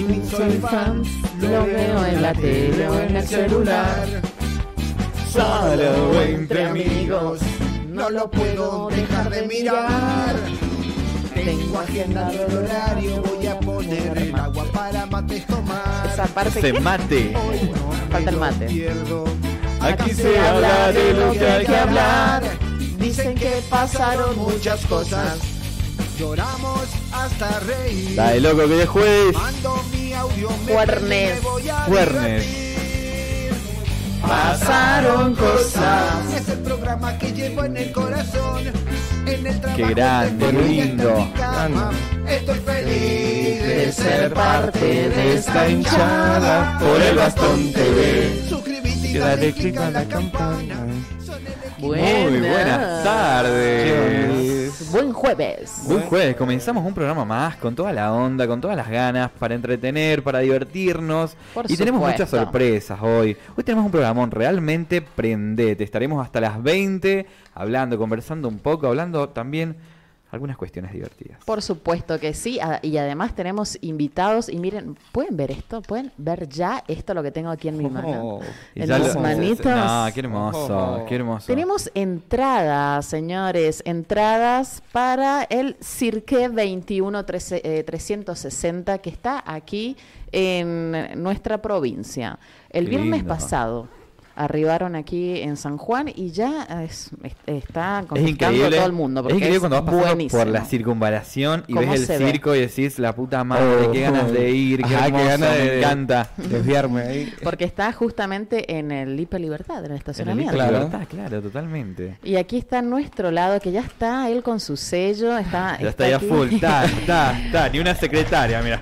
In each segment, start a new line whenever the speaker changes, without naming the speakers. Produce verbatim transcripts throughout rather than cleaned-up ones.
fin soy fan, lo veo en la tele o en el celular. Solo entre amigos, no lo puedo dejar de mirar. Tengo agendado el horario, voy a poner el agua para mates tomar.
Esa parte
Se
que
mate.
Hoy no,
falta el
me lo
mate.
pierdo.
Aquí se habla de lo que hay que hablar.
Dicen que pasaron muchas cosas. Lloramos hasta reír.
Dale, loco, que es jueves.
Mando mi audio, me
Juernes.
me voy a
Juernes.
divertir.
Pasaron cosas.
Es el programa que llevo en el corazón. En el trabajo,
Qué grande,
en
qué
mi vida,
lindo.
en mi cama. Estoy feliz de ser parte de esta hinchada.
Por el Bastón T V.
Suscríbete y
Dale
dale
click
click a la campana. Son el equipo.
Muy buenas tardes.
Buen jueves.
Buen jueves, comenzamos un programa más con toda la onda, con todas las ganas para entretener, para divertirnos.
Por
y tenemos
supuesto.
muchas sorpresas hoy. Hoy tenemos un programón realmente prendete. Estaremos hasta las veinte hablando, conversando un poco, hablando también algunas cuestiones divertidas.
Por supuesto que sí, a- y además tenemos invitados, y miren, ¿pueden ver esto? ¿Pueden ver ya esto lo que tengo aquí en mi mano?
Y
En
ya
mis
lo-
manitos.
No, qué hermoso, qué hermoso.
Tenemos entradas, señores, entradas para el Cirque veintiuno trece, eh, trescientos sesenta que está aquí en nuestra provincia. El
Qué
viernes
lindo.
pasado arribaron aquí en San Juan y ya es- es- está
Es
conquistando
increíble,
todo el mundo.
es
Porque
increíble
es
cuando vas pasando
buenísimo.
por la circunvalación y
¿Cómo
ves el
se ve?
circo y decís, la puta madre, qué ganas de ir, qué
Ajá, qué
hermoso,
ganas de-
me encanta.
Desviarme ahí.
Porque está justamente en el Hiper Libertad, en el
En el
estacionamiento.
Claro.
Claro.
Libertad, claro, totalmente.
Y aquí está a nuestro lado, que ya está él con su sello. Está,
Ya está ya
aquí.
full, está, está, está, ni una secretaria, mira.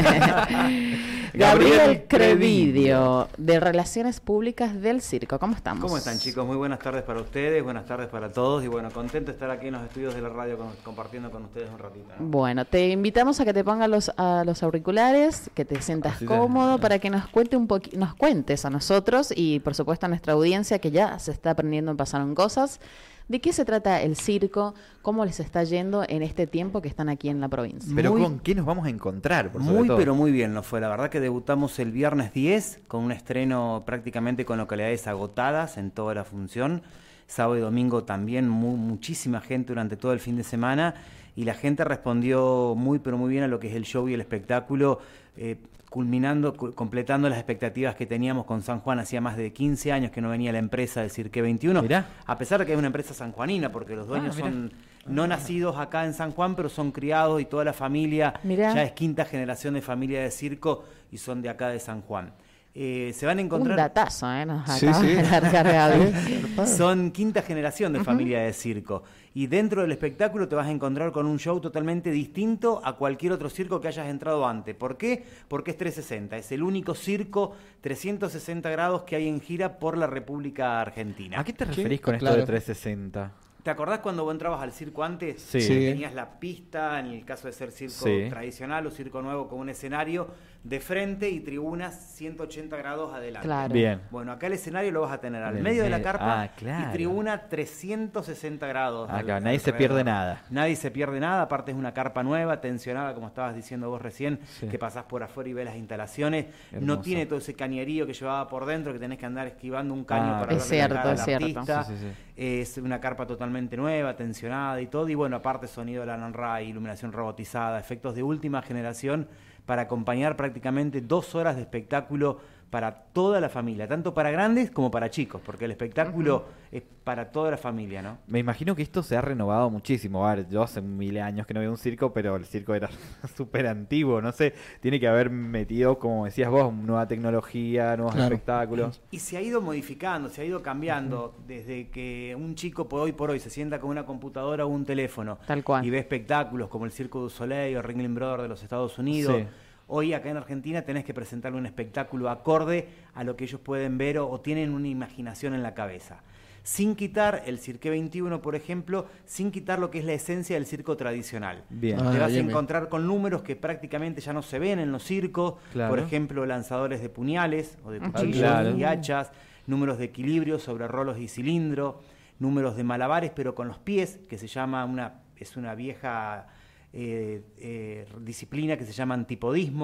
Gabriel Crevidio, de Relaciones Públicas del Circo. ¿Cómo estamos?
¿Cómo están, chicos? Muy buenas tardes para ustedes, buenas tardes para todos y bueno, contento de estar aquí en los estudios de la radio con- compartiendo con ustedes un ratito, ¿no?
Bueno, te invitamos a que te pongas los, a los auriculares, que te sientas
Así te-
cómodo, para que nos cuente un poqui- nos cuentes a nosotros y por supuesto a nuestra audiencia que ya se está aprendiendo en Pasaron Cosas. ¿De qué se trata el circo? ¿Cómo les está yendo en este tiempo que están aquí en la provincia?
Pero
Muy-
¿con qué nos vamos a encontrar? Por sobre
Muy
todo?
pero muy bien nos fue, la verdad que debutamos el viernes diez con un estreno prácticamente con localidades agotadas en toda la función. Sábado y domingo también mu- muchísima gente durante todo el fin de semana y la gente respondió muy pero muy bien a lo que es el show y el espectáculo, eh, culminando, cu- completando las expectativas que teníamos con San Juan. Hacía más de quince años que no venía la empresa del Cirque veintiuno,
Mirá.
a pesar de que es una empresa sanjuanina, porque los dueños
Ah, mirá.
son no nacidos acá en San Juan, pero son criados y toda la familia
Mirá.
ya es quinta generación de familia de circo y son de acá de San Juan. Eh, se van a
Un
encontrar...
datazo, ¿eh? Nos
Sí,
acaba
sí.
de largar Gaby.
Son quinta generación de familia de circo. Y dentro del espectáculo te vas a encontrar con un show totalmente distinto a cualquier otro circo que hayas entrado antes. ¿Por qué? Porque es trescientos sesenta. Es el único circo trescientos sesenta grados que hay en gira por la República Argentina.
¿A qué te
¿Qué?
referís con esto
Claro.
de trescientos sesenta?
¿Te acordás cuando vos entrabas al circo antes?
Sí.
Sí.
Tenías la pista, en el caso de ser circo
Sí.
tradicional o circo nuevo, con un escenario de frente y tribunas ciento ochenta grados adelante.
Claro.
Bien.
Bueno, acá el escenario lo vas a tener al
En el
medio de la
medio.
carpa
Ah, claro.
y tribuna trescientos sesenta grados.
Acá,
al-
nadie se
alrededor.
pierde nada.
Nadie se pierde nada, aparte es una carpa nueva, tensionada, como estabas diciendo vos recién,
Sí.
que pasás por afuera y ves las instalaciones.
Hermoso.
No tiene todo ese cañerío que llevaba por dentro, que tenés que andar esquivando un caño
Ah,
para
Es
verle
cierto,
la cara
es
al
cierto.
artista.
Sí, sí, sí.
Es una carpa totalmente nueva, tensionada y todo. Y bueno, aparte sonido de la Nanrai, iluminación robotizada, efectos de última generación para acompañar prácticamente dos horas de espectáculo para toda la familia, tanto para grandes como para chicos, porque el espectáculo es para toda la familia, ¿no?
Me imagino que esto se ha renovado muchísimo. A ver, yo hace mil años que no veo un circo, pero el circo era súper antiguo. No sé, tiene que haber metido, como decías vos, nueva tecnología, nuevos
Claro.
espectáculos.
Y se ha ido modificando, se ha ido cambiando, desde que un chico por hoy por hoy se sienta con una computadora o un teléfono
Tal cual.
y ve espectáculos como el Circo du Soleil o Ringling Brothers de los Estados Unidos.
Sí.
Hoy acá en Argentina tenés que presentarle un espectáculo acorde a lo que ellos pueden ver o, o tienen una imaginación en la cabeza. Sin quitar el Cirque veintiuno, por ejemplo, sin quitar lo que es la esencia del circo tradicional.
Bien.
Ah,
Te vas
bien,
a
bien.
encontrar con números que prácticamente ya no se ven en los circos,
Claro.
por ejemplo, lanzadores de puñales o de cuchillos
claro.
y hachas, números de equilibrio sobre rolos y cilindro, números de malabares pero con los pies, que se llama una, es una vieja eh, eh, disciplina que se llama antipodismo,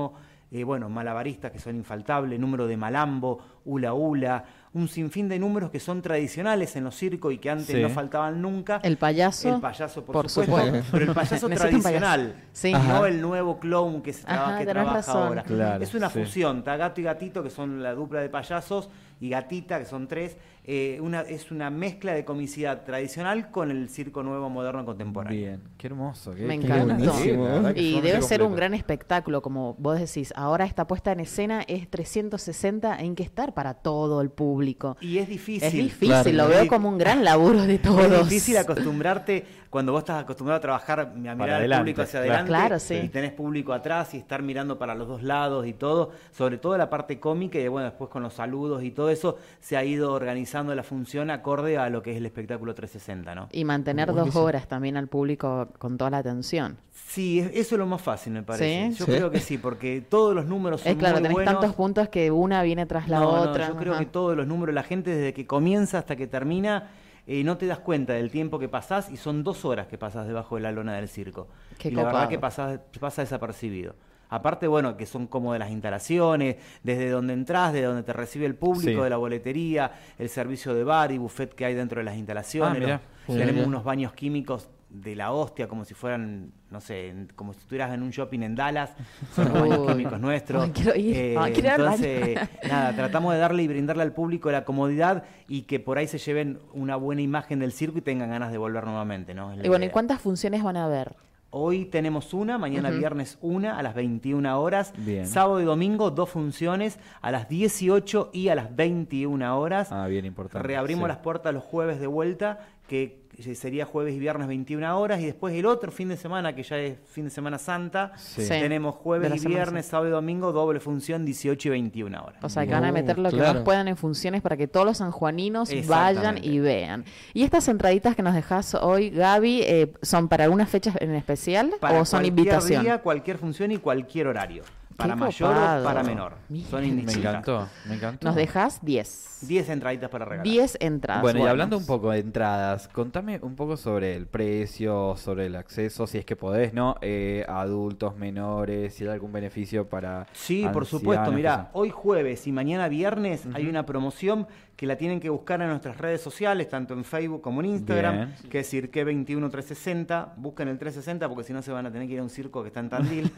eh, bueno, malabaristas que son infaltables, número de malambo, hula hula, un sinfín de números que son tradicionales en los circos y que antes
Sí.
no faltaban nunca.
El payaso.
El payaso, por,
por
supuesto,
supuesto.
pero el payaso
Necesito un
tradicional,
payaso. Sí.
no
Ajá.
el nuevo clown que, se traba-
Ajá,
que
tenés
trabaja
razón.
ahora.
Claro,
es una
sí.
fusión, está Gato y Gatito, que son la dupla de payasos, y Gatita, que son tres. Eh, una, es una mezcla de comicidad tradicional con el circo nuevo, moderno, contemporáneo.
Bien, qué hermoso. Qué,
Me
qué
encanta.
buenísimo.
Sí,
La verdad que
Y
son
debe
re
ser un
completos.
gran espectáculo, como vos decís. Ahora esta puesta en escena es trescientos sesenta, hay que estar para todo el público.
Y es difícil.
Es difícil,
Claro.
lo veo como un gran laburo de todos.
Es difícil acostumbrarte cuando vos estás acostumbrado a trabajar, a mirar al
adelante,
público hacia
claro.
adelante
Claro, sí.
y tenés público atrás y estar mirando para los dos lados y todo, sobre todo la parte cómica y bueno, después con los saludos y todo eso se ha ido organizando la función acorde a lo que es el espectáculo trescientos sesenta, ¿no?
Y mantener dos
Buenísimo.
horas también al público con toda la atención.
Sí, es- eso es lo más fácil, me parece.
¿Sí?
Yo
Sí.
creo que sí, porque todos los números son
Es claro,
muy
tenés
buenos.
tantos puntos que una viene tras la
No, no,
otra.
yo creo
ajá.
que todos los números, la gente desde que comienza hasta que termina, eh, no te das cuenta del tiempo que pasás y son dos horas que pasás debajo de la lona del circo.
Qué
y la verdad
copado.
que pasás, pasa desapercibido. Aparte, bueno, que son como de las instalaciones, desde donde entras, de donde te recibe el público,
Sí.
de la boletería, el servicio de bar y buffet que hay dentro de las instalaciones.
Ah, mirá.
los-
Mirá.
tenemos unos baños químicos de la hostia, como si fueran, no sé, en- como si estuvieras en un shopping en Dallas. Son los baños
Uy.
químicos nuestros.
Ay, quiero ir.
Eh,
Ay, quiero ir al baño.
entonces, nada, tratamos de darle y brindarle al público la comodidad y que por ahí se lleven una buena imagen del circo y tengan ganas de volver nuevamente, ¿no? Es la
Y bueno, ¿y
idea.
cuántas funciones van a haber?
Hoy tenemos una, mañana
Ujú.
viernes una a las veintiuna horas,
Bien.
sábado y domingo dos funciones a las dieciocho y a las veintiuna horas.
Ah, bien importante.
Reabrimos
sí.
las puertas los jueves de vuelta, que sería jueves y viernes veintiuna horas, y después el otro fin de semana, que ya es fin de semana santa,
Sí.
Sí.
tenemos
De
jueves
la
y
Semana
viernes, sábado y domingo, doble función, dieciocho y veintiuna horas.
O sea, que van a
Oh,
meter lo que
claro.
más puedan en funciones para que todos los sanjuaninos vayan
Exactamente.
y vean. ¿Y estas entraditas que nos dejas hoy, Gaby, eh, son para algunas fechas en especial
Para
o son
cualquier
invitación?
día, cualquier función y cualquier horario. Para
Qué
mayor
copado.
o para menor.
Mira,
Son
Me
indistintas.
encantó, me encantó.
Nos dejas diez.
diez entraditas para regalar.
diez entradas.
Bueno, y
buenos.
hablando un poco de entradas, contame un poco sobre el precio, sobre el acceso, si es que podés, ¿no? Eh, adultos, menores, si hay algún beneficio para
Sí, por
ancianos,
supuesto. Mirá,
cosas.
hoy jueves y mañana viernes hay una promoción que la tienen que buscar en nuestras redes sociales, tanto en Facebook como en Instagram,
Bien.
que es Cirque veintiuno trescientos sesenta. Busquen el trescientos sesenta porque si no se van a tener que ir a un circo que está en Tandil.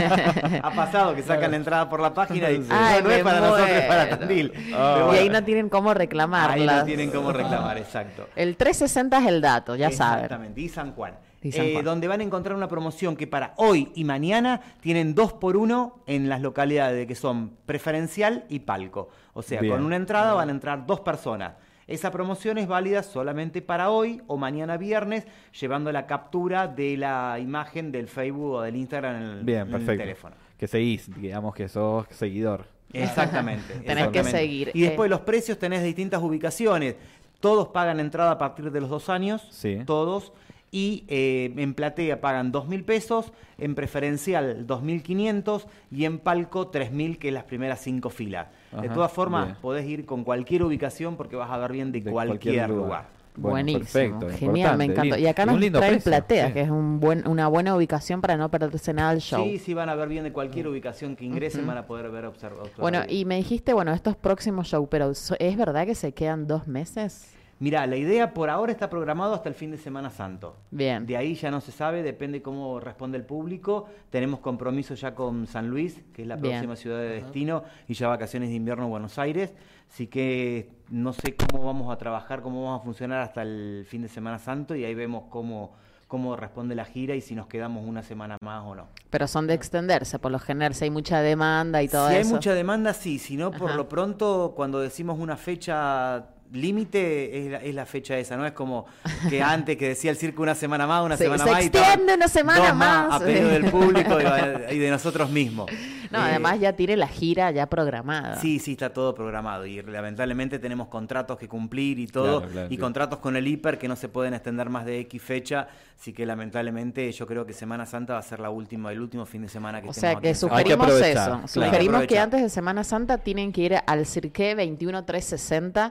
Ha pasado que sacan la entrada por la página y dicen,
Ay,
no, no es
me
para nosotros, es
muero.
para Tandil.
Ah.
Pero
Y
bueno,
ahí no tienen cómo reclamarlas.
ahí no tienen cómo reclamar, exacto.
El trescientos sesenta es el dato, ya saben.
Exactamente, y San Juan.
Y San
Eh,
Juan.
donde van a encontrar una promoción que para hoy y mañana tienen dos por uno en las localidades que son preferencial y palco. O sea,
Bien.
con una entrada van a entrar dos personas. Esa promoción es válida solamente para hoy o mañana viernes, llevando la captura de la imagen del Facebook o del Instagram en el,
Bien,
en el
perfecto.
teléfono.
Que seguís, digamos que sos seguidor.
Exactamente.
Tenés que
exactamente.
seguir,
Y después
eh.
los precios tenés distintas ubicaciones. Todos pagan entrada a partir de los dos años.
Sí.
Todos. Y eh, en platea pagan dos mil pesos, en preferencial dos mil quinientos y en palco tres mil, que es las primeras cinco filas. de
Ajá,
todas formas,
bien.
podés ir con cualquier ubicación porque vas a ver bien de,
De
cualquier, lugar.
Bueno,
Buenísimo,
perfecto,
genial, me
importante,
encantó.
lindo.
Y acá
un
nos
lindo
traen
precio,
platea,
sí.
que es un buen, una buena ubicación para no perderse nada del show.
Sí, sí, van a ver bien de cualquier ubicación que ingresen, van a poder ver observar.
Bueno, y me dijiste, bueno, estos próximos shows, pero so- ¿es verdad que se quedan dos meses?
Mirá, la idea por ahora está programado hasta el fin de Semana Santo.
Bien.
De ahí ya no se sabe, depende cómo responde el público. Tenemos compromiso ya con San Luis, que es la
Bien.
próxima ciudad de destino, y ya vacaciones de invierno en Buenos Aires. Así que no sé cómo vamos a trabajar, cómo vamos a funcionar hasta el fin de Semana Santo, y ahí vemos cómo, cómo responde la gira y si nos quedamos una semana más o no.
Pero son de extenderse, por lo general, si hay mucha demanda y todo
Si hay
eso.
mucha demanda, sí. Si no, por
Ajá.
lo pronto, cuando decimos una fecha límite, es la, es la fecha esa. No es como que antes que decía el circo una semana más, una
Se-
semana
se
más. y
extiende
estaban
una semana
dos
más.
a pedido del público y, y de nosotros mismos.
No,
Eh,
además ya tiene la gira ya programada.
Sí, sí, está todo programado y lamentablemente tenemos contratos que cumplir y todo,
Claro, claro,
y
sí.
contratos con el hiper que no se pueden extender más de X fecha, así que lamentablemente yo creo que Semana Santa va a ser la última, el último fin de semana que
O
estemos
sea que
aquí en San
Hay que
sugerimos
aprovechar,
eso.
claro.
Sugerimos
Hay que
que
aprovechar.
antes de Semana Santa tienen que ir al Cirque veintiuno trescientos sesenta
Exacto.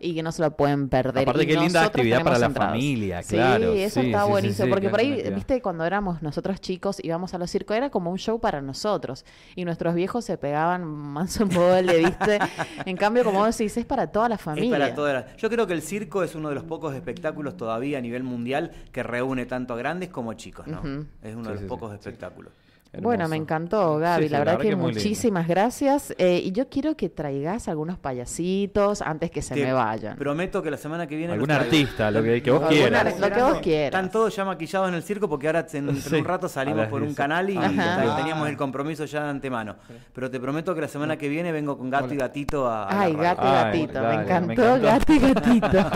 y que no se lo pueden perder.
Aparte,
y
qué linda
nosotros
actividad para
tenemos
la
entradas.
familia,
Sí,
claro.
eso
Sí,
está
sí, sí,
buenísimo,
sí,
porque
qué
por ahí,
buena actividad.
viste, cuando éramos nosotros chicos, íbamos a los circos, era como un show para nosotros, y nuestros viejos se pegaban manso en mole, viste. En cambio, como vos decís, es para toda la
Es
familia.
para toda la- Yo creo que el circo es uno de los pocos espectáculos todavía a nivel mundial que reúne tanto a grandes como a chicos, ¿no?
Ujú.
Es uno
Sí,
de los
sí,
pocos
sí.
espectáculos.
Bueno,
Hermoso.
me encantó, Gaby.
Sí, sí,
la verdad que,
es muy lindo.
muchísimas gracias. Eh, y yo quiero que traigas algunos payasitos antes que se
Te
me vayan.
Prometo que la semana que viene...
Algún
los traigo.
artista, lo que, que vos
Alguna-
quieras.
lo que vos quieras.
Están todos ya maquillados en el circo porque ahora en, en
Sí,
un rato
a
salimos
las
por un
diez.
canal y
Ajá.
ya teníamos el compromiso ya de antemano. Pero te prometo que la semana que viene vengo con gato y gatito a, a la
Ay,
radio.
gato y
Ay,
gatito.
dale,
me
me
encantó,
encantó.
gato y gatito.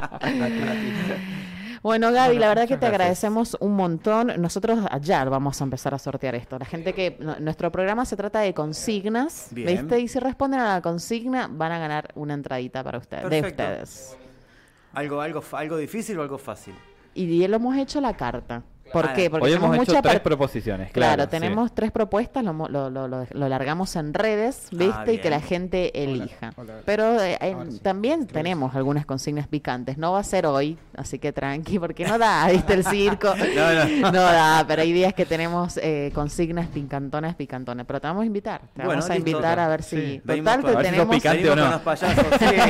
Bueno, Gaby, la verdad que
muchas
te
gracias.
agradecemos un montón. Nosotros allá vamos a empezar a sortear esto. La gente que... no- nuestro programa se trata de consignas,
Bien.
¿viste? Y si responden a la consigna, van a ganar una entradita para ustedes, de
Perfecto.
ustedes.
¿Algo, algo, fa- ¿Algo difícil o algo fácil?
Y lo hemos hecho la carta. ¿Por
Ah,
qué? Porque
Hoy
tenemos
hemos hecho
mucha
tres
par-
proposiciones,
Claro,
claro. sí.
tenemos tres propuestas, lo, mo- lo, lo, lo- lo largamos en redes, ¿viste?
Ah,
y que la
bien.
gente elija.
hola.
Pero eh, eh,
Ahora sí.
también tenemos algunas consignas picantes. No va a ser hoy, así que tranqui, porque no da, ¿viste? El circo.
No, no.
da, pero hay días que tenemos eh, consignas picantonas, picantonas. Pero te vamos a invitar. Te
Bueno,
vamos a
listo.
invitar a ver si...
Sí.
Venimos
Total,
con-
te
a ver si sos
tenemos...
picante
Venimos
o no.
con los payasos,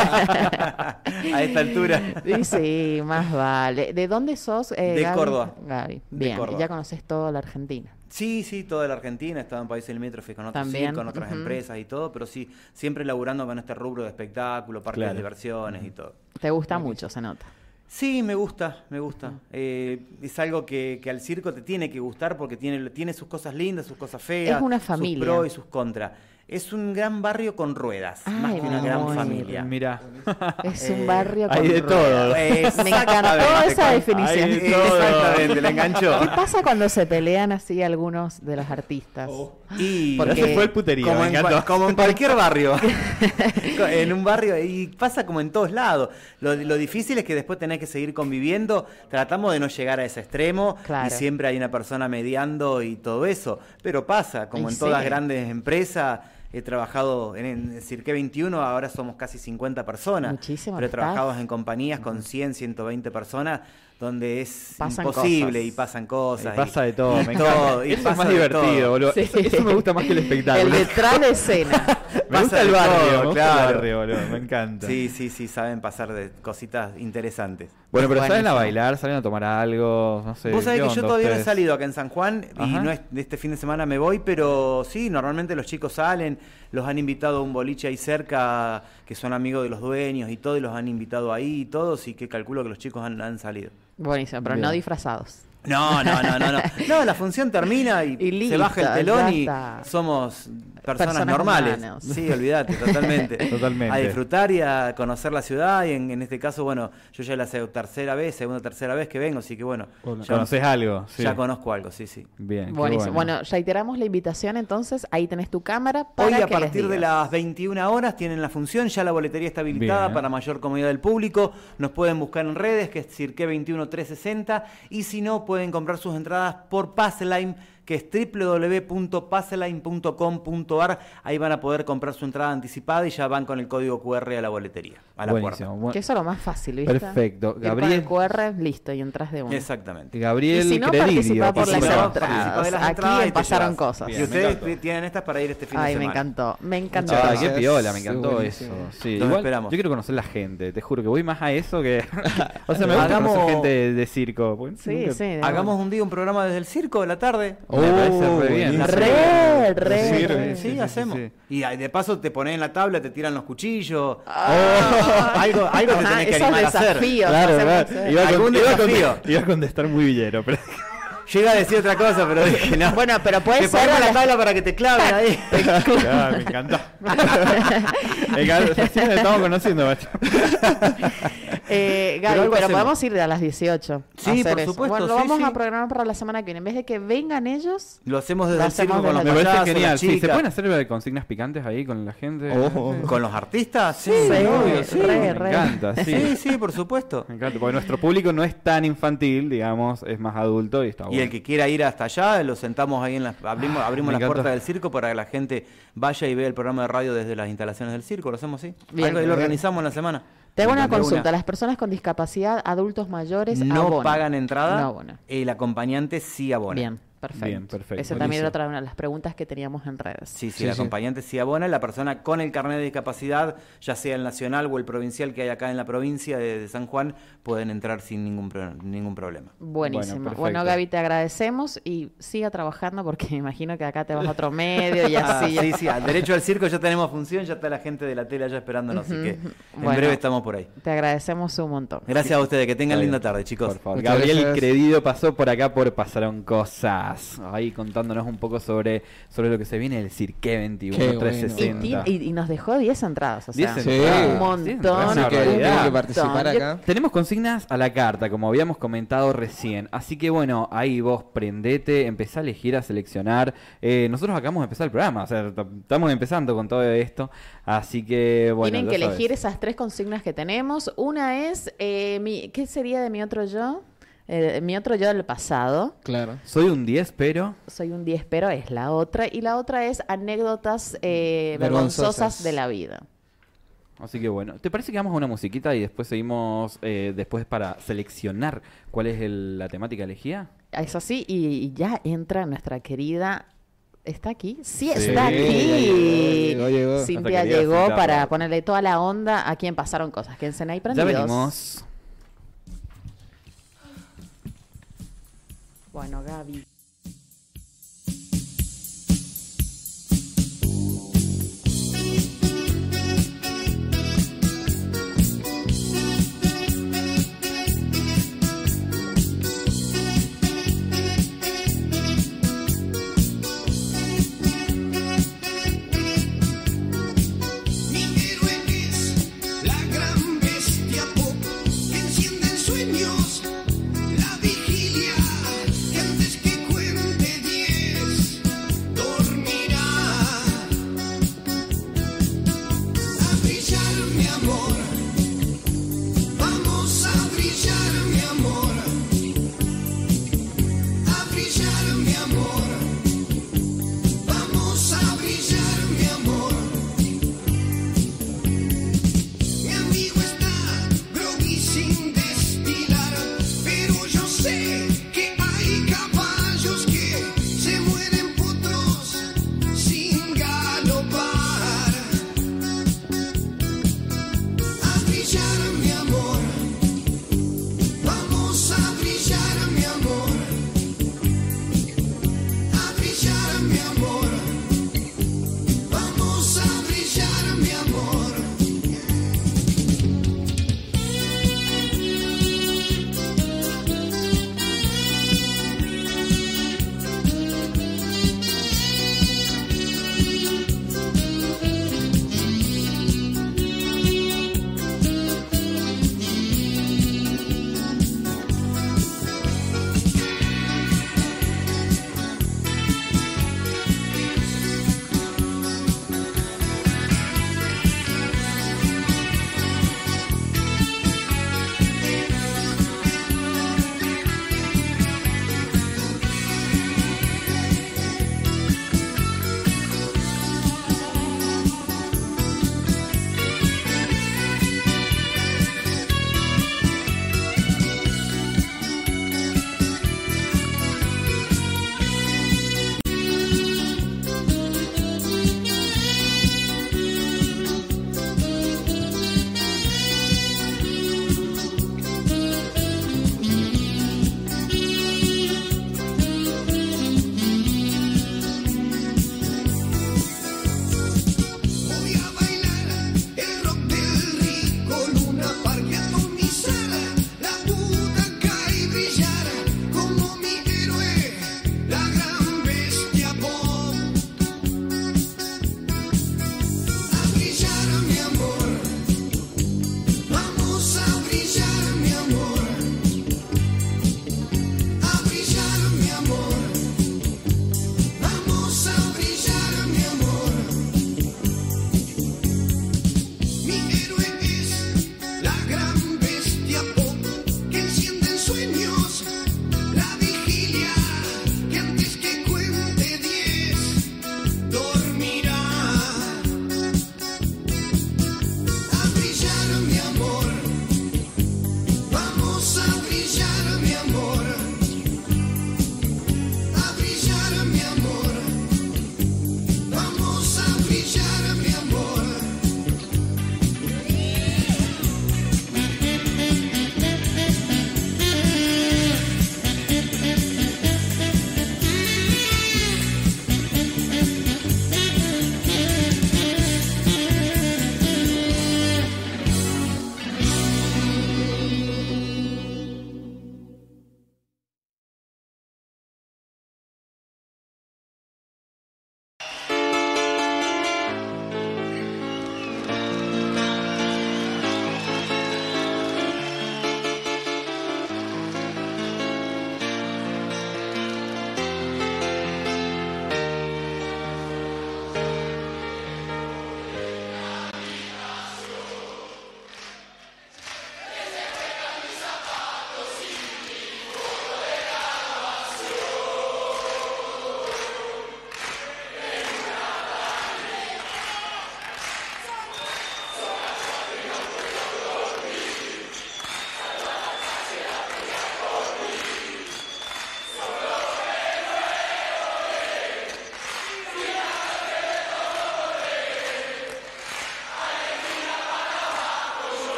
sí. A esta altura.
Sí, sí, más vale. ¿De dónde sos, eh,
De
Gaby?
Córdoba.
Gaby.
De
Bien,
Córdoba.
ya conoces toda la Argentina.
Sí, sí, toda la Argentina, he estado en países limítrofes con otros
También,
circos, con otras
ujú.
empresas y todo, pero sí, siempre laburando con este rubro de espectáculo, parques
Claro.
de diversiones y todo.
Te gusta mucho, se nota.
Sí, me gusta, me gusta. Eh, es algo que, que al circo te tiene que gustar porque tiene, tiene sus cosas lindas, sus cosas feas,
Es una familia.
sus pros y sus contras. Es un gran barrio con ruedas, más
Ay,
que una
mi
gran
amor.
familia.
Mira,
Es
Eh,
un barrio
hay
con
de
ruedas.
todo.
Me encantó
Exactamente,
esa
con-
definición.
hay de todo.
Exactamente, la enganchó.
¿Qué pasa cuando se pelean así algunos de los artistas?
Y
Porque-
ese fue el puterío,
como,
me
en,
encantó.
cua- como en cualquier barrio. En un barrio, y pasa como en todos lados. Lo, lo difícil es que después tenés que seguir conviviendo. Tratamos de no llegar a ese extremo.
Claro.
Y siempre hay una persona mediando y todo eso. Pero pasa, como
Y
en todas
sí.
grandes empresas. He trabajado en, en Cirque veintiuno, ahora somos casi cincuenta personas.
Muchísimo
Pero he
staff.
trabajado en compañías con cien, ciento veinte personas, donde es
Pasan
imposible
cosas.
y pasan cosas.
y pasa de todo,
y
me
todo,
encanta.
y
Eso es
pasa
más
de
divertido,
todo.
boludo.
Sí.
Eso, eso me gusta más que el espectáculo.
El detrás de escena.
Me
Pasa
gusta el
de
barrio,
todo,
me gusta
claro.
el barrio, boludo, me encanta.
Sí, sí, sí, saben pasar de cositas interesantes.
Bueno, pero salen a
Buenísimo.
bailar, salen a tomar algo, no sé.
Vos sabés
¿qué
que yo
onda
todavía no he
ustedes?
salido acá en San Juan y
Ajá.
no es de este fin de semana me voy, pero sí, normalmente los chicos salen, los han invitado a un boliche ahí cerca, que son amigos de los dueños y todo, y los han invitado ahí y todos, y que calculo que los chicos han, han salido.
Buenísimo, pero
Bien.
no disfrazados.
No, no, no, no, no. No, la función termina y,
Y listo,
se baja el telón
ya
y
está.
somos personas,
Personas
normales.
humanas.
Sí, olvídate, totalmente.
Totalmente.
A disfrutar y a conocer la ciudad y en, en este caso, bueno, yo ya es la se- tercera vez, segunda tercera vez que vengo, así que bueno, ya,
¿Conoces algo? Sí.
ya conozco algo, sí, sí.
Bien, qué
Buenísimo.
bueno.
Bueno, reiteramos la invitación entonces. Ahí tenés tu cámara para
Hoy a
que les
partir de
digas.
las veintiuna horas tienen la función, ya la boletería está habilitada
Bien.
para mayor comodidad del público. Nos pueden buscar en redes, que es Cirque veintiuno trescientos sesenta, y si no, pueden comprar sus entradas por Passeline, que es doble u doble u doble u punto passeline punto com punto a r. Ahí van a poder comprar su entrada anticipada y ya van con el código cu erre a la boletería, a la
Buenísimo.
puerta.
Bu-
Que eso es lo más fácil, ¿viste?
Perfecto.
Ir
Gabriel-
con el cu erre, listo, y entras de uno.
Exactamente.
Gabriel
Y si no,
Credidio.
participa por
Y si
las
no,
entradas.
participa de las
Aquí
entradas y te
pasaron
llevas.
cosas.
Bien,
Y
me
ustedes
encantó.
tienen estas para ir este fin de
Ay, me
semana.
encantó. Me encantó.
Ah,
Muchas
qué
gracias.
piola, me encantó
Sí,
eso.
buenísimo.
Sí,
Nos
igual,
esperamos.
yo quiero conocer la gente, te juro que voy más a eso que... o sea, me gusta
Hagamos-
conocer gente de, de circo. porque
Sí,
nunca-
sí. de
Hagamos
una.
un día un programa desde el circo de la tarde.
Me parece re bien.
buenísimo.
Re, re.
Sí,
re.
Sí,
sí, sí,
hacemos.
sí.
Y ahí de paso te pones en la tabla, te tiran los cuchillos.
Ah.
algo algo te
Ajá,
tenés que
esos
animar a hacer.
desafíos.
Claro,
hacemos,
claro.
eh.
Iba, a
Algún
con- iba a con-
desafío.
iba a contestar muy villero, pero...
Yo iba a decir otra cosa, pero dije no.
Bueno, pero puede
te
ser
ponemos
a
la
la-
tabla para que te claven ahí.
Claro, me encantó. Me encantó. Así nos estamos conociendo, macho.
Eh, Gaby,
Pero
pero,
algo hacemos.
podemos ir a las dieciocho. a
Sí,
hacer
por
eso.
supuesto,
Bueno, lo
sí,
vamos
sí.
a programar para la semana que viene. En vez de que vengan ellos,
Lo hacemos desde
Lo
el circo
hacemos
con los
desde
Me
el-
parece
payasos,
genial.
las
Sí, ¿se
chicas.
pueden hacer eh, consignas picantes ahí con la gente?
Oh.
Sí.
¿Con los artistas? Sí,
Sí,
obvio, sí.
re,
Me
re.
encanta, sí.
Sí, sí, por supuesto.
Me encanta, porque nuestro público no es tan infantil, digamos, es más adulto y está
Y
bueno.
el que quiera ir hasta allá, lo sentamos ahí en las, abrimos, abrimos
me
las
encantó.
puertas del circo para que la gente vaya y vea el programa de radio desde las instalaciones del circo. Lo hacemos así.
Bien.
Algo ahí lo organizamos en la semana.
Te hago una
De una.
consulta. Las personas con discapacidad, adultos mayores,
No
abonan.
pagan entrada,
No abonan.
el acompañante sí abona.
Bien, perfecto.
Bien, perfecto.
Esa también
Buenísimo.
era otra de las preguntas que teníamos en redes.
Sí, sí,
Sí,
el
sí.
acompañante sí abona. La persona con el carnet de discapacidad, ya sea el nacional o el provincial que hay acá en la provincia de, de San Juan, pueden entrar sin ningún, pro- ningún problema.
Buenísimo.
Bueno,
Bueno,
perfecto.
Gaby, te agradecemos y siga trabajando porque me imagino que acá te vas a otro medio y
Ah,
así.
sí, sí, al derecho al circo ya tenemos función, ya está la gente de la tele allá esperándonos, así que en
Bueno.
breve estamos por ahí.
Te agradecemos un montón.
Gracias a ustedes, que tengan
Está
linda
bien.
tarde, chicos.
Por favor.
Muchas
Gabriel
gracias.
Credido pasó por acá por Pasaron Cosas. Ahí contándonos un poco sobre, sobre lo que se viene del Cirque veintiuno
Qué bueno.
Y,
trescientos sesenta.
ti- y- y nos dejó diez entradas. O sea,
diez
Sí.
entradas.
un montón.
diez entradas,
Así
una
que
barbaridad.
tienen que participar
Yo-
acá.
Tenemos consignas a la carta, como habíamos comentado recién. Así que bueno, ahí vos prendete, empezá a elegir, a seleccionar. Eh, nosotros acabamos de empezar el programa, o sea, t- estamos empezando con todo esto. Así que bueno.
Tienen
ya
que
sabes.
elegir esas tres consignas que tenemos. Una es, eh, mi, ¿qué sería de mi otro yo? Eh, mi otro yo del pasado.
Claro.
Soy un diez, pero.
Soy un diez, pero es la otra. Y la otra es anécdotas eh,
Vergonzosas.
vergonzosas de la vida.
Así que bueno, ¿te parece que vamos a una musiquita y después seguimos eh, después para seleccionar cuál es el- la temática elegida?
Es así, y, y ya entra nuestra querida. ¿Está aquí? Sí,
Sí.
está aquí.
Llegó, llegó.
Nuestra
Cintia
querida
llegó
Cintia
para
Roth.
ponerle toda la onda a quien pasaron cosas. Quédense ahí
Ya
prendidos.
venimos.
Bueno, Gaby.
Mi héroe es la gran bestia pop que enciende en sueños la vigilia, que antes que cuente diez dormirá. A brillar mi amor, vamos a brillar mi amor, a brillar mi amor, vamos a brillar mi amor. Mi amigo está groggy sin destilar, pero yo sé que hay caballos que se mueren potros sin galopar. A brillar mi amor, vamos a brillar mi amor, a brillar mi amor, vamos a brillar mi amor.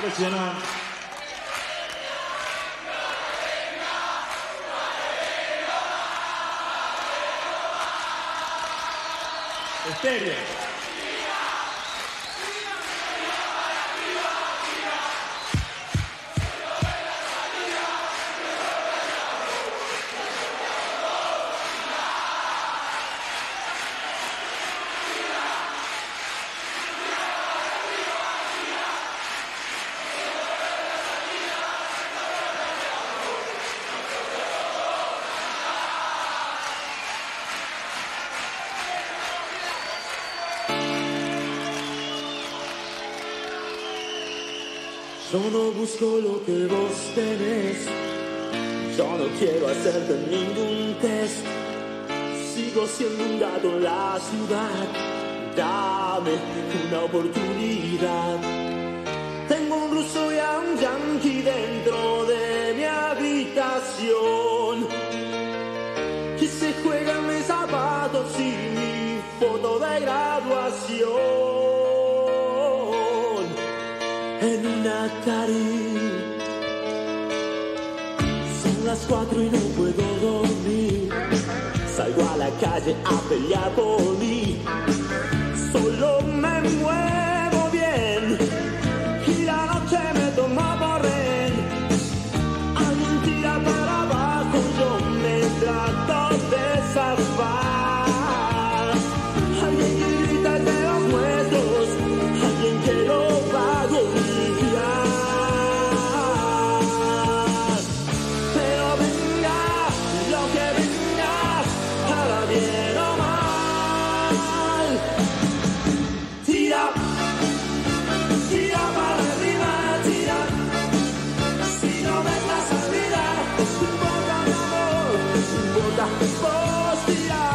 Impresionante. Estéreo.
Yo no busco lo que vos tenés, yo no quiero hacerte ningún test. Sigo siendo un gato en la ciudad, dame una oportunidad. Tengo un ruso y a un yanqui dentro de mi habitación, que se juegan mis zapatos y mi foto de graduación. En una Atari son las cuatro y no puedo dormir. Salgo a la calle a pelear por mí. Solo me muevo bien y la noche me toma por rehén. Alguien tira para abajo, yo me trato de zafar. Alguien que grita es de los nuestros, alguien que lo va a golpear. Pero venga lo que venga, para bien o mal. Tira, tira para arriba, tira. Si no ves la salida, no importa mi amor, no importa vos, tira.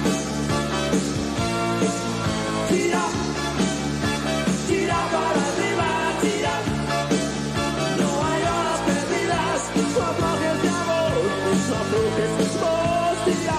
Tira, tira para arriba, tira. No hay horas perdidas, no aflojes de amor, no aflojes vos, tira.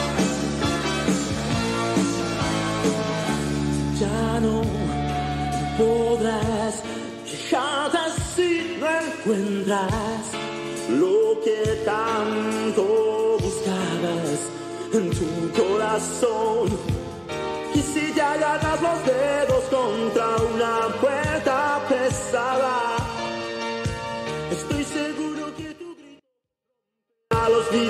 Ya no podrás quejarte si no encuentras lo que tanto buscabas en tu corazón. Y si te agarras los dedos contra una puerta pesada, estoy seguro que tu grito a los vidrios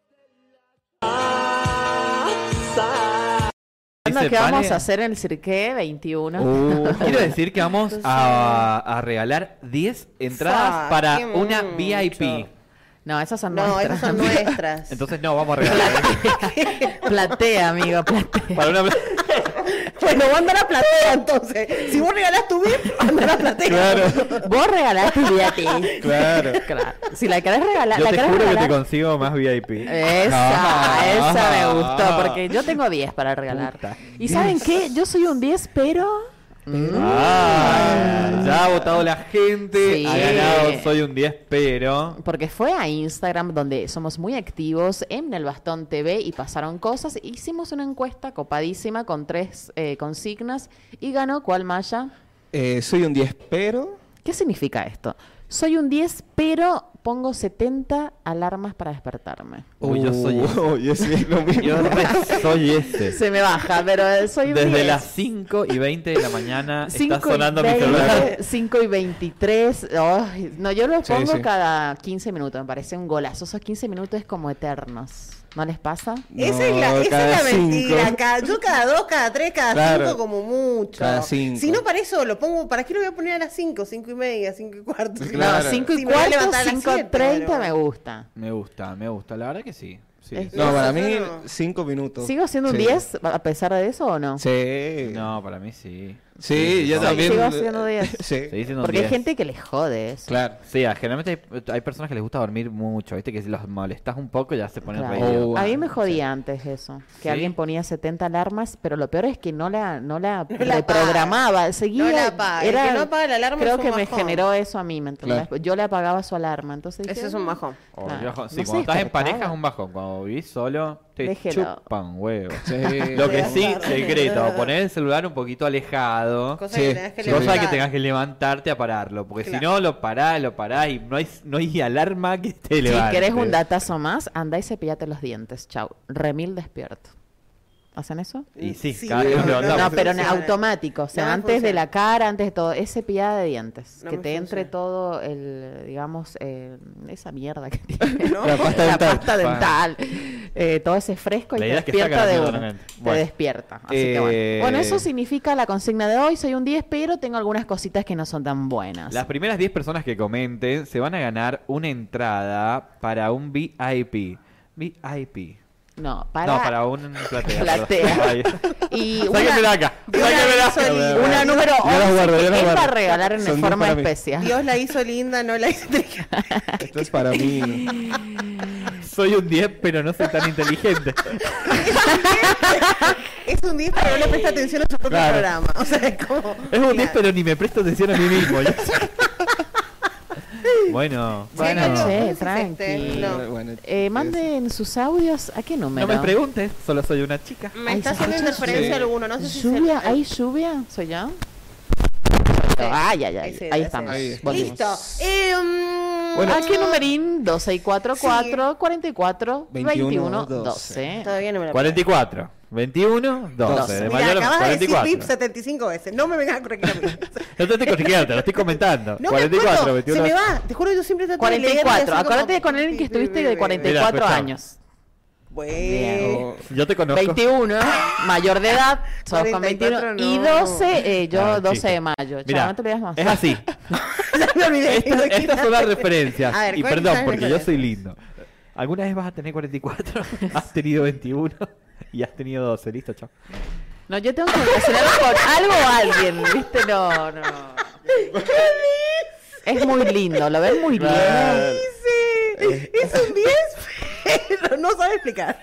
pasa.
¿Cuándo
Dice
que vamos
Vale-
a hacer en el Cirque veintiuno?
Uh, quiero decir que vamos a, a regalar diez entradas
Fa,
para
qué
una
mucho.
V I P.
No, esas son
No,
nuestras.
esas son nuestras.
Entonces no, vamos a regalar.
Platea, amigo, platea.
para una...
Bueno, vos andar a platea entonces. Si vos regalás tu V I P, andar a platea.
Claro,
Vos regalaste V I P.
claro.
Claro. Si la querés regalar,
Yo
la
te
querés
juro que
regalar.
te consigo más V I P.
Esa,
Ah.
esa me gustó, porque yo tengo diez para regalar.
Puta.
¿Y saben qué? Yo soy un diez, pero...
Ah, ya ha votado la gente,
Sí.
ha ganado Soy un diez, pero...
Porque fue a Instagram, donde somos muy activos en el Bastón T V y pasaron cosas. Hicimos una encuesta copadísima con tres eh, consignas y ganó, ¿cuál, Maya?
Eh, soy un diez, pero...
¿Qué significa esto? Soy un diez, pero pongo setenta alarmas para despertarme.
Uy, yo soy ese.
Uh, yo sí, lo mismo.
Yo re soy ese.
Se me baja, pero eh, soy un
Desde
diez.
las cinco y veinte de la mañana está
cinco y
sonando mi
veinte,
celular.
cinco y veintitrés. Ay, no, yo lo
Sí,
pongo
sí.
cada quince minutos. Me parece un golazo. Esos quince minutos es como eternos. ¿No les pasa?
Esa es la,
No,
esa
cada
es la mentira.
cinco.
Cada, yo cada dos, cada tres, cada
Claro.
cinco como mucho.
Cada cinco.
Si no, para eso lo pongo. ¿Para qué lo voy a poner a las cinco? Cinco y media, cinco y cuarto.
Claro.
No, cinco y
Si me voy a
cuarto,
levantar a las
cinco
siete,
treinta
pero-
me gusta.
Me gusta, me gusta, la verdad que sí. Sí,
Es-
sí.
No, para mí,
Eso no.
cinco minutos.
¿Sigo siendo un
Sí.
diez a pesar de eso o no?
Sí.
No, para mí sí.
Sí, yo
no.
también.
Sigo siendo diez.
Sí.
Seguí siendo un
Porque hay
diez.
gente que les jode eso.
Claro.
Sí, ah, generalmente hay, hay personas que les gusta dormir mucho, ¿viste? Que si los molestas un poco ya se ponen
Claro.
re
Oh,
idiotas.
A mí me jodía antes eso, que
¿Sí?
alguien ponía setenta alarmas, pero lo peor es que no la no la
No la
reprogramaba, seguía
No la apaga. El
era
que no apaga la alarma
creo
es un
que me
bajón.
generó eso a mí, ¿me entendés?
Claro.
Yo le apagaba su alarma, entonces
Ese
dije,
es un
"Mm".
bajón.
O
Claro.
un bajón. Sí,
No se
cuando estás en
despertaba.
pareja es un bajón. Cuando vivís solo, Te
Déjelo.
chupan huevo.
Sí.
Lo que sí,
Levantarse.
secreto, poner el celular un poquito alejado.
Cosa
Sí.
que tengas que
Cosa que
levantar.
tengas que levantarte a pararlo. Porque
Claro.
si no, lo parás, lo parás y no hay, no hay alarma que te
Si
levante.
querés un datazo más, andá y cepillate los dientes. Chau. Remil despierto. ¿Hacen eso?
Y sí,
Sí,
cada vez que nos
no, no,
levantamos.
No, pero en
funciona.
automático, o sea,
No me
antes de
funciona.
la cara, antes de todo, es cepillada de dientes,
No
que
me
te entre
funciona.
todo el, digamos, eh, esa mierda que tiene, ¿no?
La pasta dental.
pasta dental, eh, todo ese fresco y
La
te
idea es que
despierta
saca la
de
mierda
una,
también.
te
Bueno.
despierta, así que bueno.
Eh,
Bueno, eso significa la consigna de hoy, soy un diez, pero tengo algunas cositas que no son tan buenas.
Las primeras diez personas que comenten se van a ganar una entrada para un V I P. V I P.
No, para...
No, para un platea.
Platea.
perdón. Ay.
Y
Sáquenmela
una,
acá.
Una
Sáquenmela
hizo
acá.
linda.
una número
Yo las
once
guardo, yo
que
las
él va a
guardo.
regalar en
Son diez
forma
para mí.
especial.
Dios la hizo linda, no la hizo inteligente.
Esto es para mí.
Soy un diez, pero no soy tan inteligente.
Es un diez, pero no le presta atención a su propio
Claro.
programa. O sea, es como.
Es un diez,
Mira,
pero ni me presto atención a mí mismo. ya. Bueno,
Bueno,
Carlos,
che,
¿cómo es
tranqui.
este? No.
Bueno,
Eh, manden sus audios, ¿a qué
no
número?
me preguntes, solo soy una chica.
Me
Ay,
está
¿se
haciendo
escucha?
interferencia
Sí.
alguno, no sé si se-
¿Lluvia? ¿Hay lluvia? ¿Soy yo? Ay, ay, ay.
Ese,
Ahí
ese.
estamos.
Ahí.
Volvimos.
Listo. Eh, mm,
Bueno.
¿A qué numerín? dos seis cuatro cuatro, cuarenta y cuatro, veintiuno, doce.
doce.
Todavía no me la
cuarenta y cuatro, veintiuno, doce. De
Mira,
mayor
acabas de decir
cuarenta y
pip
cuatro.
setenta y cinco veces. No me vengas a corregir a mí.
No te estoy corrigiendo, te lo estoy comentando.
No
cuarenta y
me
cuatro,
acuerdo.
veintiuno.
Se me va. Te juro que yo siempre trato de
cuarenta y
leer
cuatro.
así
Acordate
como-
con alguien que estuviste de cuarenta y
Mira,
cuatro
escuchá.
años.
Bueno.
Yo te conozco.
veintiuno, mayor de edad, sos con
cuarenta y cuatro
veintiuno. Y
no.
doce, eh, yo
Ah,
doce
chiste.
de mayo. Chao,
Mira,
no te olvides más.
es así.
Ya me olvidé.
Estas, estas son las referencias.
A ver,
y
¿cuál
perdón,
es la
porque yo
referencia?
soy lindo. ¿Alguna vez vas a tener cuarenta y cuatro? ¿Has tenido veintiuno? Y has tenido doce. Listo, chao.
No, yo tengo que relacionarlo con algo o alguien, ¿viste? No, no. Es muy lindo, lo ven muy bien.
Sí, es un diez, pero no sabe explicar.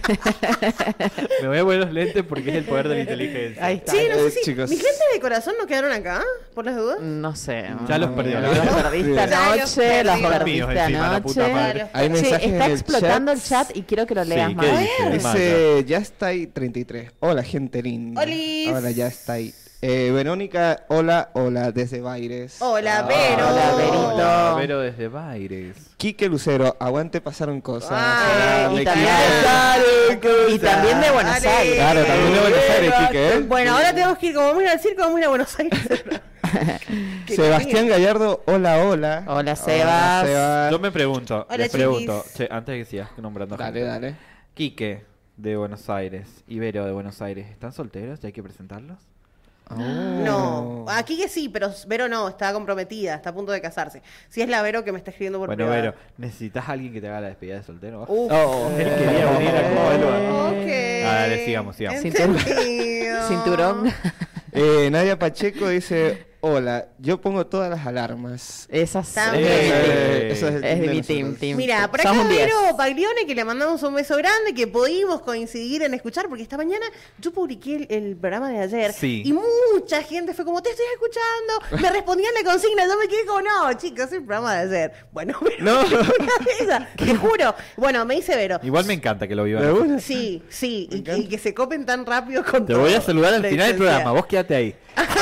Me voy a poner los lentes porque es el poder de la inteligencia.
Ahí está.
Sí, no sé
Eh,
si.
chicos.
¿Mis lentes de corazón no quedaron acá? ¿Por las dudas?
No sé.
Ya los perdí.
Los perdiste
Ya los
anoche, los
perdí.
Son
perdiste
míos encima, la puta
anoche.
madre.
Hay
Che,
mensajes
está
en el
explotando
chat.
el chat y quiero que lo leas
Sí,
más.
¿qué dice?
Dice, ya está ahí treinta y tres. Hola, gente linda.
Olis.
Hola, ya está ahí. Eh, Verónica, hola, hola, desde Baires.
Hola, Vero.
Hola, Verito.
Hola, Vero desde Baires.
Quique Lucero, aguante, pasaron cosas.
Ah,
y
Grande,
también-
Quique.
Y también de Buenos
Dale.
Aires.
Claro, también de Buenos Aires, Quique, ¿eh?
Bueno, ahora tenemos que ir, como vamos a ir al circo, vamos a ir a Buenos Aires. Que
Sebastián Gallardo, hola, hola.
Hola, Sebas.
Sebas.
Yo me pregunto,
Hola,
les pregunto,
chiquis.
che, antes de que sigas nombrando
Dale,
gente.
dale.
Quique de Buenos Aires y Vero de Buenos Aires, ¿están solteros? ¿Ya hay que presentarlos?
No, aquí que sí, pero Vero no, está comprometida, está a punto de casarse. Si es la Vero que me está escribiendo por
Bueno,
privado.
Vero, ¿necesitas a alguien que te haga la despedida de soltero?
Uf.
Oh.
Él quería venir a Córdoba.
Ok.
Ah, dale, sigamos, sigamos.
Entendido.
Cinturón.
Eh, Nadia Pacheco dice, hola, yo pongo todas las alarmas.
Esas
También.
Eh, eso
Es de
de
mi
nosotros.
team, team.
Mira, por
Somos
acá
un diez.
Vero Paglione, que le mandamos un beso grande, que pudimos coincidir en escuchar, porque esta mañana yo publiqué el, el programa de ayer
Sí.
y mucha gente fue como, te estoy escuchando, me respondían la consigna, yo me quedé como, no, chicos, es el programa de ayer. Bueno, pero
No.
esa, te juro. Bueno, me dice Vero.
Igual me encanta que lo vivan.
¿De una?
Sí, sí, y,
encanta.
y que se copen tan rápido con
Te
todo.
voy a saludar al
La
final del
intensidad.
programa, vos quédate ahí.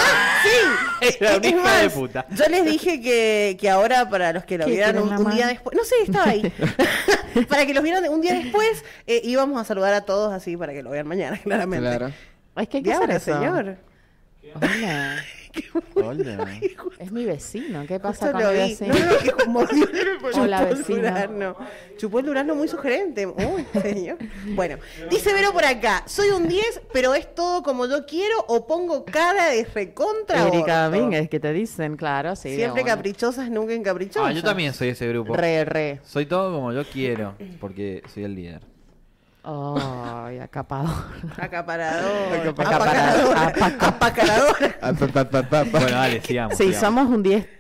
Sí,
Era
es
una hija
más,
de puta.
yo les dije que, que ahora para los que lo
¿Qué,
vieran
tienen
un,
la
un
mano?
día después, no sé, estaba ahí, para que los vieran un día después, eh, íbamos a saludar a todos así para que lo vean mañana, claramente.
Claro.
Ay, es que hay que hacer
Diablo,
eso.
señor.
Hola.
Hola.
Es mi vecino. ¿Qué pasa
Justo
con
lo
mi
vi.
vecino?
No, no, que mordió chupó
Hola,
el
vecino.
durazno. Chupó el durazno muy sugerente. Uy, señor. Bueno, dice Vero por acá, soy un diez, pero es todo como yo quiero o pongo cara de recontra
Erika
aborto.
Domínguez, que te dicen, claro, sí. de
Siempre
una.
caprichosas, nunca encaprichosas.
Ah, yo también soy ese grupo.
Re, re.
Soy todo como yo quiero, porque soy el líder.
Ay, acapador.
Acaparador.
Acaparador.
Apacarador. Apacarador.
Ah, pa, pa, pa, pa, pa.
Bueno, dale, sigamos.
Sí,
sigamos.
somos un diez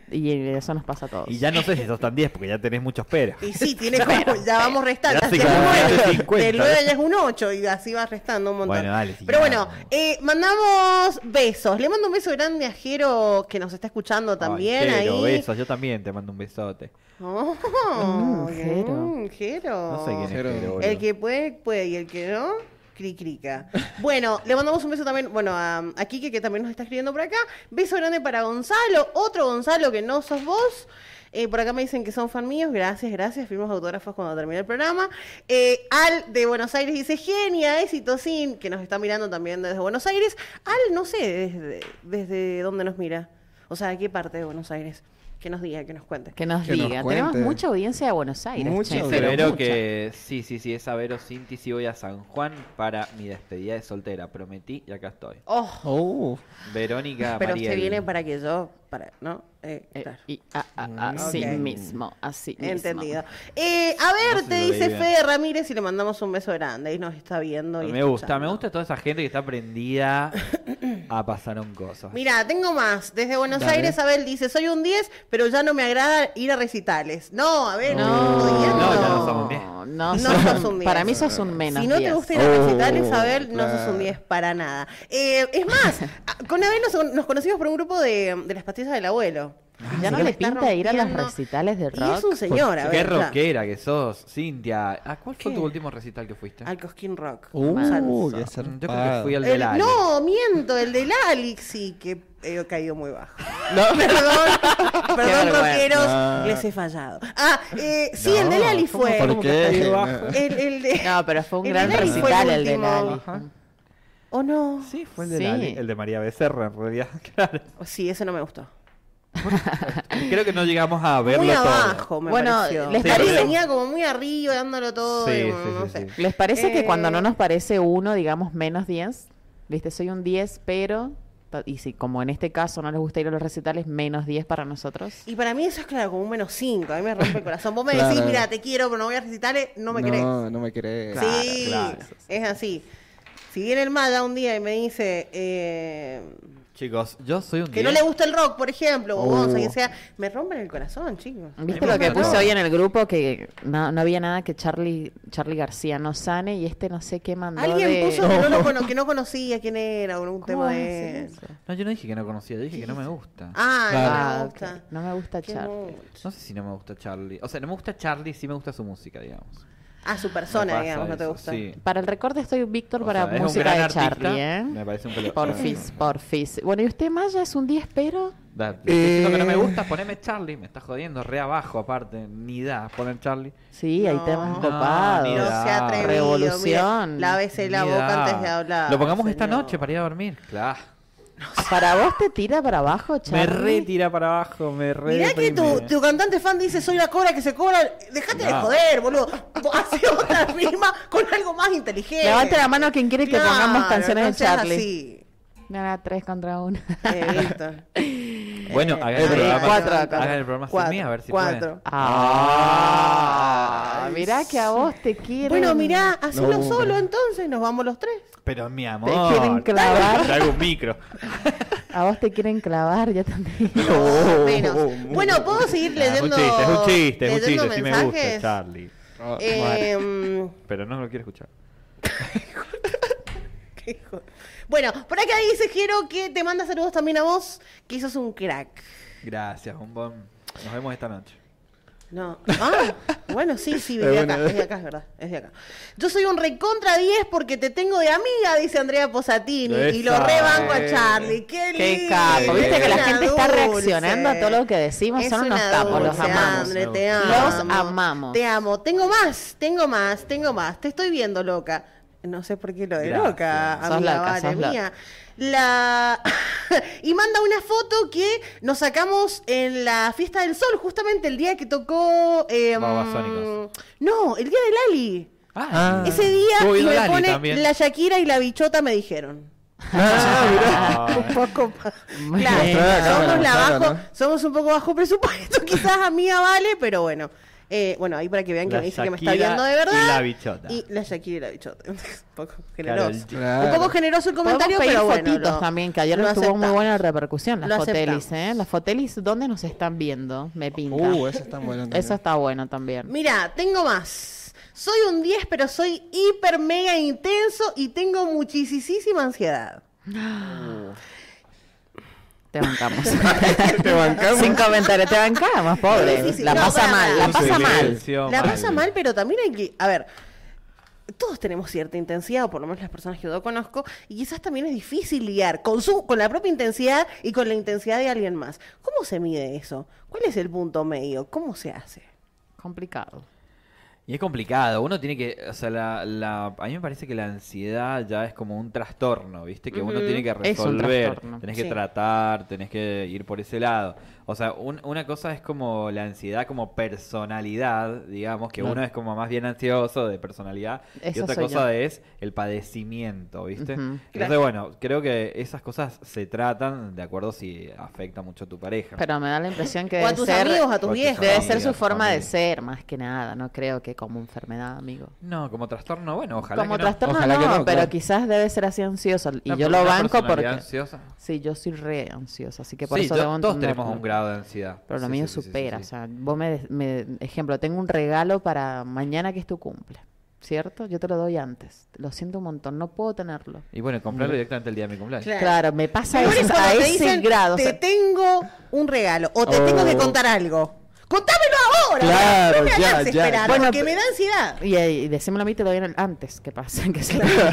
Y eso nos pasa a todos.
Y ya no sé si sos tan diez porque ya tenés muchos peros.
Y sí, tiene como, ya vamos restando.
Ya
Así
se
es
convierte en
nueve.
cincuenta.
Del nueve ya es un ocho y así va restando un montón.
Bueno, dale, sí,
Pero
ya.
bueno, eh, mandamos besos. Le mando un beso grande a Jero que nos está escuchando también
Ay, Jero,
ahí.
besos, yo también te mando un besote.
Oh,
Mm,
bien,
Jero.
Jero.
No sé quién es
Jero.
Jero, boludo.
El que puede, puede, y el que no, cricrica. Bueno, le mandamos un beso también, bueno, a, a Kike, que también nos está escribiendo por acá. Beso grande para Gonzalo, otro Gonzalo que no sos vos. Eh, por acá me dicen que son fan míos, gracias, gracias. Firmos autógrafos cuando termine el programa. Eh, Al de Buenos Aires dice, genia, éxito sin, que nos está mirando también desde Buenos Aires. Al, no sé desde, desde dónde nos mira. O sea, ¿a qué parte de Buenos Aires? Que nos diga, que nos cuente.
Que nos
Que nos
diga.
cuente.
Tenemos mucha audiencia de Buenos Aires.
Mucha
che,
Dice
audiencia.
pero
Vero
mucha.
que sí, sí, sí, es a Vero Cinti, sí voy a San Juan para mi despedida de soltera. Prometí y acá estoy.
Oh,
Oh,
Verónica
pero
Mariel.
usted viene para que yo, para, ¿no? Eh,
Eh,
claro.
y a- a- así
Ok.
mismo, así mismo.
Entendido. Eh, a ver,
No sé
te
si lo
dice
leí bien.
Fede Ramírez y le mandamos un beso grande. Y nos está viendo. Y
Me gusta,
escuchando.
me gusta toda esa gente que está prendida a pasaron cosas.
Mira, tengo más. Desde Buenos
Dale.
Aires, Abel dice, soy un diez, pero ya no me agrada ir a recitales. No, Abel,
No,
estoy jodiendo.
No, ya no somos diez.
no,
No
sos-
sos un diez.
Para mí sos un menos
Si no te
diez.
gusta ir a recitales,
Oh,
Abel, no sos
claro.
un diez para nada. Eh, es más, a- con Abel nos, nos conocimos por un grupo de, de las pastillas del abuelo.
Ya
Así
no
que
le
me está
pinta ir a los
rompiendo.
recitales de
Y es
rock.
un señor,
Qué
Abel. ya.
rockera que sos, Cintia. ¿A cuál fue
¿Qué?
tu último recital que fuiste?
Al Cosquín Rock.
uh,
Salsa.
qué
Yo creo que
zarpado.
fui al de
El-
la
no, miento, el del Alex sí que he caído muy bajo. Perdón, perdón,
vergüenza.
rockeros,
No.
les he fallado. Ah, eh, sí,
No,
el del Ali
¿cómo-
fue.
por
¿Por qué?
El, el de...
No, pero fue un
el
gran
de Lali fue
recital el de
último.
Lali.
Ajá.
¿O no?
Sí, fue el de
Sí.
Lali, el de María Becerra, en realidad. Claro.
Sí, ese no me gustó.
Creo que no llegamos a verlo
Muy
todo.
abajo, me
Bueno,
pareció.
les
Sí, Lali
parece-
venía como muy arriba, dándolo todo.
Sí,
y,
sí,
bueno, no
sí,
sé.
sí.
¿Les parece que
Eh,
cuando no nos parece uno, digamos menos diez? ¿Viste? Soy un diez, pero... Y si como en este caso no les gusta ir a los recitales, menos diez para nosotros.
Y para mí eso es claro, como un menos cinco. A mí me rompe el corazón. Vos me
Claro.
decís, mira, te quiero, pero no voy a recitales, no me querés.
No, no me querés.
Claro,
Sí,
claro.
es así. Si viene el Maya un día y me dice eh,
Chicos, yo soy un
que no
diez.
le gusta el rock, por ejemplo, o
Oh.
Gonza, quien sea, me rompen el corazón, chicos.
¿Viste
Ay,
lo que
no,
puse
no.
hoy en el grupo? Que no, no había nada que Charlie Charlie García no sane y este no sé qué mandó
Alguien
de...
puso que no, lo cono- que no conocía quién era, o un
¿Cómo
tema
vas a
de...
hacer eso?
No, yo no dije que no conocía, yo dije que no me gusta.
Ah,
Claro.
no
Ah,
me
ok.
gusta.
No me gusta
Qué
Charlie.
mucho.
No sé si no me gusta Charlie. O sea, no me gusta Charlie, sí me gusta su música, digamos.
Ah, su
Me
persona,
pasa
digamos, no te
eso,
gusta.
Sí.
Para el recorte estoy Víctor
O
para
sea, es un
música
gran
de
artista,
Charlie, ¿eh?
Me parece un pelo...
Porfis, porfis. Bueno, ¿y usted, Maya, es un diez, pero?
Da, te estoy diciendo que no me
Eh.
gusta, poneme Charlie, me está jodiendo, re abajo aparte, ni da poner Charlie.
Sí, hay
No.
temas
No,
copados.
ni
No
da.
se ha atrevido.
Revolución.
Mire, lávese la
Ni
boca
da.
antes de hablar.
Lo pongamos esta
señor.
noche para ir a dormir. Claro.
¿Para vos te tira para abajo,
Me
Charlie?
re tira para abajo, me re
Mirá que tu,
deprime.
tu cantante fan dice, soy la cobra que se cobra. Dejate de
No.
joder, boludo. Hace otra rima con algo más inteligente.
Levante la mano quien quiere que
Claro,
pongamos canciones
no
de
seas
Charlie.
así.
Nada, tres contra uno.
Eh, Víctor.
Bueno,
Eh,
hagan
eh,
el programa,
cuatro acá.
hagan el programa sin
Cuatro,
mí, a ver si
cuatro.
pueden.
Ah, mirá que a vos te quieren.
Bueno, mirá, hacelo
No.
solo entonces, nos vamos los tres.
Pero mi amor,
Te quieren clavar.
traigo un micro.
A vos te quieren clavar, ya también.
Más o menos. Bueno, ¿puedo seguir
Ah, es un
leyendo
chiste, es un chiste, es un
leyendo
chiste, sí me gusta,
mensajes?
Charlie.
Ah,
Eh,
Pero no lo quiero escuchar.
qué hijo- Bueno, por acá dice Jero que te manda saludos también a vos, que sos un crack.
Gracias, bombón. Nos vemos esta noche.
No. Ah, bueno, sí, sí, es de
Eh,
acá,
bueno.
es de acá, es verdad, es de acá. Yo soy un recontra diez porque te tengo de amiga, dice Andrea Posatini, y lo
Esa.
rebanco a Charlie. Qué
Qué
lindo.
capo. Viste que la
Una
gente está
dulce.
reaccionando a todo lo que decimos.
Es
Son unos
una
capos, los
dulce,
amamos.
Andre, te
Los
amo.
amamos.
Te amo. Tengo más, tengo más, tengo más. Te estoy viendo, loca. No sé por qué lo de
Gracias.
loca,
Sos
amiga,
loca,
vale
sos loca.
mía. La y manda una foto que nos sacamos en la fiesta del sol, justamente el día que tocó eh,
Babasónicos.
no, el día de Lali.
Ah,
Ese día
Estuvo
y
viendo
me
Lali
pone
también.
la Shakira y la bichota me dijeron.
Ah,
Un poco pa-
Muy
claro,
bien.
Mostrá la cámara,
somos, la
mostrá,
bajo,
¿no?
somos un poco bajo presupuesto, quizás a mí vale, pero bueno. Eh, bueno, ahí para que vean que
La
me dice que me está
Shakira
viendo de verdad.
y la bichota.
Y la Shakira y la bichota. Un poco
Claro,
generoso.
Claro.
Un poco generoso el comentario,
Podemos pedir
pero bueno.
fotitos
lo-
también, que ayer
lo
tuvo muy
aceptamos.
buena repercusión, las
Lo
fotelis,
aceptamos.
¿eh? Las fotelis, ¿dónde nos están viendo? Me pinta.
Uh, eso está bueno también.
Eso está bueno también.
Mira, tengo más. Soy un diez, pero soy hiper mega intenso y tengo muchísima ansiedad.
Te bancamos.
Te bancamos.
Sin comentarios, te bancamos, pobre.
Sí, sí, sí.
La
No,
pasa
para,
mal,
para.
la
Un
pasa mal.
silencio
La pasa mal, pero también hay que... A ver, todos tenemos cierta intensidad, o por lo menos las personas que yo conozco, y quizás también es difícil lidiar con, su, con la propia intensidad y con la intensidad de alguien más. ¿Cómo se mide eso? ¿Cuál es el punto medio? ¿Cómo se hace?
Complicado.
Y es complicado, uno tiene que, o sea, la, la, a mí me parece que la ansiedad ya es como un trastorno, ¿viste? Que uno
Ujú.
tiene que
Es un
resolver,
trastorno,
tenés que
sí.
tratar, tenés que ir por ese lado. O sea, un- una cosa es como la ansiedad como personalidad, digamos, que
Claro.
uno es como más bien ansioso de personalidad, y
Eso
otra
soy
cosa
yo.
es el padecimiento, ¿viste?
Ujú.
Entonces,
Claro.
bueno, creo que esas cosas se tratan de acuerdo si afecta mucho a tu pareja.
Pero me da la impresión que
O a
debe
tus
ser,
amigos, a
O a
tus
tus
viejos.
debe
amigos,
ser su forma de
familia.
ser, más que nada. No creo que como enfermedad, amigo.
No, como trastorno, bueno, ojalá
Como
que no.
trastorno
Ojalá
no,
que no,
pero
claro.
quizás debe ser así ansioso. Y
No,
yo
pero
lo
una
banco porque...
personalidad ansiosa.
Sí, yo soy re ansiosa, así que por
Sí,
eso
yo-
debo
todos
entenderlo.
tenemos un grado de ansiedad.
Pero lo
Sí,
mío
sí, sí, sí,
supera,
sí,
o
sí.
sea, vos me, me... Ejemplo, tengo un regalo para mañana que es tu cumple, ¿cierto? Yo te lo doy antes. Lo siento un montón, no puedo tenerlo.
Y bueno, comprarlo directamente el día de mi cumpleaños.
Claro.
Claro, me pasa
Peor
eso,
es
a
cuando te
ese
dicen,
grado. o
te
sea,
tengo un regalo o te
Oh.
tengo que contar algo. ¡Contámelo ahora!
Claro,
no me
ya,
hagas
ya.
esperar,
Bueno,
porque
pe-
me da ansiedad.
y, y decímelo a mí, te lo doy en el antes, que pasa, que es peor.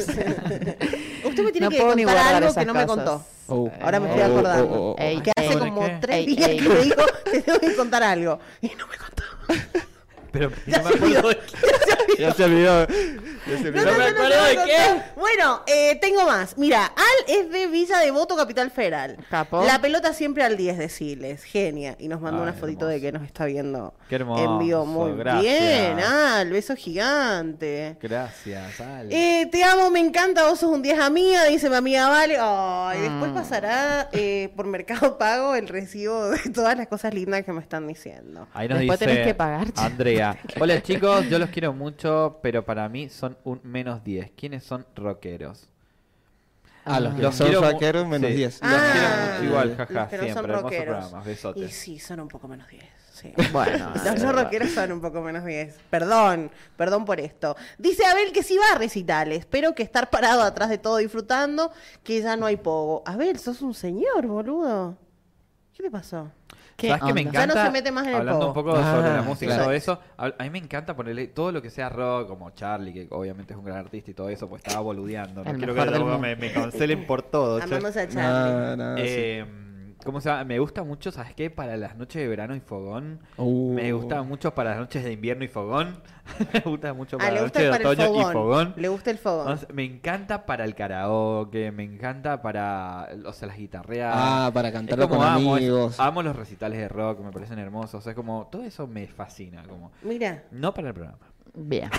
Usted me tiene
No
que
puedo ni
contar
guardar
algo
esas
que no me
cosas.
contó.
Oh.
Ahora me estoy
Oh,
acordando.
oh, oh, oh.
Ey,
Que hace
ey,
como
¿qué?
tres
Ey,
días
ey.
que me dijo, te tengo que contar algo. Y no me contó.
Pero
Ya
no
se
me acuerdo
olvidó.
de qué.
Ya se olvidó. Ya se
No,
olvidó.
no, no,
me
no,
acuerdo
no,
de
no,
qué.
no. Bueno, eh, tengo más. Mira, Al es de Villa Devoto, Capital Federal.
Capo.
La pelota siempre al diez deciles. Genia. Y nos mandó
Ay,
una fotito
hermoso.
de que nos está viendo
Qué hermoso,
en vivo. Muy
gracias.
bien, Al. Beso gigante.
Gracias, Ale.
Eh, te amo, me encanta, vos sos un diez amiga, dice mi amiga Vale. Ay, después
Mm.
pasará eh, por Mercado Pago el recibo de todas las cosas lindas que me están diciendo.
Ahí nos
Después
dice
tenés que pagar, che.
Andrea. Hola chicos, yo los quiero mucho, pero para mí son un menos diez. ¿Quiénes son rockeros?
Ah, los que
Los
son
quiero mu-
rockeros, menos
sí.
diez.
Los
Ah,
quiero mucho igual,
los
jaja,
que no son
siempre. Hermosos
rockeros.
programas,
Y
besotes.
sí, son un poco menos diez. Sí.
Bueno,
Los
eh,
no rockeros son un poco menos diez. Perdón, perdón por esto. Dice Abel que sí va a recitales, pero que estar parado atrás de todo disfrutando, que ya no hay pogo. Abel, sos un señor, boludo. ¿Qué te pasó?
¿qué
¿Sabes qué me
onda?
Ya
encanta?
no se mete más en el
Hablando un
pogo.
poco sobre
Ah,
la música y
claro.
todo eso, a, a mí me encanta ponerle todo lo que sea rock, como Charlie, que obviamente es un gran artista y todo eso, pues estaba boludeando. No
El
quiero
mejor
que
del
luego
mundo.
me, me cancelen por todo. che.
Amamos a Charlie.
No, no, sí.
Eh, ¿Cómo se llama? Me gusta mucho, ¿sabes qué? Para las noches de verano y fogón.
Uh.
Me gusta mucho para las noches de invierno y fogón. Me gusta mucho para
Ah, le
las
gusta
noches de
para el
otoño y
fogón.
fogón.
Le gusta el fogón.
O sea, me encanta para el karaoke, me encanta para, o sea, las guitarreadas.
Ah, para cantarlo
Es como
con
amo, es-
amigos.
amo los recitales de rock, me parecen hermosos. O sea, es como, todo eso me fascina, como,
Mira.
no para el programa.
Bien.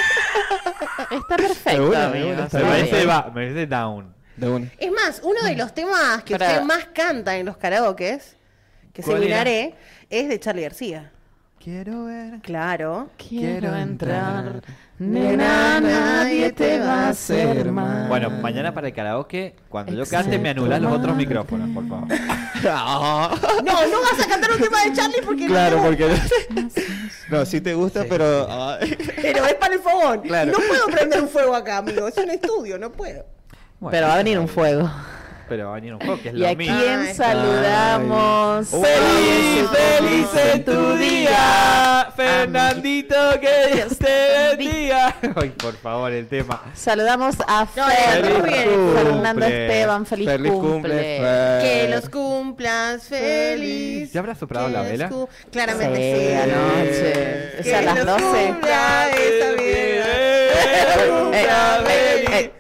Está perfecto,
Seguro,
amigo,
seguro,
está
Me
está
parece,
bien.
va, me parece down.
De una.
Es más, uno de los temas que
Pero-
usted más canta en los karaokes, que
¿Cuál
se
era?
miraré, es de Charlie García.
Quiero ver.
Claro.
Quiero entrar,
nena,
nena, nadie te va a hacer mal.
Bueno, mañana para el karaoke, cuando yo cante, me anulás los otros micrófonos, por favor.
No, no vas a cantar un tema de Charlie porque
Claro,
no,
porque... No, sí te gusta, pero... ay.
pero es para el fogón.
Claro.
Y no puedo prender un fuego acá, amigo. Es un estudio, no puedo.
Bueno,
Pero va a venir un fuego.
Pero va a venir un juego que es
¿Y
lo
a
mismo.
quién
Ay.
saludamos?
¡Feliz, feliz en tu día! Fernandito, que Dios te bendiga. Ay, por favor, el tema.
Saludamos a
No,
Fer,
muy bien.
Fernando
Cumple.
Esteban, feliz,
Feliz
cumple.
cumple, Fer.
Que los cumplas feliz.
¿Ya habrá soplado
Que
la
los
vela?
cu-
Sí,
Claramente sí.
anoche. Es
Que
a las
los
doce.
cumpla esta vida.
Eh, eh, eh,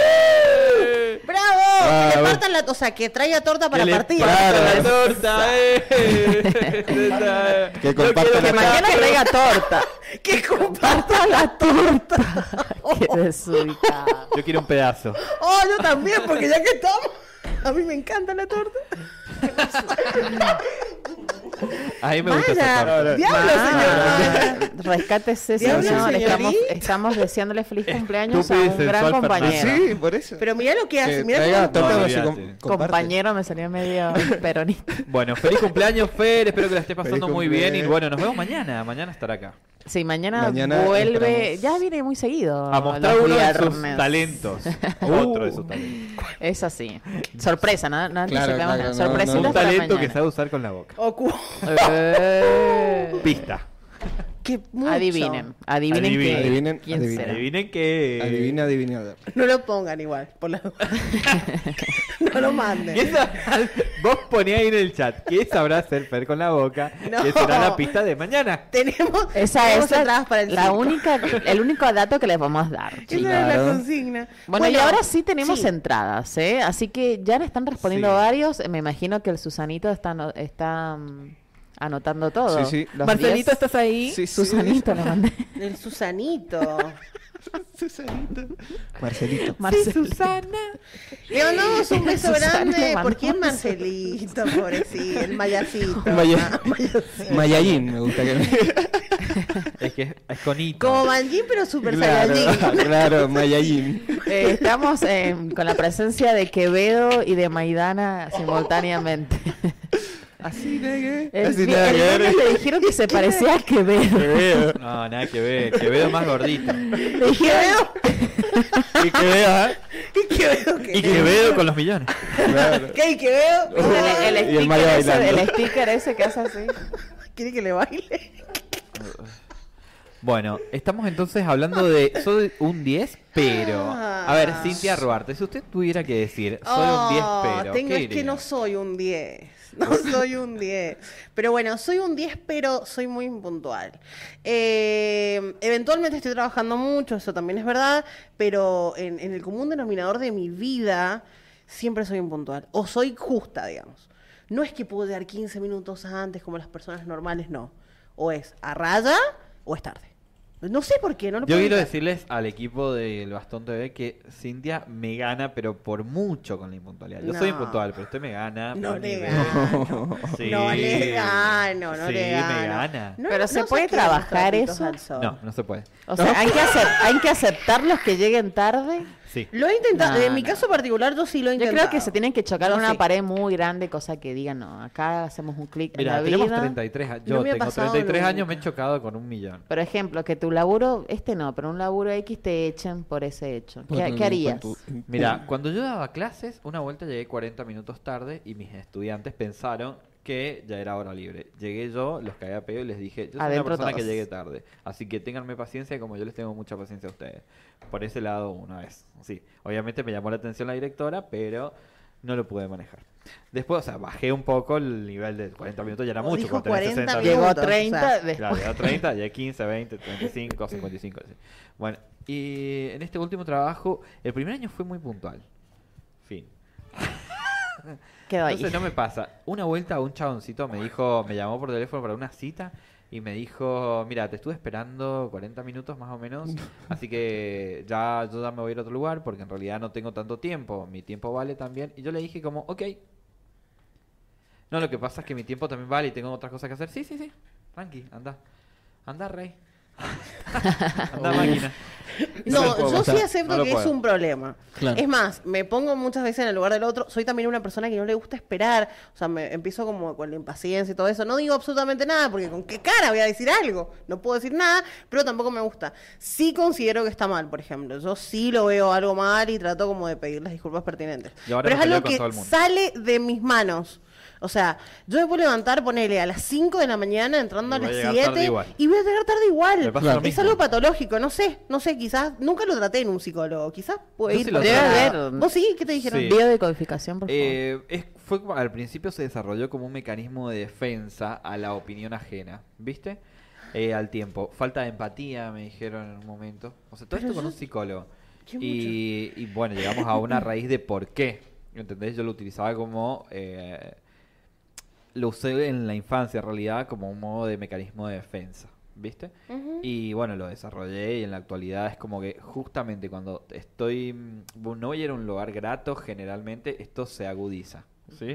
eh.
¡Bravo! Que
Ah,
le
bueno.
partan la... O sea, que traiga torta para
Que le
partir.
parta
Claro.
la torta, eh.
Que
Yo
compartan
quiero
Que
que
mañana traiga torta.
Que comparta.
Parta la torta. Qué desubicado.
Yo quiero un pedazo.
Oh, yo también, porque ya que estamos... A mí me encanta la torta.
A mí me gusta esa
Vaya,
parte.
diablo, señor.
Ah, rescátese,
Diablo,
señor. Estamos,
señorita.
estamos deseándole feliz cumpleaños a
Estúpido y
un gran
sensual
compañero.
Sí, por eso.
Pero mira lo que hace,
Que
mira
traiga
cómo-
torta
No,
o se com-
olvídate.
comparte.
Compañero me salió medio peronista.
Bueno, feliz cumpleaños, Fer. Espero que la esté pasando
Feliz
muy bien. Y
cumpleaños.
bueno, nos vemos mañana. Mañana estará acá.
Sí, mañana,
Mañana
vuelve.
esperamos.
Ya viene muy seguido.
A mostrar
los
uno de sus
viernes.
talentos. Otro de sus talentos.
Es así. Sorpresa, ¿no? No
Claro,
anticipemos
claro,
nada.
no,
Sorpresitas
no.
Un
para
talento que
mañana.
sabe usar con la boca.
Ocu-
Eh,
Pista.
que mucho.
Adivinen, adivinen,
Adivinen.
qué-
Adivinen,
quién
adivinen.
será.
Adivinen que.
Adivina, adivinador.
No lo pongan igual, por la duda. No lo manden.
¿Qué sabrá- Vos poné ahí en el chat. ¿Qué sabrá hacer Fer con la boca?
No.
Que será la pista de mañana.
Tenemos,
Esa
tenemos
es la,
entradas para el
la
circo.
única, el único dato que les vamos a dar.
Esa
chicos.
es la
Claro.
consigna.
Bueno, y ahora sí tenemos
sí.
entradas, ¿eh? Así que ya me están respondiendo
Sí.
varios. Me imagino que el Susanito está, ano- está mm, anotando todo.
Sí, sí, los
Marcelito,
diez.
¿estás ahí?
Sí, sí.
Susanito le mandé.
El Susanito.
Susanito. Marcelito.
Marcel-
Susana. Le mandamos un beso
Susana, le
grande.
mandamos
¿Por qué
un-
Marcelito? Pobrecito, el mayacito.
Maya-
Ah, mayacito.
Mayallín, me gusta que me...
Es que es, es conito.
Como Manjin, pero super
Claro,
saiyajin.
claro, Mayallín.
Eh, estamos eh, con la presencia de Quevedo y de Maidana simultáneamente.
Así negue.
El,
Así
el
nada que ver.
viernes le dijeron que se parecía a Quevedo.
Que veo.
No, nada que ver. Que veo más gordito.
Le dijeron,
Y que vea. ¿eh?
¿Y qué veo? ¿Qué?
Y que veo con los millones.
Claro.
¿Qué? ¿Y qué veo?
el, el
Y el Mario
sticker ese,
bailando.
el sticker ese que hace así.
¿Quiere que le baile?
Bueno, estamos entonces hablando de soy un diez, pero. A ver,
Ah.
Cintia Ruarte, si usted tuviera que decir soy un diez,
Oh,
pero.
tengo,
¿qué
es que
diría?
no soy un diez. No soy un diez. Pero bueno, soy un diez, pero soy muy impuntual. Eh, eventualmente estoy trabajando mucho, eso también es verdad, pero en, en el común denominador de mi vida siempre soy impuntual. O soy justa, digamos. No es que puedo llegar quince minutos antes como las personas normales, no. O es a raya o es tarde. No sé por qué, no lo
Yo
puedo
quiero
evitar.
decirles al equipo del Bastón T V que Cintia me gana, pero por mucho con la impuntualidad. Yo soy
No.
impuntual, pero usted me gana.
No
por
le
nivel.
gano.
Sí.
No le gano, no
Sí,
le gano.
me gana.
No,
Pero
no
¿se puede
saqué los
trabajar
trapitos
eso?
al sol.
No, no se puede.
O sea, hay que, acep- hay que aceptar los que lleguen tarde.
Sí.
Lo he intentado.
No,
en mi
no.
caso particular, yo sí lo he
Yo
intentado.
creo que se tienen que chocar
Yo
con una
sí.
pared muy grande, cosa que digan, no, acá hacemos un clic en
Mira,
la
tenemos
vida.
treinta y tres años.
No
Yo
me ha
tengo
pasado
treinta y tres años,
nunca.
me he chocado con un millón.
Por ejemplo, que tu laburo, este no, pero un laburo X te echen por ese hecho. ¿Qué,
Por-
qué harías?
por tu-
Mira, cuando yo daba clases, una vuelta llegué cuarenta minutos tarde y mis estudiantes pensaron que ya era hora libre. Llegué yo, los cagué a pedo y les dije, yo soy
Adentro
una persona que
todos.
llegue tarde. Así que ténganme paciencia como yo les tengo mucha paciencia a ustedes. Por ese lado, una vez. Sí, obviamente me llamó la atención la directora, pero no lo pude manejar. Después, o sea, bajé un poco el nivel de cuarenta minutos, ya era
Oh,
mucho.
dijo
cuando tenés
cuarenta
sesenta
minutos.
Llegó a
o sea,
treinta, después.
Claro, llegó a treinta, ya quince, veinte, treinta y cinco, cincuenta y cinco. Así. Bueno, y en este último trabajo, el primer año fue muy puntual. Fin.
Quedó ahí.
Entonces no me pasa. Una vuelta un chaboncito me dijo, me llamó por teléfono para una cita y me dijo, mira, te estuve esperando cuarenta minutos más o menos, así que ya yo ya me voy a ir a otro lugar porque en realidad no tengo tanto tiempo, mi tiempo vale también. Y yo le dije como, ok. No, lo que pasa es que mi tiempo también vale y tengo otras cosas que hacer. Sí, sí, sí. Tranqui, anda. Anda, rey. Anda, máquina.
No,
No puedo
yo
pasar.
sí acepto
No lo
que es
puedo.
un problema.
Claro.
Es más, me pongo muchas veces en el lugar del otro. Soy también una persona que no le gusta esperar. O sea, me empiezo como con la impaciencia y todo eso. No digo absolutamente nada, porque con qué cara voy a decir algo. No puedo decir nada, pero tampoco me gusta. Sí considero que está mal, por ejemplo. Yo sí lo veo algo mal y trato como de pedir las disculpas pertinentes.
Y ahora
Pero es
me peleo
algo
con
que
todo el mundo.
sale de mis manos. O sea, yo me puedo levantar, ponele a las cinco de la mañana, entrando
Y
a
voy a
las
llegar tarde
siete,
igual.
y voy a llegar tarde igual.
Me pasa
Claro.
lo
Es
mismo.
algo patológico, no sé, no sé, quizás, nunca lo traté en un psicólogo, quizás puede
Yo
ir
sí lo
por
Debe
otro
haber.
lado. ¿Vos sí? ¿Qué te dijeron?
Sí.
Biodecodificación, por favor.
Eh, es, fue como- al principio se desarrolló como un mecanismo de defensa a la opinión ajena, ¿viste? Eh, al tiempo. Falta de empatía, me dijeron en un momento. O sea, todo
Pero
esto con
yo-
un psicólogo.
Qué
Y, y bueno, llegamos a una raíz de por qué. ¿Entendés? Yo lo utilizaba como... eh, lo usé en la infancia, en realidad, como un modo de mecanismo de defensa, ¿viste?
Ujú.
Y bueno, lo desarrollé y en la actualidad es como que justamente cuando estoy, mm, no voy a ir a un lugar grato, generalmente esto se agudiza, ¿sí?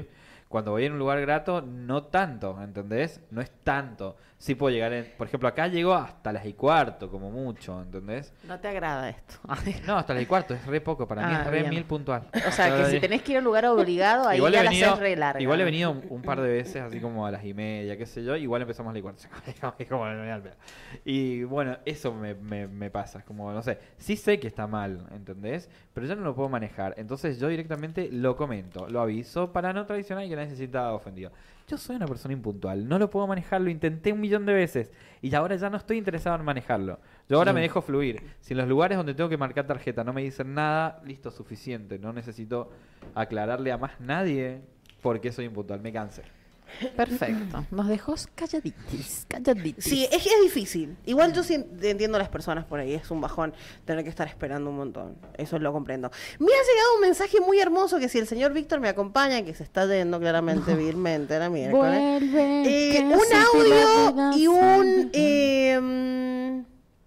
Cuando voy en un lugar grato, no tanto, ¿entendés? No es tanto. Sí puedo llegar, en, por ejemplo, acá llego hasta las y cuarto, como mucho, ¿entendés?
No te agrada esto.
No, hasta las y cuarto, es re poco, para mí
Ah,
es re
bien.
mil puntual.
O sea, que si tenés que ir a un lugar obligado, ahí
Igual
ya
he
la
venido,
haces re larga.
igual he venido un, un par de veces, así como a las y media, qué sé yo, igual empezamos a las y cuarto. Es como, me da el pedo. Y bueno, eso me, me, me pasa, es como, no sé, sí sé que está mal, ¿entendés? Pero yo no lo puedo manejar, entonces yo directamente lo comento, lo aviso para no traicionar y que nadie se sienta ofendido. Yo soy una persona impuntual, no lo puedo manejar, lo intenté un millón de veces y ahora ya no estoy interesado en manejarlo. Yo ahora me dejo fluir. Si en los lugares donde tengo que marcar tarjeta no me dicen nada, listo, suficiente. No necesito aclararle a más nadie porque soy impuntual, me cansé.
Perfecto. Nos dejó calladitis, calladitis.
Sí, es, es difícil. Igual yo sí entiendo a las personas por ahí. Es un bajón tener que estar esperando un montón. Eso lo comprendo. Me ha llegado un mensaje muy hermoso que si el señor Víctor me acompaña, que se está yendo claramente vilmente a la miércoles.
Vuelve.
Eh,
que
un
así te la
audio
vida
y un...
se-
eh, mm,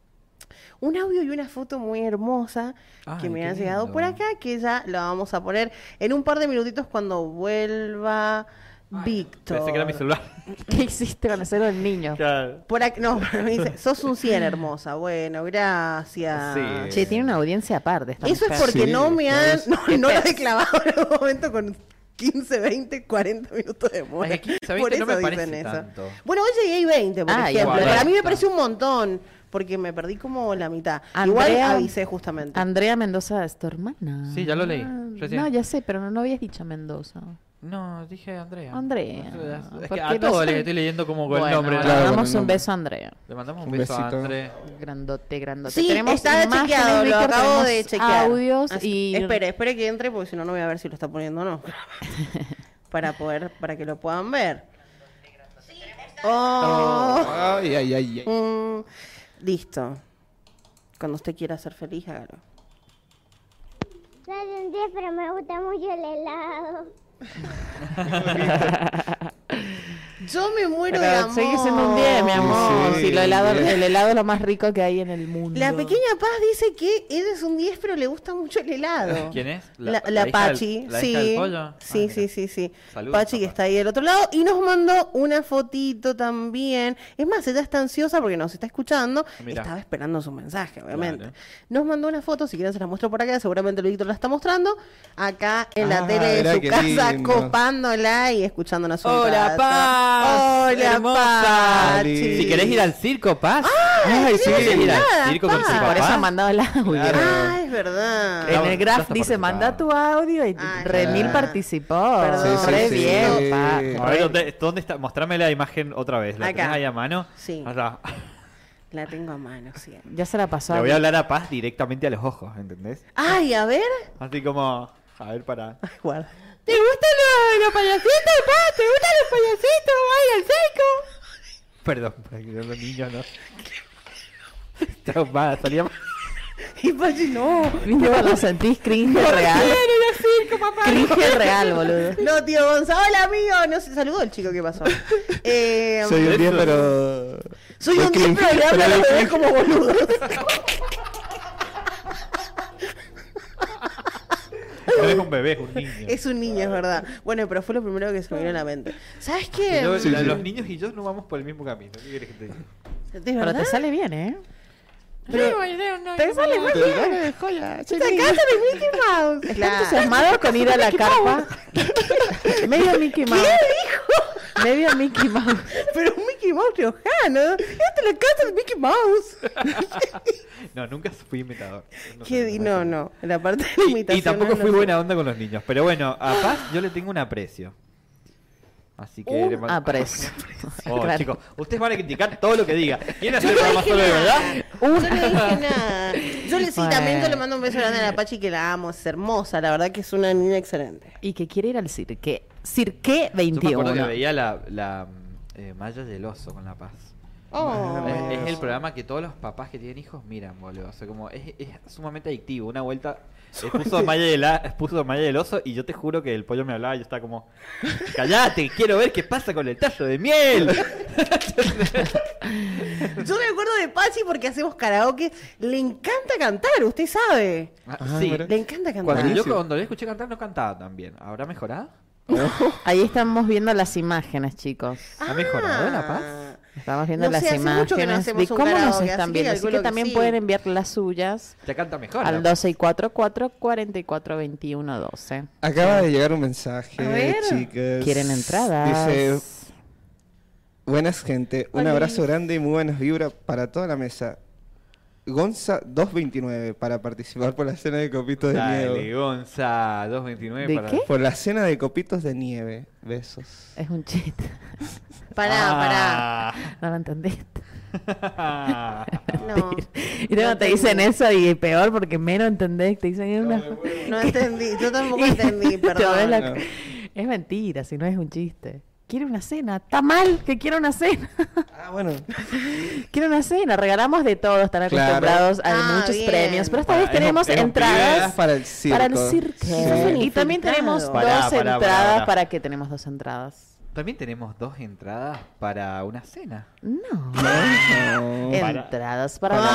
un audio y una foto muy hermosa que
Ay,
me
qué
ha llegado
lindo.
por acá, que ya la vamos a poner en un par de minutitos cuando vuelva Víctor.
Pensé que era mi celular.
¿Qué hiciste con el celo del niño?
Por aquí, no, me dice, sos un cien hermosa. Bueno, gracias.
Sí.
Che, tiene una audiencia aparte. esta
Eso es
mujer.
porque
Sí,
no me han,
es-
no,
Qué
no lo
pez.
he clavado en algún momento con quince, veinte, cuarenta minutos de demora.
Ay, quince,
Por
veinte no
eso
me
dicen
parece
eso.
tanto.
Bueno, hoy llegué a veinte, por
Ah,
ejemplo.
igual.
Para mí me
Está.
pareció un montón, porque me perdí como la mitad.
Andrea-
Igual avisé justamente.
Andrea Mendoza es tu hermana.
Sí, ya lo leí,
Ah,
recién.
No, ya sé, pero no, no habías dicho Mendoza.
No, dije Andrea.
Andrea.
Es
¿Por
que
qué
a
no
todos
sé?
les estoy leyendo como con el
Bueno,
nombre.
le
Claro,
damos
con el
un
nombre.
beso a Andrea.
Le mandamos un,
Un
beso a
besito.
André.
Grandote, grandote.
Sí,
tenemos
está
imágenes,
chequeado, lo
Víctor,
acabo de
tenemos
chequear.
audios
Así-
y...
Espere, espere que entre, porque si no, no voy a ver si lo está poniendo o no. para poder, para que lo puedan ver. Oh.
Ay, ay, ay, ay.
Mm, listo. Cuando usted quiera ser feliz, hágalo.
Soy un diez, pero me gusta mucho el helado.
Yo me muero
Pero
de amor.
sigue siendo un diez, mi amor.
Sí,
Si lo helado,
diez.
el helado es lo más rico que hay en el mundo.
La pequeña Paz dice que él es un diez, pero le gusta mucho el helado.
¿Quién es?
La,
La-
la
la hija del-
Pachi,
la
sí.
hija del pollo.
Sí,
Ah, mira.
sí, sí, sí.
Saludos,
Pachi que
papá.
está ahí del otro lado y nos mandó una fotito también. Es más, ella está ansiosa porque nos está escuchando.
Mira.
Estaba esperando su mensaje, obviamente.
Claro.
Nos mandó una foto, si quieren se la muestro por acá, seguramente el Víctor la está mostrando. Acá en la
Ah,
tele de
mirá
su
qué
casa,
lindo.
copándola y escuchándonos un
Hola,
rato.
Paz.
Hola,
Hermosa.
Pachi.
Si querés ir al circo, Paz.
Ay,
si
sí,
querés ir
nada,
al circo con
Paz.
su
Sí, por eso
papá.
han mandado el audio.
Claro.
Ah, es verdad.
En
Ya
el graph
está
dice,
participando.
manda tu audio y
Ah,
Remil
claro.
participó.
Perdón. Sí, sí,
Re
sí.
bien, pa.
A ver, ¿dónde, dónde está? Mostrame la imagen otra vez. ¿La
Acá.
tenés ahí a mano?
Sí.
Allá.
La tengo a mano, siempre.
Ya se la pasó.
Le
a
voy a hablar a Paz directamente a los ojos, ¿entendés?
Ay, a ver.
Así como, a ver, para.
Ay, guarda.
¿Te gustan los, los payasitos, pa? ¿Te gustan los payasitos? ¡Ay, al circo!
Perdón, para que los niños no. Traumada, salía.
Y Pachi, no.
¿Viste cuando sentís cringe real? Cringe real, boludo.
No, tío Gonzalo, hola amigo. No sé, saludó el chico, ¿qué pasó? Eh,
Soy un diez,
Eso.
pero...
soy un
cringe,
tipo de habla a
pero
los
de
bebés como boludos.
No es un bebé, es un niño.
Es un niño, es verdad. Bueno, pero fue lo primero que se me vino a la mente. ¿Sabes qué?
Yo-
Sí,
la-
sí.
Los niños y yo no vamos por el mismo camino. ¿Qué querés que te diga?
¿De
Pero
verdad?
te sale bien, ¿eh?
Pero- te sale muy bien. Sacaste de Mickey Mouse.
Está
Claro.
entusiasmado con ir a la carpa. Medio Mickey Mouse. Medio Mickey Mouse.
Pero un Mickey Mouse riojano. Esta es la casa de Mickey Mouse.
No, nunca fui imitador. No
Qué
sé,
di-
me
no,
parece.
no. La parte de
Y,
imitación.
y tampoco
no
fui
sé.
buena onda con los niños. Pero bueno, a Paz yo le tengo un aprecio. Así que... le
Un
mando-
aprecio.
Oh,
Claro.
chicos, ustedes van a criticar todo lo que diga. ¿Quién hace el
Yo no
programa
dije
solo de
nada.
verdad?
Yo no dije nada. Yo le, sí,
Bueno.
también yo le mando un beso grande a la Pachi, que la amo, es hermosa, la verdad que es una niña excelente.
Y que quiere ir al cirque. Cirque
Yo me acuerdo que
veintiuno.
veía la, la eh, Maya del Oso con La Paz.
Oh.
Es, es el programa que todos los papás que tienen hijos miran, boludo. O sea, como es, es sumamente adictivo. Una vuelta eh, puso Maya, de la, puso Maya del Oso y yo te juro que el pollo me hablaba y yo estaba como, callate, quiero ver qué pasa con el tallo de miel.
Yo me acuerdo de Pachi porque hacemos karaoke. Le encanta cantar, usted sabe.
Ah,
Ah,
sí,
mira.
Le encanta cantar.
cuando yo
Buenísimo.
cuando le escuché cantar no cantaba tan bien. ¿Habrá mejorado?
Ahí estamos viendo las imágenes, chicos.
¿Ha mejorado La Paz?
Estamos viendo
No sé,
las
hace mucho que no
imágenes
hacemos
de
un
cómo nos
karaoke,
están
así que
viendo. Así
calculo
que
que
también
sí.
pueden enviar las suyas
Ya canta mejor.
al
La
dos seis cuatro cuatro, cuatro cuatro dos uno uno dos.
Acaba de llegar un mensaje,
A ver.
chicas.
¿Quieren entradas?
Dice, buenas gente, un
Hola.
abrazo grande y muy buenas vibras para toda la mesa. Gonza doscientos veintinueve para participar por la cena de copitos de
Dale,
nieve.
Gonza, dos veintinueve
¿De
para...
qué?
Por la cena de copitos de nieve. Besos.
Es un chiste.
Pará,
Ah.
No lo entendiste.
pará. No,
Y luego te dicen eso y peor porque menos entendés. Te dicen es una...
no entendí. Yo tampoco entendí,
Te ves
perdón.
la-
No.
Es mentira, si no es un chiste. Quiere una cena. Está mal que quiera una cena.
Ah, bueno.
Quiere una cena. Regalamos de todo. Están
Claro.
acostumbrados a
Ah,
muchos
bien.
premios. Pero esta
Para-
vez
es un-
tenemos
es un
entradas
Para el circo.
para el circo.
Sí.
Y también tenemos
Infiltrado.
dos
Pará, pará,
entradas.
pará, pará.
¿Para qué tenemos dos entradas?
También tenemos dos entradas para una cena.
No.
No.
Entradas para
Para-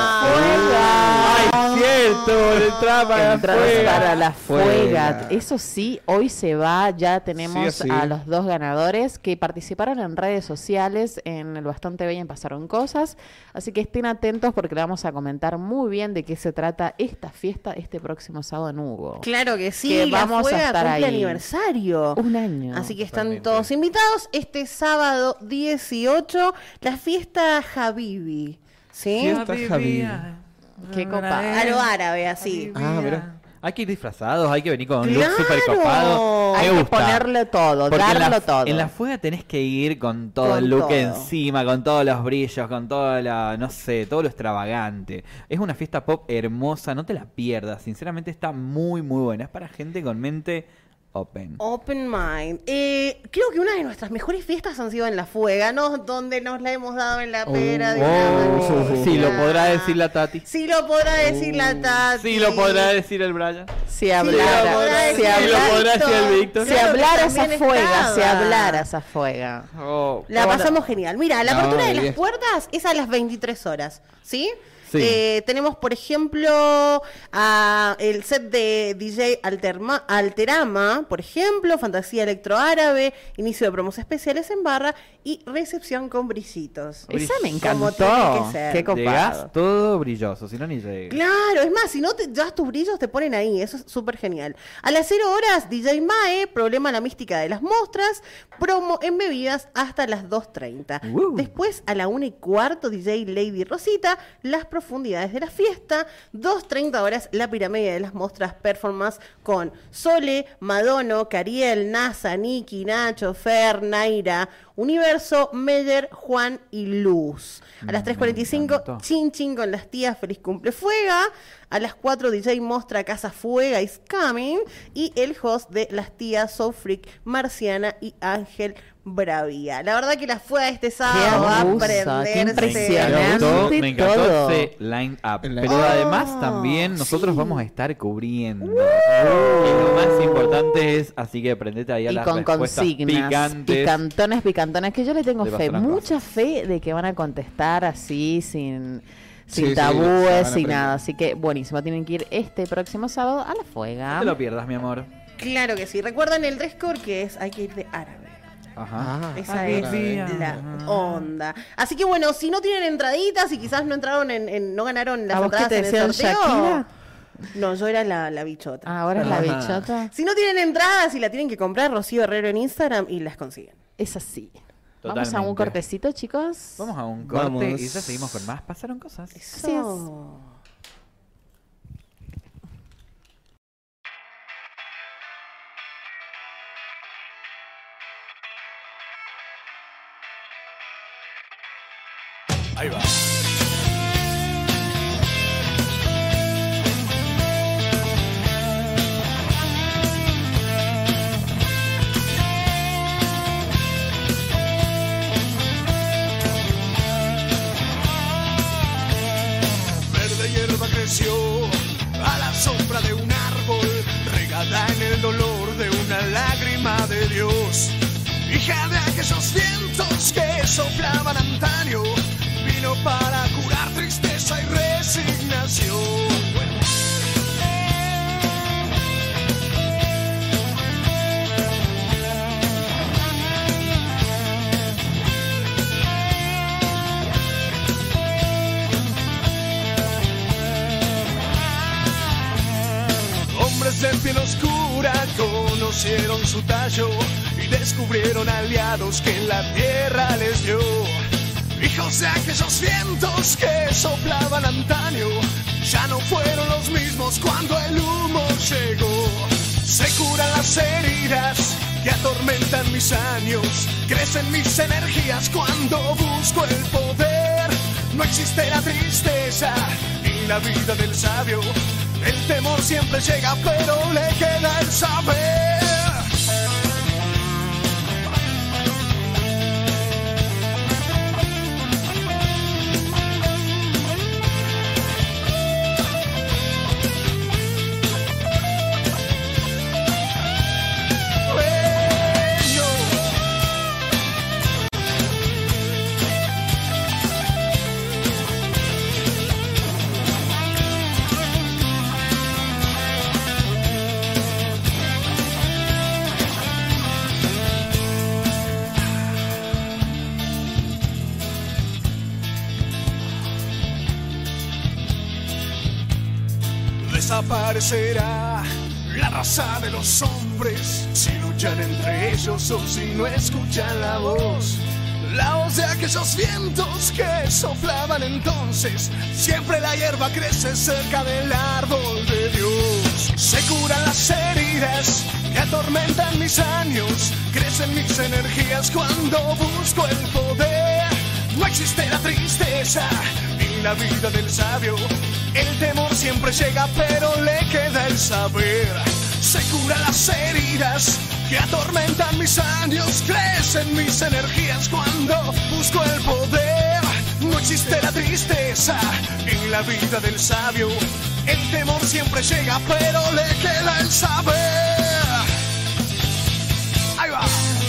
la fuega.
¡Ay, cierto! La entrada para
Entradas
la fuega.
para la fuega.
Fuega.
Eso sí, hoy se va. Ya tenemos
Sí o sí.
a los dos ganadores que participaron en redes sociales. En el Bastante Bella Pasaron Cosas. Así que estén atentos porque le vamos a comentar muy bien de qué se trata esta fiesta este próximo sábado en Hugo.
Claro que sí,
Que
la
vamos a
Fuega
estar
cumple
ahí.
aniversario.
Un año.
Así que están
Totalmente.
todos invitados. Este sábado dieciocho, la fiesta Habibi. ¿Sí?
Fiesta Javi.
Qué copa.
A lo árabe, así.
Ah, mira.
Hay que ir disfrazados, hay que venir con un look
¡Claro!
super copado.
Hay
Me
que
gusta.
ponerle todo,
Porque en
darlo
la,
todo.
En la fuega tenés que ir con todo
Con
el look
todo.
encima, con todos los brillos, con toda la, no sé, todo lo extravagante. Es una fiesta pop hermosa, no te la pierdas. Sinceramente está muy, muy buena. Es para gente con mente open.
Open Mind. Eh, creo que una de nuestras mejores fiestas han sido en La Fuega, ¿no? Donde nos la hemos dado en la pera. de una
Oh.
manera.
Sí, lo podrá decir la Tati.
Sí lo podrá decir la Tati.
Sí, lo podrá decir el Brian.
Si hablara,
lo podrá
si
decir
Sí, lo
hablara,
podrá decir el Víctor.
si
Claro que
hablara esa
también
fuega, si
estaba.
hablara esa fuega.
Oh,
La
Bueno.
pasamos genial. Mira, la
No,
apertura de las
bien.
puertas es a las veintitrés horas, ¿sí?
Sí.
Eh, tenemos, por ejemplo, a el set de D J Alterma- Alterama, por ejemplo, Fantasía Electroárabe, inicio de promos especiales en barra y recepción con brillitos.
Esa me
Como
encantó.
tiene que ser.
Qué
Llegás
copado.
todo brilloso, si no ni llegas.
Claro, es más, si no te das tus brillos, te ponen ahí, eso es súper genial. A las cero horas, D J Mae, problema la mística de las mostras, promo en bebidas hasta las dos treinta.
Uh.
Después, a la una y cuarto, D J Lady Rosita, las profundidades de la fiesta, dos treinta horas, la pirámide de las mostras performance con Sole, Madono, Cariel, NASA, Niki, Nacho, Fer, Naira, Universo, Meyer, Juan y Luz. A las
Mm,
tres cuarenta y cinco,
me encantó.
Chin Chin con las tías, feliz cumple Fuega. A las cuatro, D J Mostra Casa Fuega is coming. Y el host de las tías, So Freak, Marciana y Ángel Bravía. La verdad que la Fuega este sábado va a
hermosa, qué
prenderse.
Me
impresionante.
encantó, me encantó
todo.
ese line up.
El line
Pero
up.
además también nosotros
sí.
vamos a estar cubriendo. Y lo más importante es, así que prendete ahí a
Y
las
con
respuestas
consignas,
picantes.
picantones, picantones, que yo le tengo
de
fe,
Pasaron
mucha
Cosas.
fe de que van a contestar así, sin,
Sí,
sin
sí, se
tabúes,
van a
sin
aprender.
nada. Así que buenísimo, tienen que ir este próximo sábado a la fuega.
No te lo pierdas, mi amor.
Claro que sí. Recuerdan el dress code que es hay que ir de árabe.
Ajá.
Esa
Ah,
es
bien.
la onda. Así que bueno, si no tienen entraditas y quizás no entraron en, en- no ganaron las
¿A vos qué
entradas
te
en el
decían
sorteo.
Shakira?
No, yo era la, la bichota.
Ah, ahora es la
Ajá.
bichota.
Si no tienen entradas y la tienen que comprar, Rocío Herrero en Instagram y las consiguen.
Es así. Vamos a un
Totalmente.
cortecito, chicos.
Vamos a un corte
Vamos.
y ya seguimos con más. Pasaron cosas.
Así es.
Ahí va.
Verde hierba creció a la sombra de un árbol, regada en el dolor de una lágrima de Dios. Hija de aquellos vientos que soplaban antaño, vino para curar tristeza y resignación. piel oscura conocieron su tallo y descubrieron aliados que la tierra les dio. Hijos de aquellos vientos que soplaban antaño, ya no fueron los mismos cuando el humo llegó. Se curan las heridas que atormentan mis años, crecen mis energías cuando busco el poder. No existe la tristeza ni la vida del sabio, el temor siempre llega pero le queda el saber. Desaparecerá la raza de los hombres si luchan entre ellos o si no escuchan la voz. La voz de aquellos vientos que soplaban entonces. Siempre la hierba crece cerca del árbol de Dios. Se curan las heridas que atormentan mis años, crecen mis energías cuando busco el poder. No existe la tristeza ni la vida del sabio, el temor siempre llega pero le queda el saber. Se curan las heridas que atormentan mis años, crecen mis energías cuando busco el poder. No existe la tristeza en la vida del sabio, el temor siempre llega pero le queda el saber. Ahí va.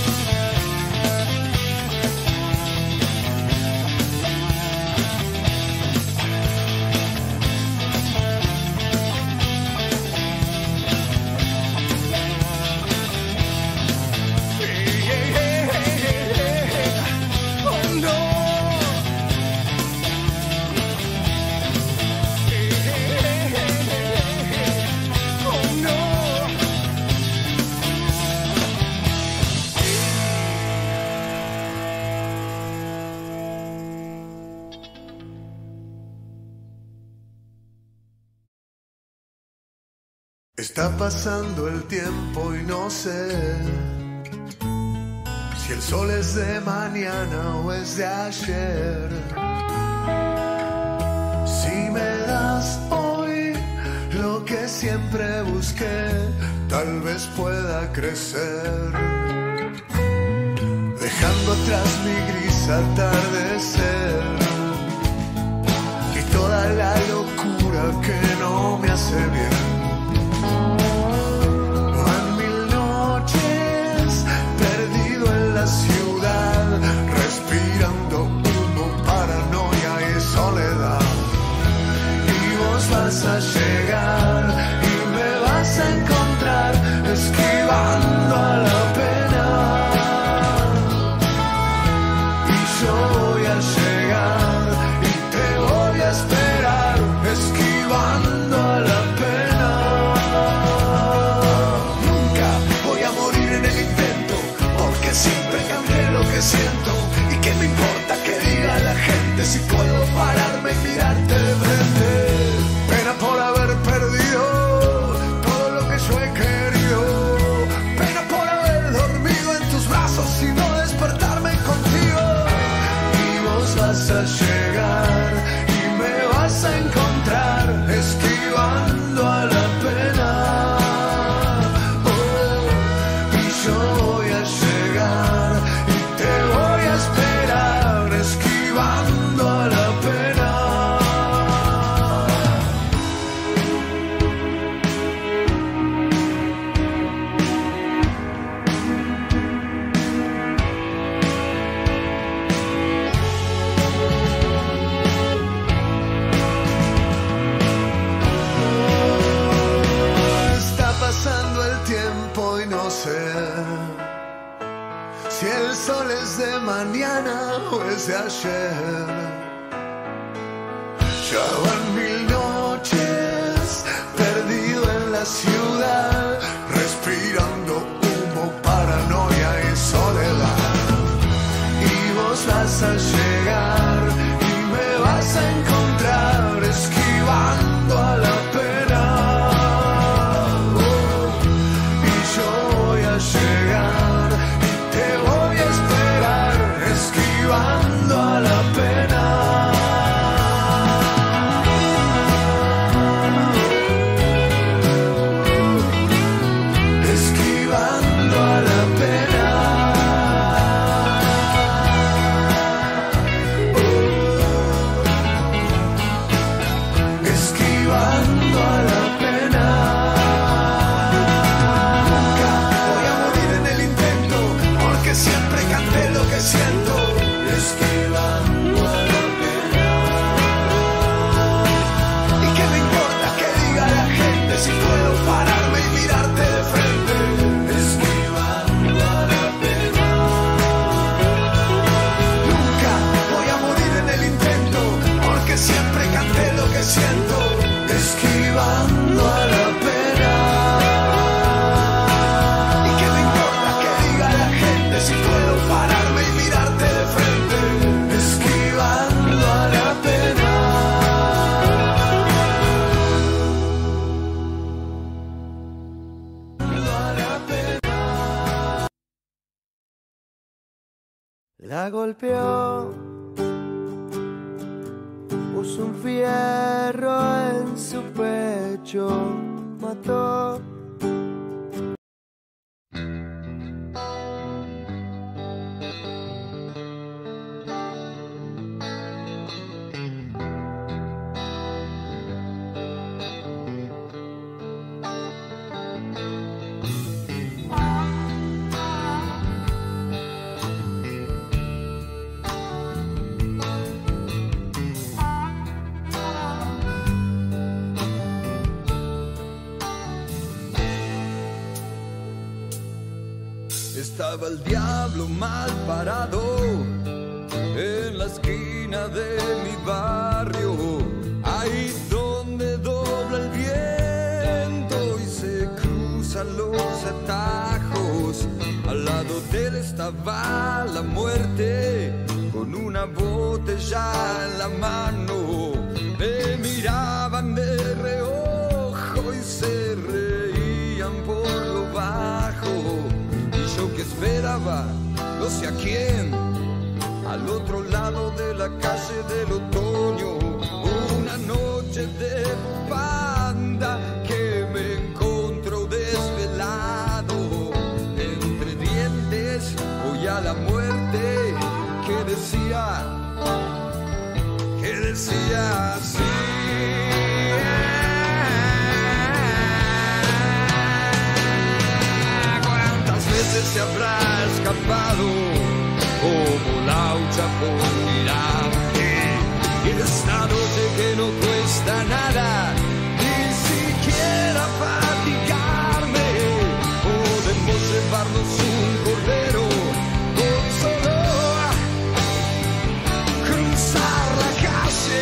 Está pasando el tiempo y no sé si el sol es de mañana o es de ayer. Si me das hoy lo que siempre busqué, tal vez pueda crecer, dejando atrás mi gris atardecer y toda la locura que no me hace bien. Ciudad, respirando humo, paranoia y soledad. Y vos vas a llegar y me vas a encontrar esquivando a la pena. Y yo voy a llegar y te voy a esperar esquivando a la pena. Nunca voy a morir en el intento, porque siempre cambié lo que siento. Y qué me importa que diga la gente si puedo pararme y mirarte de frente. Pena por haber perdido todo lo que yo he querido. Pena por haber dormido en tus brazos y no despertarme contigo. Y vos vas a llegar y me vas a encontrar esquivando a la pena. Oh, y yo voy a llegar y te voy a esperar esquivando a la pena. Está pasando el tiempo y no sé si el sol es de mañana o es de ayer. Ya van mil noches perdido en la ciudad, vas a llegar y me vas a encontrar esquivando a la pena. Oh, y yo voy a llegar y te voy a esperar esquivando a la pena. Siento, esquivando a la pena. ¿Y qué me importa que diga la gente si puedo pararme y mirarte de frente? Esquivando a la pena. Nunca voy a morir en el intento, porque siempre canté lo que siento. Esquivando a la pena. ¿Y qué me importa que diga la gente si puedo pararme y mirarte de frente, esquivando a la pena? A la pena. La golpeó, puso un fierro en su pecho, mató. Estaba el diablo mal parado en la esquina de mi barrio, ahí donde dobla el viento y se cruzan los atajos. Al lado de él estaba la muerte con una botella en la mano. Me miraban de reojo y se reían por lo bajo. Yo que esperaba, no sé a quién, al otro lado de la calle del otoño, una noche de banda que me encontró desvelado, entre dientes voy a la muerte, que decía, que decía así. Se habrá escapado como laucha por mirarte, y esta noche que no cuesta nada ni siquiera fatigarme, podemos llevarnos un cordero con solo cruzar la calle.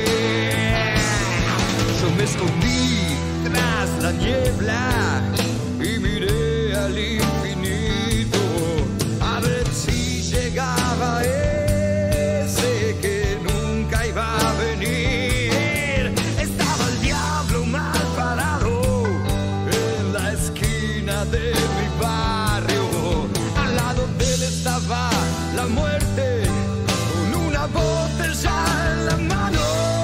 Yo me escondí tras la niebla y miré al infinito a ver si llegaba ese que nunca iba a venir. Estaba el diablo mal parado en la esquina de mi barrio, al lado de él estaba la muerte con una botella en la mano.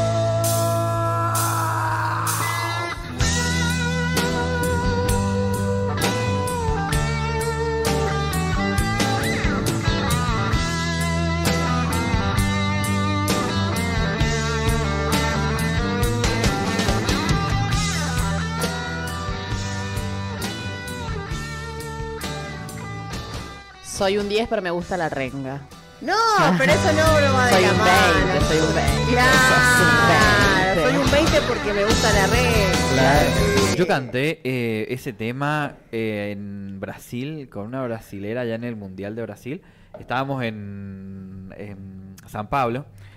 Soy un diez, pero me gusta la renga.
No, pero eso no broma de
Soy
la
un
mano.
veinte, soy un veinte.
Claro, soy un veinte porque me gusta la renga.
Yo canté eh, ese tema eh, en Brasil con una brasilera allá en el Mundial de Brasil. Estábamos en, en San Pablo.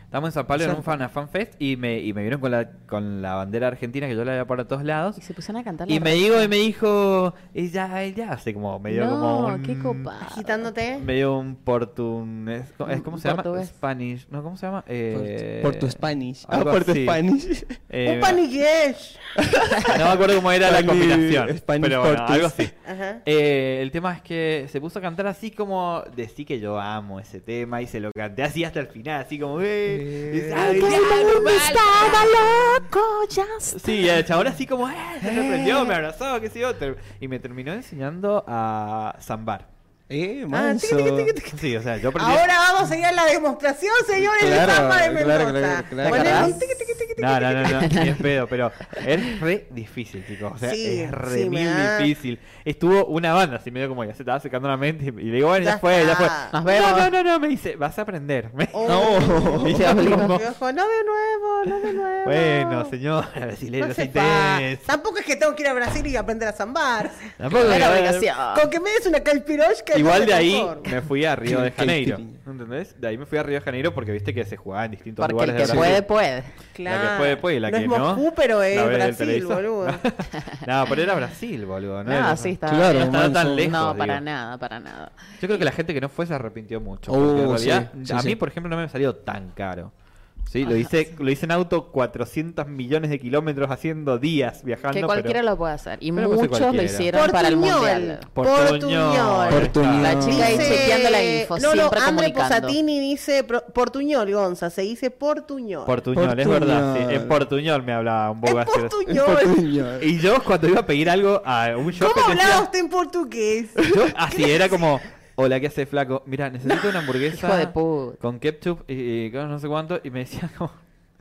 Estábamos en San Pablo en un fan, fan fest y me, y me vieron con la, con la bandera argentina que yo la había para todos lados.
Y se pusieron a cantar.
Y me dijo, y me dijo, ella, ella, así como, me dio
no,
como un...
qué copa.
Agitándote.
Me dio un portun... es- es- ¿Cómo se llama?
Portugués.
Spanish. No, ¿cómo se llama? Eh,
Por tu Spanish. Ah,
algo
por tu
así.
Spanish.
Eh,
Un paniquesh.
No me acuerdo cómo era la
Spanish-
combinación.
Spanish
Pero bueno,
Portus.
algo así.
Ajá.
Eh, el tema es que se puso a cantar así como decí que yo amo ese tema y se lo canté así hasta el final, así como eh, y, "Ay, ya, no mal".
Estaba loco, ya está.
Sí, el chabón así como eh, se me prendió, me abrazó, qué sé yo, ter- y me terminó enseñando a zambar.
Eh,
Ah,
manso.
tiqui, tiqui, tiqui, tiqui.
Sí, o sea, yo aprendí.
Ahora vamos a ir a la demostración, señores,
Claro,
de Zamba de
claro,
Mendoza.
claro, claro.
Ponele
¿Te
un
acordás?
tiqui, tiqui, tiqui, tiqui,
No, no, no, no,
tiqui.
ni en pedo, pero es re difícil, chicos. O sea,
Sí,
es re
sí, me
mil
da-
difícil. Estuvo una banda así medio como ya se estaba secando la mente y le digo, bueno, ya,
Ya
fue, ya fue.
está.
Nos vemos.
No, no, no, no, me dice, vas a aprender. Me-
Oh.
Y yo
Te obligo.
como,
Y ojo, no de nuevo, no de nuevo.
bueno, señora, brasileño,
No
no
se
se
fa.
intense.
Tampoco es que tengo que ir a Brasil y aprender a zambar.
Tampoco
No
que-
era obligación.
Con que me des una calpiroshka.
Igual
no
de
me
ahí
conformo.
me fui a Río de
Qué
Janeiro.
caipirinha.
¿Entendés? De ahí me fui a Río de Janeiro porque viste que se jugaba en distintos
Porque
lugares
el que
de Brasil.
puede, puede.
Claro.
La que puede, puede, y la
no
que
es
no.
Moscú, pero es
la ve del
Brasil,
televisor.
boludo.
No, pero era Brasil, boludo. No,
No,
era-
sí, está
Claro,
no estaba tan
manso.
lejos.
No, para
digo.
nada, para nada.
Yo creo que la gente que no fue se arrepintió mucho.
Oh,
Porque en realidad,
sí, sí,
a mí,
sí.
por ejemplo, no me salió tan caro. Sí, lo
Ah,
hice, lo hice en auto cuatrocientos millones de kilómetros haciendo días viajando.
Que cualquiera
pero...
lo puede hacer. Y
pero puede ser
muchos lo
cualquiera.
hicieron para el mundial.
Portuñol.
Portuñol.
La chica ahí
Dice-
chequeando la info,
no, no,
siempre
Andre
comunicando.
Posatini dice pro- Portuñol, Gonza, se dice Portuñol.
Portuñol, es
Portuñol.
verdad. Sí. En Portuñol me hablaba un poco
Es
así.
Portuñol.
Portuñol.
Y yo cuando iba a pedir algo a un shop
¿Cómo
que
hablaba
decía,
usted en portugués?
yo así era como, hola, ¿qué hace flaco? Mira, necesito una hamburguesa
Hijo de puta.
con ketchup y, y con no sé cuánto y me decía como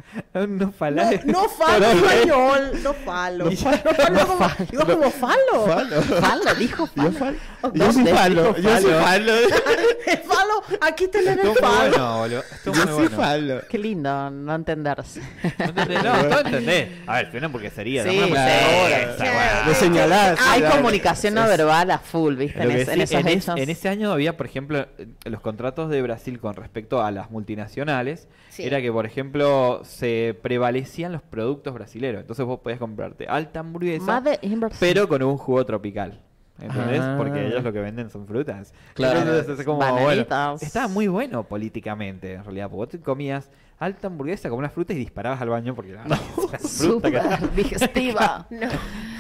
no
No,
falá.
no falo español, no falo. No falo, no falo como, digo como falo.
Falo.
Falo, dijo
Yo
Falo.
falo.
¿Dónde?
Yo soy falo.
Dijo
Yo soy
falo.
falo.
El falo, aquí tenés el
Estuvo muy
falo.
bueno, boludo. Estuvo
Yo
muy
soy
bueno.
falo.
Qué lindo no entenderse.
No entendés, no, todo entendés. A ver, fue una hamburguesería.
Sí,
dame una
sí.
hamburguesa,
Sí.
weá.
Lo señalás.
Hay
claro.
comunicación no verbal a full, ¿viste?
Lo
En,
que
es- en
sí,
esos
en, es-
hechos.
en ese año había, por ejemplo, eh, los contratos de Brasil con respecto a las multinacionales,
Sí.
era que, por ejemplo, se prevalecían los productos brasileños. Entonces vos podías comprarte alta hamburguesa,
Mother in Brasil.
pero con un jugo tropical. ¿Entendés?
Ah.
Porque ellos lo que venden son frutas.
Claro.
Entonces es como,
Bananitas.
bueno, estaba muy bueno políticamente, en realidad. Porque vos te comías alta hamburguesa con una fruta y disparabas al baño porque era una fruta que-
Súper digestiva.
No.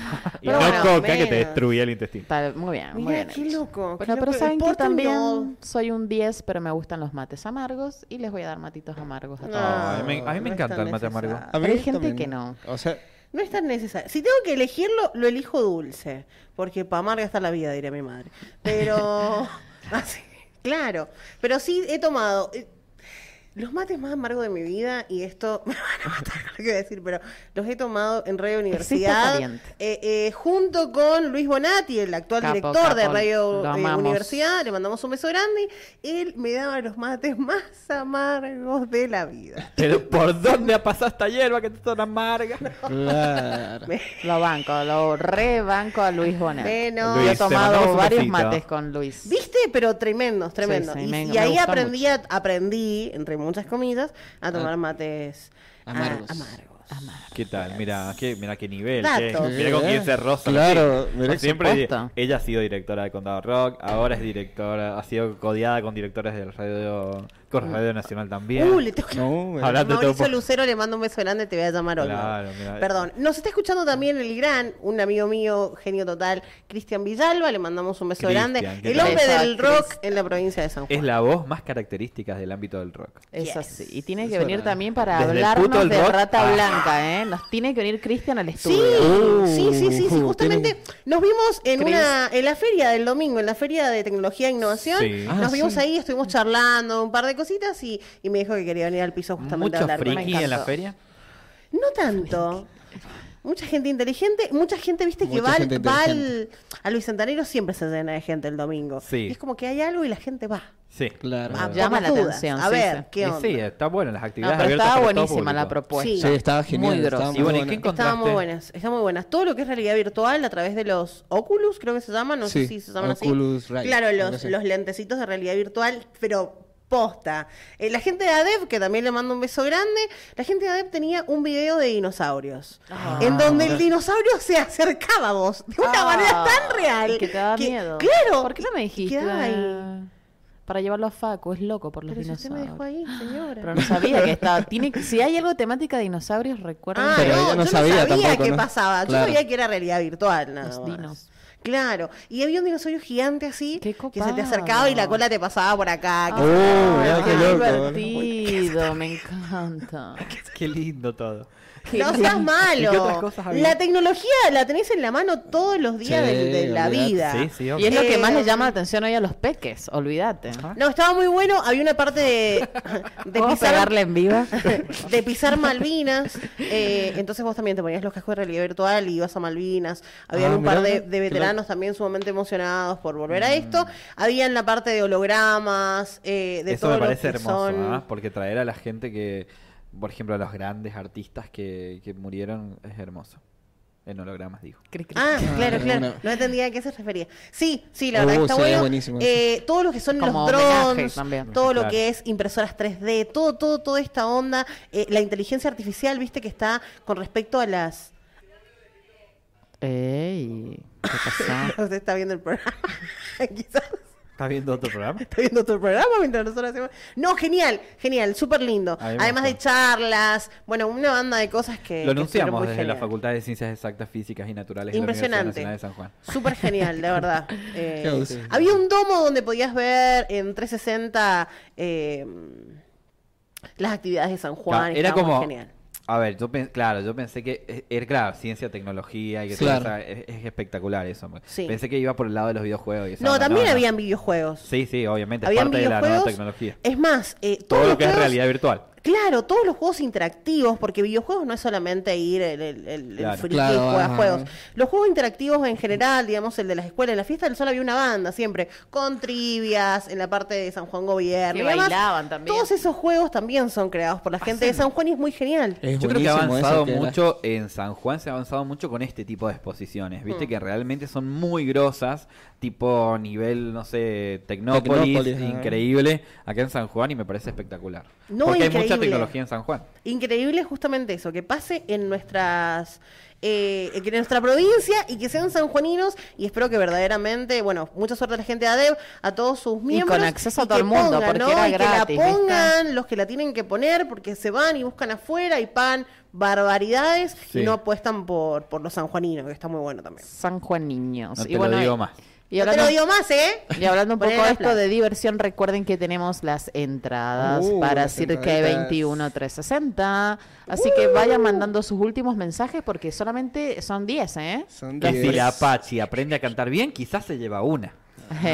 y
Pero
no
bueno,
coca que te
menos.
destruía el intestino.
Está muy bien, muy
Mira,
bien
qué
hecho.
loco. qué
Bueno, pero
loco.
saben
El
que
portuñol.
también soy un diez, pero me gustan los mates amargos y les voy a dar matitos amargos a todos.
a mí me- a mí me
no es
encanta
tan
el mate amargo.
necesario.
A mí
Pero hay gente
también.
que no.
O sea,
No es tan necesario. Si tengo que elegirlo, lo elijo dulce. Porque para amarga está la vida, diría mi madre. Pero. Así, claro. Pero sí he tomado. eh, Los mates más amargos de mi vida, y esto me van a matar con lo que voy a decir, pero los he tomado en Radio Universidad,
caliente.
eh, eh, junto con Luis Bonatti, el actual
Capo,
director de
capo,
Radio
lo
eh,
amamos.
Universidad, le mandamos un beso grande. Él me daba los mates más amargos de la vida.
Pero ¿por dónde ha pasado esta hierba que está tan amarga?
claro.
Me-
Lo banco, lo rebanco a Luis Bonet.
Bueno.
Yo he
Luis, te mandamos
tomado
un
varios
besito.
mates con Luis.
¿Viste? Pero tremendos, tremendos.
Sí, sí,
y
me-
y
me
ahí
gusta
aprendí, a- aprendí, entre muchas comillas, a tomar
Ah.
mates ah,
Amargos.
amargos.
¿Qué tal? Mira, qué, mira qué nivel.
Datos.
qué- mira con quién se roza.
Claro,
sí.
mira,
Siempre
supuesto.
ella ha sido directora de Condado Rock, ahora es directora, ha sido codeada con directores del radio, con Radio Nacional también.
Uh, le tengo que...
No, me-
Hablando de todo
Mauricio
po-
Lucero, le mando un beso grande, te voy a llamar hoy.
Claro, mira.
Perdón. Nos está escuchando también el gran, un amigo mío, genio total, Cristian Villalba, le mandamos un beso
Cristian,
grande.
¿qué
El
tal?
hombre
Beso a
del rock
Chris.
en la provincia de San Juan.
Es la voz más característica del ámbito del rock.
Es
Yes.
así. Y tiene que
Es
venir
verdad.
también para
Desde el puto
hablarnos
el
de
rock
Rata
a-
Blanca, ¿eh? Nos tiene que venir Cristian al
Sí,
estudio.
sí, sí, sí, sí,
Uh,
justamente
tienen-
nos vimos en
Chris.
una en la feria del domingo, en la feria de tecnología e innovación.
Sí.
Nos
Ah,
vimos
sí.
ahí, estuvimos charlando un par de cositas y, y me dijo que quería venir al piso justamente a
Mucho
hablar con
friki
él.
en la
encantó.
feria.
No tanto. Mucha gente inteligente, mucha gente, viste, que
Mucha
va, al,
gente
va al,
inteligente.
a Luis Santanero, siempre se llena de gente el domingo.
Sí.
Y es como que hay algo y la gente va.
Sí.
Claro.
a- por
Llama
las
la
dudas.
atención,
A
sí,
ver,
sí.
¿qué
Y
onda?
sí, está bueno las
No,
actividades
pero
abiertas
estaba
para todo
buenísima la
público.
propuesta.
Sí, estaba genial.
Muy
estaba
grosa.
Y
muy
bueno, ¿y
buena.
qué encontraste?
Estaban muy buenas, están muy buenas. Todo lo que es realidad virtual a través de los Oculus, creo que se llaman, no sé
Sí,
si se llaman
Oculus
así.
Rift,
Claro,
algo
los,
así.
los lentecitos de realidad virtual, pero Posta. Eh, la gente de ADEP, que también le mando un beso grande, la gente de ADEP tenía un video de dinosaurios.
Ah.
En donde el dinosaurio se acercaba a vos de una
Ah,
manera tan real.
y que te daba
que-
miedo.
Claro.
¿Por qué no me dijiste?
quedaba ahí.
Para llevarlo a Facu, es loco por los
Pero si usted me
dinosaurios.
dejó ahí, señora.
Pero no sabía que estaba. Tiene, que- si hay algo de temática de dinosaurios, recuerden.
Ah,
Pero
no,
ella no
yo
sabía
no sabía
tampoco,
qué
¿no?
pasaba. Yo
Claro.
sabía que era realidad virtual, nada
Los
más.
dinos.
Claro. Y había un dinosaurio gigante así,
Qué
que se te
copado.
acercaba y la cola te pasaba por acá. que-
Oh, mirá
Ay,
qué
qué
loco.
divertido, me encanta.
Qué lindo todo.
Qué
No
lindo.
seas malo.
¿Y qué otras cosas había?
La tecnología la tenés en la mano todos los días
Sí,
de, de la
olvidate.
vida.
Sí, sí,
Y
obvio.
es lo que más
Eh,
le llama la atención hoy a los peques, olvídate.
No, estaba muy bueno. Había una parte de, de
¿Puedo
pisar
pegarle en viva?
de pisar Malvinas. Eh, entonces vos también te ponías los cascos de realidad virtual y ibas a Malvinas. Habían
Ah,
un par
mirá,
de,
qué
de veteranos también sumamente emocionados por volver a esto. Habían la parte de hologramas, eh, de
Eso
todo
me
lo
parece
que
hermoso,
son-
¿ah? Porque traer a la gente que, por ejemplo, a los grandes artistas que, que murieron es hermoso. En hologramas, digo.
Cri, cri.
Ah, claro,
Ah,
claro.
bueno.
No entendía a qué se refería. Sí, sí, la
Uh,
verdad está
sí,
bueno.
es buenísimo
Eh, todo lo que son
Como
los
homenaje
drones,
también.
todo lo
Claro.
que es impresoras tres D, todo, todo, toda esta onda, eh, la inteligencia artificial, viste que está con respecto a las.
Ey, ¿qué pasó?
Usted está viendo el programa, quizás.
¿Estás viendo otro programa?
Está viendo tu programa mientras nosotros hacemos. No, genial, genial, súper lindo.
A mí me
Además de
gustó.
charlas, bueno, una banda de cosas que.
Lo
que
anunciamos
estuvieron muy
desde la
genial.
Facultad de Ciencias Exactas, Físicas y Naturales de la
Impresionante.
Universidad Nacional de San Juan.
Súper genial, de verdad. Eh,
Qué gusto.
había un domo donde podías ver en trescientos sesenta eh, las actividades de San Juan.
Claro, era
estaba muy
como,
genial.
a ver, yo pen- claro, yo pensé que eh, era claro, ciencia, tecnología y que
Claro.
todo eso, es, es espectacular eso.
Sí.
Pensé que iba por el lado de los videojuegos. Y esa
No,
onda,
también
no.
habían videojuegos.
Sí, sí, obviamente, es
Habían
parte de la nueva
videojuegos.
tecnología.
Es más, eh, todos
Todo lo
los
que es
juegos-
realidad virtual.
Claro, todos los juegos interactivos, porque videojuegos no es solamente ir el, el, el, el
Claro.
friki
Claro,
y jugar
ajá.
juegos. Los juegos interactivos en general, digamos, el de las escuelas, en la fiesta del sol había una banda siempre, con trivias, en la parte de San Juan Gobierno.
Que
y demás.
bailaban también.
Todos esos juegos también son creados por la gente de San Juan y es muy genial.
Es
Yo creo que ha
buenísimo eso
avanzado
que la-
mucho en San Juan, se ha avanzado mucho con este tipo de exposiciones, viste
Mm.
que realmente son muy grosas, tipo nivel, no sé, Tecnópolis,
Tecnópolis, ajá.
increíble, acá en San Juan y me parece espectacular.
No,
Porque hay mucha
increíble.
tecnología en San Juan.
Increíble justamente eso, que pase en nuestras eh, que en nuestra provincia y que sean sanjuaninos y espero que verdaderamente, bueno, mucha suerte a la gente de ADEV, a todos sus miembros.
con acceso a
y
todo
que
el mundo,
pongan,
porque
¿no?
era
y
gratis,
que la
¿viste?
pongan los que la tienen que poner porque se van y buscan afuera y pagan barbaridades
Sí.
y no apuestan por, por los sanjuaninos, que está muy bueno también.
San Juan Niños.
No te
y bueno,
lo digo
y-
más.
Y
no te
hablando,
lo digo más, ¿eh?
y hablando un poco
Poné
de
la
esto
plaza.
de diversión, recuerden que tenemos las entradas
Uh,
para
las
Cirque
entraditas.
veintiuno trescientos sesenta. Así que vayan mandando sus últimos mensajes porque solamente son diez, ¿eh?
Son
Que si
diez.
la Apache aprende a cantar bien, quizás se lleva una.
Eh,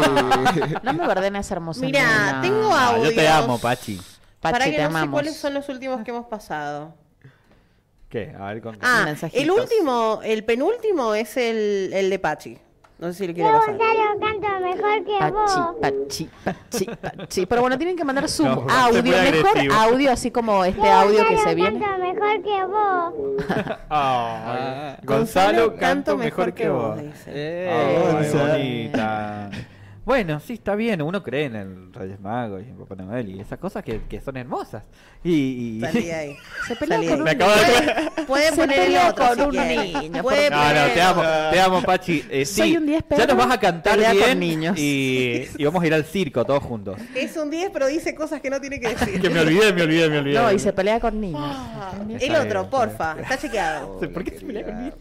no, no me verden esa hermosa
Mira,
nena.
tengo
Ah,
audios.
yo te amo, Pachi.
Pachi,
Para que
te
no
amamos.
sé cuáles son los últimos que hemos pasado.
¿Qué? A ver, contame.
Ah,
Mensajitos.
el último, el penúltimo es el, el de Pachi. No sé si le quiere
Yo,
pasar.
Gonzalo, canto mejor que
Pachi,
vos.
pachi, pachi, pachi. Pero bueno, tienen que mandar su
No, fue
audio,
muy
mejor
agresivo.
audio, así como este
Yo,
audio que
Gonzalo,
se viene.
canto mejor que vos.
Ay, Gonzalo, canto mejor que vos.
dice.
Ay,
Gonzalo.
bonita. Bueno, sí, está bien. Uno cree en el Reyes Magos y en Papá Noel y esas cosas que, que son hermosas. Y, y...
Salí ahí.
Se pelea
Salí
con
ahí.
un
Me acabo de-
Puede, puede
Se
poner el
peleó
otro
con
si
un
quiere.
niño,
Puede
por-
No,
poner
no,
el
te amo,
otro.
te amo, Pachi. Eh, sí,
Soy un diez
ya
perro,
nos vas a cantar
pelea con
bien
niños.
Y, y vamos a ir al circo todos juntos.
Es un diez, pero dice cosas que no tiene que decir.
Que me olvidé, me olvidé, me olvidé.
No, y se pelea con niños.
Ah, el
Está bien,
otro,
está
porfa. Está chequeado.
Sí, ¿por qué se pelea conmigo?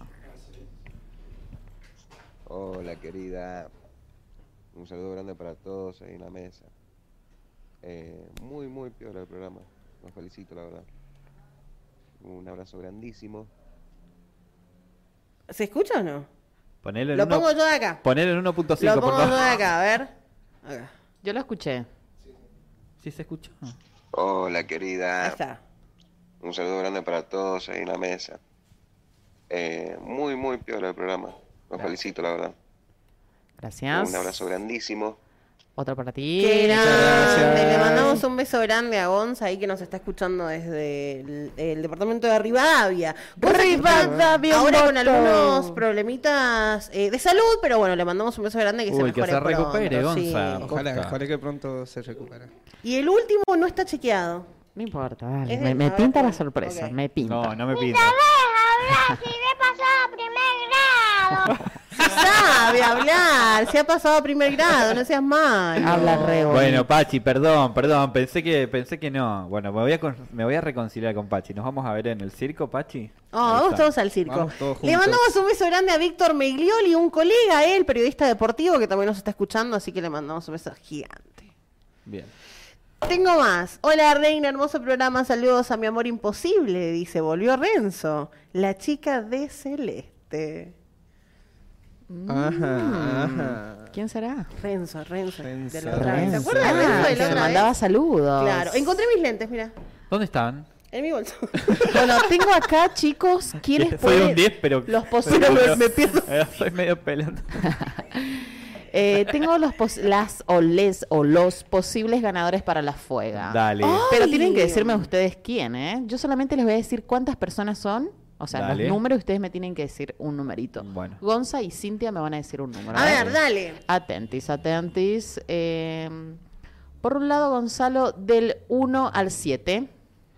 Hola querida, un saludo grande para todos ahí en la mesa. Eh, muy muy piola el programa, los felicito la verdad. Un abrazo grandísimo.
¿Se escucha o no?
Ponelo en
Lo
uno-
pongo yo de acá.
Ponelo en uno punto
Lo
cinco, por
pongo yo
favor.
de acá, a ver. Acá.
Yo lo escuché.
¿Sí se escuchó?
Hola
Ahí
querida,
está.
un saludo grande para todos ahí en la mesa. Eh, muy muy piola el programa, los felicito la verdad.
Gracias.
Un abrazo grandísimo.
Otro para ti.
Qué grande.
gracias.
Le mandamos un un beso grande a Gonza ahí que nos está escuchando desde el, el departamento de Rivadavia. Gonza que está
Rivadavia,
ahora
un
con
montón.
algunos problemitas eh, de salud, pero bueno, le mandamos un beso grande que se
Uy, que
mejore
se recupere,
pronto, sí.
Gonza.
Ojalá,
Posta.
ojalá que pronto se recupere.
Y el último no está chequeado.
No importa, dale.
Es
Me,
de-
me
a ver,
pinta la
bueno,
sorpresa,
ok.
me pinta.
No, no me pinta.
Habla si le pasó a primer grado.
Sabe hablar, se ha pasado a primer grado, no seas malo.
Habla re bonito.
Bueno, Pachi, perdón, perdón, pensé que pensé que no. Bueno, me voy a con- me voy a reconciliar con Pachi. ¿Nos vamos a ver en el circo, Pachi?
Oh,
Ahí
vamos
está.
todos al circo.
Vamos todos
Le
juntos.
mandamos un beso grande a Víctor Meglioli, un colega, él, periodista deportivo, que también nos está escuchando, así que le mandamos un beso gigante.
Bien.
Tengo más. Hola, Reina, hermoso programa. Saludos a mi amor imposible. Dice, volvió Renzo, la chica de Celeste.
Ajá, ajá.
¿Quién será?
Renzo, Renzo.
Renzo.
De la otra vez. ¿Se
Renzo.
acuerdan de Renzo
Ah,
de
que
la
me
otra
mandaba
vez?
saludos.
Claro. Encontré mis lentes, mira.
¿Dónde están?
En mi bolso.
Bueno, tengo acá, chicos, ¿quiénes
Soy
pueden-
un diez, pero
los
pero-
posibles
pero-
me pierdo.
eh, soy medio pelando.
Eh, tengo los pos- las o les o los posibles ganadores para la fuega.
Dale.
Pero
Ay.
tienen que decirme ustedes quién, ¿eh? Yo solamente les voy a decir cuántas personas son. O sea,
Dale.
los números, ustedes me tienen que decir un numerito.
Bueno.
Gonza y Cintia me van a decir un número.
A
¿eh?
ver, dale.
Atentis, atentis. Eh, por un lado, Gonzalo, del uno al siete.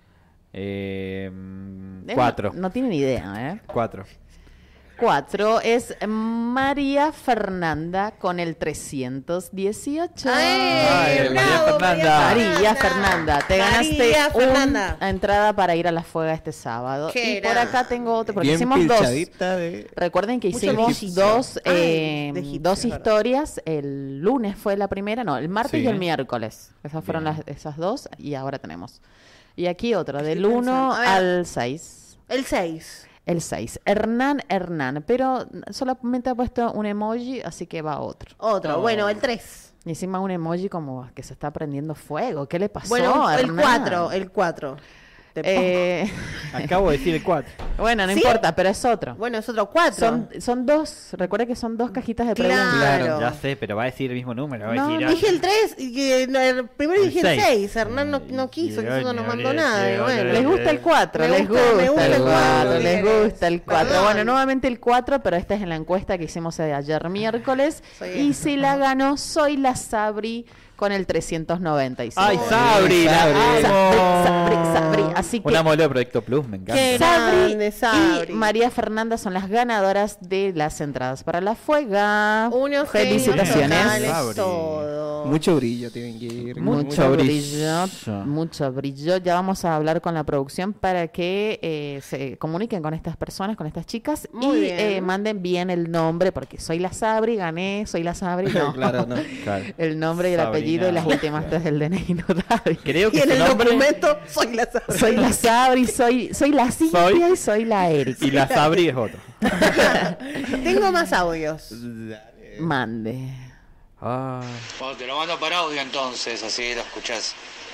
Eh,
Eh,
cuatro.
No, no tienen idea, ¿eh?
Cuatro.
Cuatro es María Fernanda con el trescientos dieciocho.
¡Ay,
Ay,
bravo,
María Fernanda.
María Fernanda, te ganaste
María Fernanda.
una entrada para ir a la fuega este sábado.
Qué
Y por
gran-
acá tengo otro, porque
Bien
hicimos dos.
pilchadita de...
Recuerden que
Mucho
hicimos
egipcio.
dos,
Ay,
eh,
de egipcio,
dos
es verdad.
historias. El lunes fue la primera, no, el martes
Sí.
y el miércoles. Esas fueron
Bien.
las, esas dos y ahora tenemos. Y aquí otra, del
Estoy
uno
pensando. A ver.
al seis.
El seis.
El seis. Hernán Hernán, pero solamente ha puesto un emoji, así que va otro.
Otro. Bueno, el tres.
Y encima un emoji como que se está prendiendo fuego. ¿Qué le pasó?
Bueno, el
Hernán?
cuatro. El cuatro. Te
Eh,
Acabo de decir el cuatro.
bueno, no
¿Sí?
importa, pero es otro.
Bueno, es otro cuatro.
Son, son dos, recuerda que son dos cajitas de
Claro.
preguntas.
Claro.
Ya sé, pero va a decir el mismo número. Va a
No,
decir,
Dije el tres y que no, el primero
El
dije el
seis.
seis. Hernán no, no quiso, quiso, no nos mandó nada. Y bueno.
Les gusta el cuatro,
Me
les
gusta-
gusta,
me gusta
el
el
cuatro,
cuatro,
les
bien.
gusta el cuatro.
Perdón.
Bueno, nuevamente el cuatro, pero esta es en la encuesta que hicimos de ayer miércoles.
Soy
Y
esta.
si la ganó, soy la Sabri con el trescientos noventa y cinco.
¡Ay, Sabri! la
Sabri,
amo!
Sabri, Sabri. Así que
Una modelo de Proyecto Plus, me encanta.
Qué
Sabri
grande, Sabri.
y María Fernanda son las ganadoras de las entradas para la fuega.
Unos
Felicitaciones.
genios totales,
Sabri.
todo.
Mucho brillo tienen que ir.
Mucho brillo,
brillo.
mucho brillo. Ya vamos a hablar con la producción para que eh, se comuniquen con estas personas, con estas chicas
Muy
y
bien.
eh, manden bien el nombre, porque soy la Sabri, gané, soy la Sabri, no.
Claro, no.
Claro.
El nombre y el
Sabrina.
apellido y las últimas tres del D N I notable.
Creo
Y
que
en
su
el
nombre...
documento soy la Sabri.
Soy la Sabri, soy, soy la Cintia
Soy-
y soy la Erika.
Y la Sabri es otro.
Tengo más audios.
Mande.
Ah,
Bueno, te lo mando para audio entonces, así lo escuchás.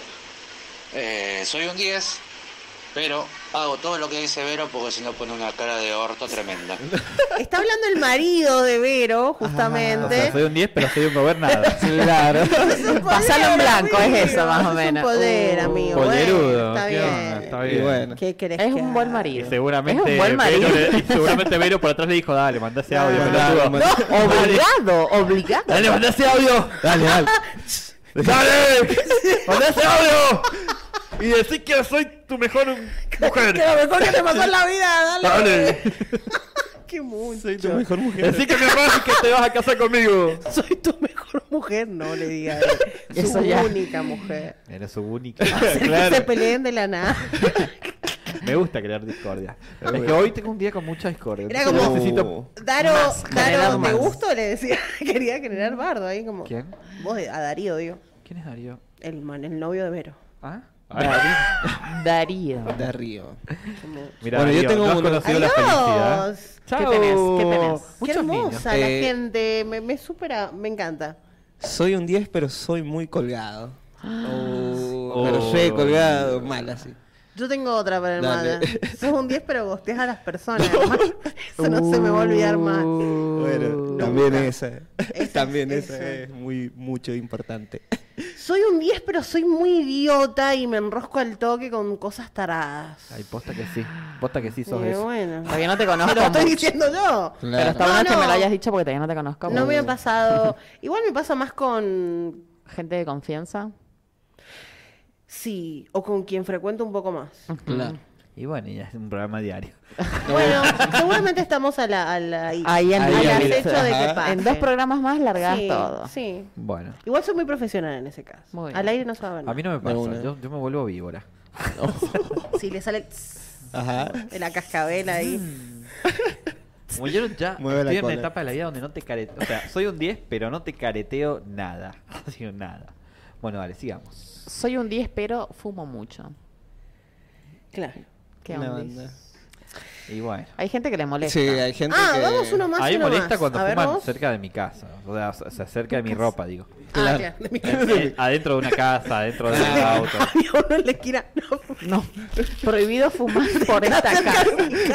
Eh, soy un diez, pero hago todo lo que dice Vero porque si no pone una cara de orto tremenda.
Está hablando el marido de Vero,
o
justamente.
sea, soy un diez, pero soy un gobernado.
Claro.
Es un poder,
Pasalo en blanco,
amigo.
es eso, más o
Es
menos.
un poder,
Uh,
amigo.
Pollerudo.
Bueno, está
¿qué
bien.
onda? Está
Y
bien.
bueno.
¿Qué querés
Es
que
un buen
haga?
Y
marido.
seguramente,
Es un buen marido.
Vero le- y seguramente Vero por atrás le dijo, dale, mandá ese audio.
Claro,
pelotudo.
mandá-
Obligado, obligado.
Dale, mandá ese audio. Dale, dale. ¡Dale! ¡Mandá ese audio! Y decís que soy tu mejor mujer.
Que lo mejor que te pasó en la vida, dale.
Dale.
Qué mucho.
Soy tu mejor mujer.
Decís que me amas y que te vas a casar conmigo.
Soy tu mejor mujer, no le diga él.
Eso
Su
ya.
única mujer.
Era su única.
Hacer que se peleen de la nada.
Me gusta crear discordia. Es que hoy tengo un día con mucha discordia.
Era
entonces
como-
necesito...
Daro,
Más, generar
Daro, ¿te
más.
gusto? Le decía. Quería generar bardo ahí como.
¿Quién?
Vos, a Darío, digo.
¿Quién es Darío?
El man, el novio de Vero.
¿Ah?
Darío.
De Río.
Mira,
Bueno, yo
Darío,
tengo
no has
uno.
conocido la felicidad.
Adiós.
Chao.
¿Qué tenés? ¿Qué tenés?
Qué
Muchos
hermosa
niños.
la
Eh,
gente. Me, me supera, me encanta.
Soy un diez, pero soy muy colgado. Oh,
Oh.
Pero re colgado, mal así.
Yo tengo otra para el
Dale.
Mada. Sos un diez, pero gosteas a las personas. hermano. Eso no se me va a olvidar más.
Bueno, también
Nunca.
esa.
Esa
también
es-
esa
eso.
es muy mucho importante.
Soy un diez, pero soy muy idiota y me enrosco al toque con cosas taradas.
Ay, posta que sí. Posta que sí sos
Eh,
eso.
bueno.
Todavía no te conozco
Lo estoy
mucho.
diciendo yo.
Pero está
No,
bueno que
no.
me lo hayas dicho porque todavía no te conozco.
No me ha
mucho.
pasado. Igual me pasa más con.
Gente de confianza.
Sí, o con quien frecuento un poco más.
Claro.
Y bueno, ya es un programa diario.
Bueno, seguramente estamos a la, a la ahí,
Ahí en
al
ahí,
acecho de que
ajá.
pase.
En dos programas más largas
Sí,
todo.
Sí.
Bueno.
Igual soy muy profesional en ese caso.
Muy bien.
Al aire no se va a ver.
A mí no me
De
pasa.
una.
Yo, yo me vuelvo víbora.
Si le sale el tss
Ajá.
de la cascabela ahí.
Como yo ya
Mueve la
estoy en una
cola.
etapa de la vida donde no te careteo. O sea, soy un diez, pero no te careteo nada. Así nada. Bueno, dale, sigamos.
Soy un diez, pero fumo mucho.
Claro.
¿Qué
Una
onda?
banda.
Y bueno.
Hay gente que le molesta.
Sí, hay gente
Ah,
que...
vamos uno más.
A mí me
uno
molesta
más.
cuando
A ver,
fuman
vos.
cerca de mi casa. O sea, o sea, cerca de mi ropa, digo.
Ah, claro. De mi
Eh, adentro de una casa, adentro de un auto.
Había uno en la esquina. No.
No. Prohibido fumar por esta casa.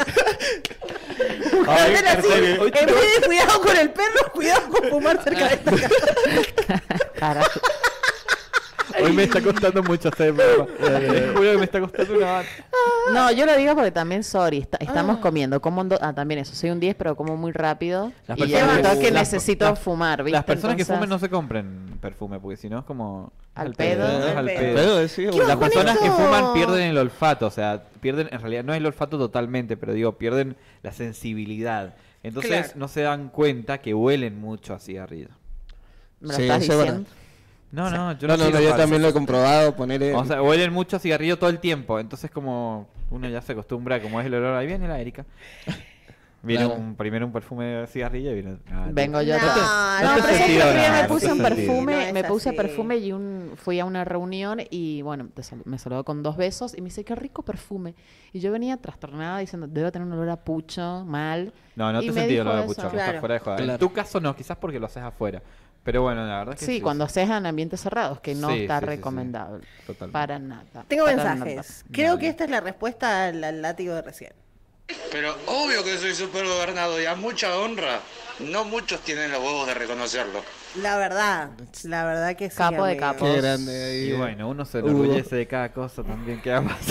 Ay,
Hacer así,
Marcelo,
en
hoy
vez de cuidado con el perro, cuidado con fumar cerca de esta casa.
Carajo.
Hoy me está costando mucho hacer el programa. Te juro que me está costando una banda.
No, yo lo digo porque también, sorry, está- estamos
Ah.
comiendo. Como un do- ah, también eso. Soy un diez, pero como muy rápido.
Las
y
personas
ya
que-
que
las-
necesito
las-
fumar, ¿viste?
Las personas que
Entonces,
fumen no se compren perfume, porque si no es como...
Al pedo.
Es al
Al
pedo.
pedo.
Pero sí,
¿Qué
bueno.
Las
con
personas que
esto?
fuman pierden el olfato, o sea, pierden, en realidad no es el olfato totalmente, pero digo, pierden la sensibilidad. Entonces
Claro.
no se dan cuenta que huelen mucho a cigarrillo.
¿Me lo
Sí,
estás
eso es
diciendo?
No, no, yo
No, no,
quiero
no, yo
para-
también lo he comprobado, ponerle...
O sea, huelen mucho a cigarrillo todo el tiempo, entonces como uno ya se acostumbra, como es el olor, ahí viene la Erika. Viene
Claro.
un, primero un perfume de cigarrillo y viene... ah,
Vengo yo.
No,
No,
no
no,
te
pero
sentido
ese otro día
nada,
me
no
puse
te
un
sentido.
perfume,
No es
me puse
así.
perfume y un fui a una reunión y bueno, te sal- me saludó con dos besos y me dice, qué rico perfume. Y yo venía trastornada diciendo, debe tener un olor a pucho, mal.
No, no
Y
te
me
sentí
dijo
olor a
eso.
pucho,
Claro.
está fuera de joda. En
Claro.
tu caso no, quizás porque lo haces afuera. Pero bueno, la verdad es que
Sí,
sí.
cuando haces en ambientes cerrados, que no
Sí,
está
sí, sí, sí.
recomendable.
Totalmente.
Para nada.
Tengo
Para
mensajes.
nada.
Creo
Dale.
que esta es la respuesta al, al látigo de recién.
Pero obvio que soy super gobernado y a mucha honra. No muchos tienen los huevos de reconocerlo.
La verdad, la verdad que sí.
Capo de
amigo.
capo.
Qué grande ahí.
Y bueno, uno se
Hugo.
enorgullece de cada cosa también que haga.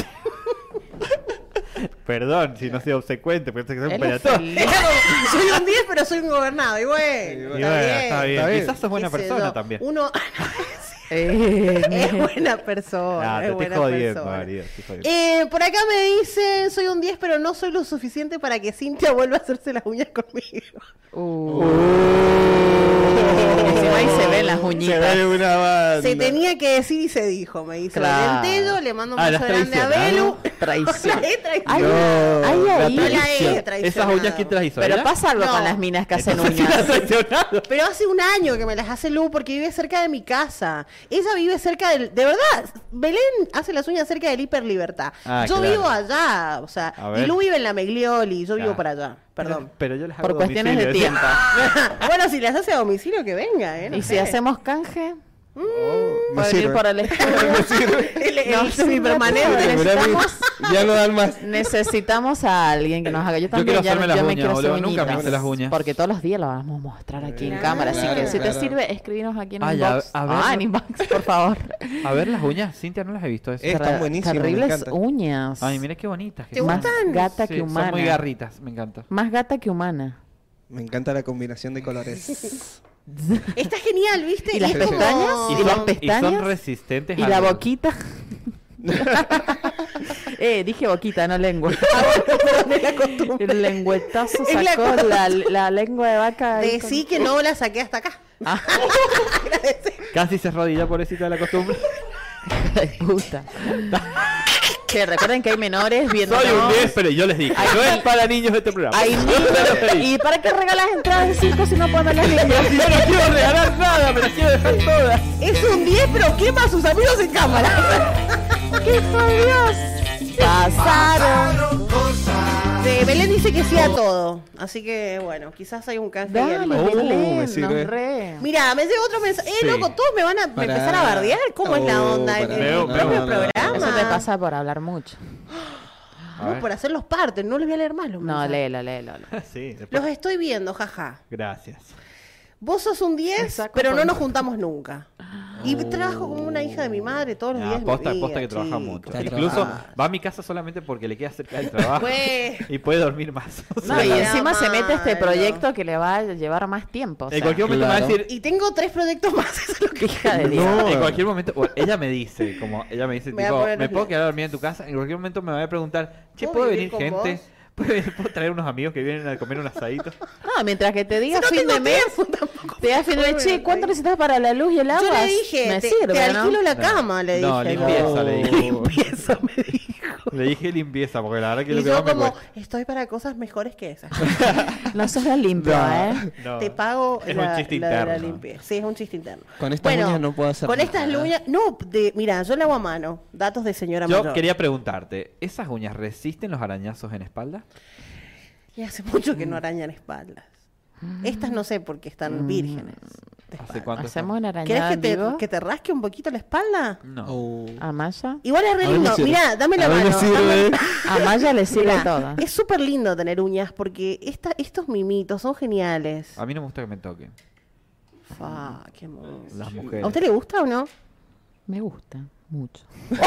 Perdón si no soy obsecuente, pero estoy
Él
para
es
todo.
feliz.
Soy un diez, pero soy un gobernado. Y bueno,
Y
está,
bueno,
bien.
está bien.
Está bien.
Quizás sos buena
Qué sé
persona
yo.
también.
Uno
Eh,
es buena persona.
Ah, te
es
estoy
buena
jodiendo,
persona.
María, te estoy jodiendo.
Eh, por acá me dicen, soy un diez, pero no soy lo suficiente para que Cintia vuelva a hacerse las uñas conmigo.
Uh. Encima ahí se ven las
Se
uñitas.
ve una banda.
Se tenía que decir y se dijo, me dice.
Claro.
Dentedo, le mando un
Ah,
beso
las
grande a
traicionaron.
Belu.
Traición.
La he traicionado.
Ay,
No,
ay,
La
ahí.
la he
traición.
traicionado.
¿Esas uñas quién te las hizo?
Pero
ella?
pasa algo
No.
con las minas que hacen
Entonces, ¿quién la ha
uñas.
traicionado?
Pero hace un año que me las hace Lu porque vive cerca de mi casa. Ella vive cerca del... De verdad, Belén hace las uñas cerca del Hiper Libertad.
Ah,
yo
claro.
vivo allá, o sea,
A
y
ver.
Lu vive en la Meglioli, yo vivo
Ah.
para allá. Perdón.
Pero yo les hago
Por cuestiones de
domicilio,
tiempo.
Bueno, si las hace a domicilio, que venga, ¿eh? No
Y
sé.
si hacemos canje,
Me
pueden
sirve.
ir por el estudio.
El, el
No,
semipermanente.
sí,
Mirá,
necesitamos,
ya no dan más.
necesitamos a alguien que nos haga. Yo también
quiero
ya
hacerme
yo
las
me
uñas,
quiero hacer
boludo. Nunca me
uñitas.
hice las uñas.
Porque todos los días lo vamos a mostrar aquí en
Claro,
cámara. Así
claro,
que si te
claro.
sirve, escribinos aquí en
Ah, ya,
inbox.
a ver.
Ah, en inbox, por favor.
A ver las uñas, Cintia, no las he visto eso.
Eh, están
Ter-
buenísimas, me
Terribles
encantan.
uñas.
Ay, mira qué bonitas. que
¿Te
son.
Más
gustan?
gata
Sí,
que humana.
Son muy garritas, me encanta.
Más gata que humana.
Me encanta la combinación de colores.
Está genial, ¿viste?
¿Y las
es como-
pestañas?
Y
¿Y
son,
las
y
pestañas?
son resistentes
Y
al-
la boquita. eh, dije boquita, no lengua. El lengüetazo
Es la
sacó
cosa.
la, la lengua de vaca. ahí
Decí que no la saqué hasta acá.
Ah.
Casi se arrodilla, pobrecita de la costumbre.
con- Ay, puta. Que recuerden que hay menores viendo.
Soy un diez, pero yo les dije,
Ay,
no es
sí.
para niños este programa.
Hay
Yo
niños.
se los dije.
¿Y para qué regalas entradas de circo si no ponen los niños?
Si yo no quiero regalar nada, me las quiero dejar todas.
Es un diez, pero quema a sus amigos en cámara.
¡Qué hijo de Dios! Pasaron.
De Belén dice que sí a todo. Así que, bueno, quizás hay un canje ahí
Dale,
al margen.
Uh, me
Belén,
sirve.
nos re.
Mira, me llegó otro mensaje. Eh,
Sí.
loco, todos me van a me
Para-
empezar a bardear. ¿Cómo es la
Oh,
onda en
para-
el
Veo-
propio
veo-
programa?
Eso Eso te pasa por hablar mucho.
No, por hacerlos parte, no les voy a leer más los
No,
mensajes.
léelo, léelo. léelo.
Sí, después-
Los estoy viendo, jaja.
Gracias.
Vos sos un diez,
Saco
pero no
por-
nos juntamos nunca. Y trabajo como una hija de mi madre todos los
Ah,
días. de
posta,
mi vida,
posta que trabaja
chico.
mucho.
Está
Incluso
trabajando.
va a mi casa solamente porque le queda cerca del trabajo
Güey.
y puede dormir más. O sea,
No, y
Era
encima se mete este
malo.
proyecto que le va a llevar más tiempo. o
en
sea.
cualquier momento me va a
Claro.
decir.
Y tengo tres proyectos más, eso es lo que
Hija de Dios.
No.
En cualquier momento, o ella me dice, como ella me dice,
Me voy a
tipo,
poner
¿me
los
puedo
lentes.
quedar a dormir en tu casa? En cualquier momento me va a preguntar, che,
¿Puedo
¿puede
vivir
venir
con
gente?
vos?
¿Puedo, venir- ¿Puedo traer unos amigos que vienen a comer un asadito?
No, mientras que te diga
Si no
fin
tengo
de mes,
tiempo tampoco.
te da fin de mes, che, ¿cuánto necesitas para la luz y el agua?
Yo le dije,
me
te,
sirve,
te
¿no?
alquilo la
No.
cama, le dije.
No,
yo.
limpieza, le dije.
Limpieza, me dijo.
Le dije limpieza, porque la verdad que
Y
lo que
yo
más me
como,
cuesta.
estoy para cosas mejores que esas.
No sos la limpio, ¿eh?
No.
Te pago
Es
la,
un chiste
la de la
interno.
limpieza. Sí, es un chiste interno.
Con estas
Bueno,
uñas no puedo hacer
Con
nada.
estas uñas, no, de, mira, yo la hago a mano. Datos de señora
Yo
mayor.
quería preguntarte, ¿esas uñas resisten los arañazos en espalda?
Y hace mucho que no arañan espaldas. Estas no sé porque están vírgenes. de
¿Hace
espalda.
cuánto?
¿Hacemos una
¿Querés
arañada
que
en
te,
vivo?
que te rasque un poquito la espalda?
No.
Oh.
¿A Maya?
Igual es re
A mí me
lindo.
sirve.
Mirá, dame la
A mí me
mano.
sirve.
dame-
A Maya le sirve
Mirá,
todo.
Es súper lindo tener uñas porque esta, estos mimitos son geniales.
A mí no me gusta que me toquen
Fa, qué hermoso.
las mujeres.
¿A usted le gusta o no?
Me gusta mucho.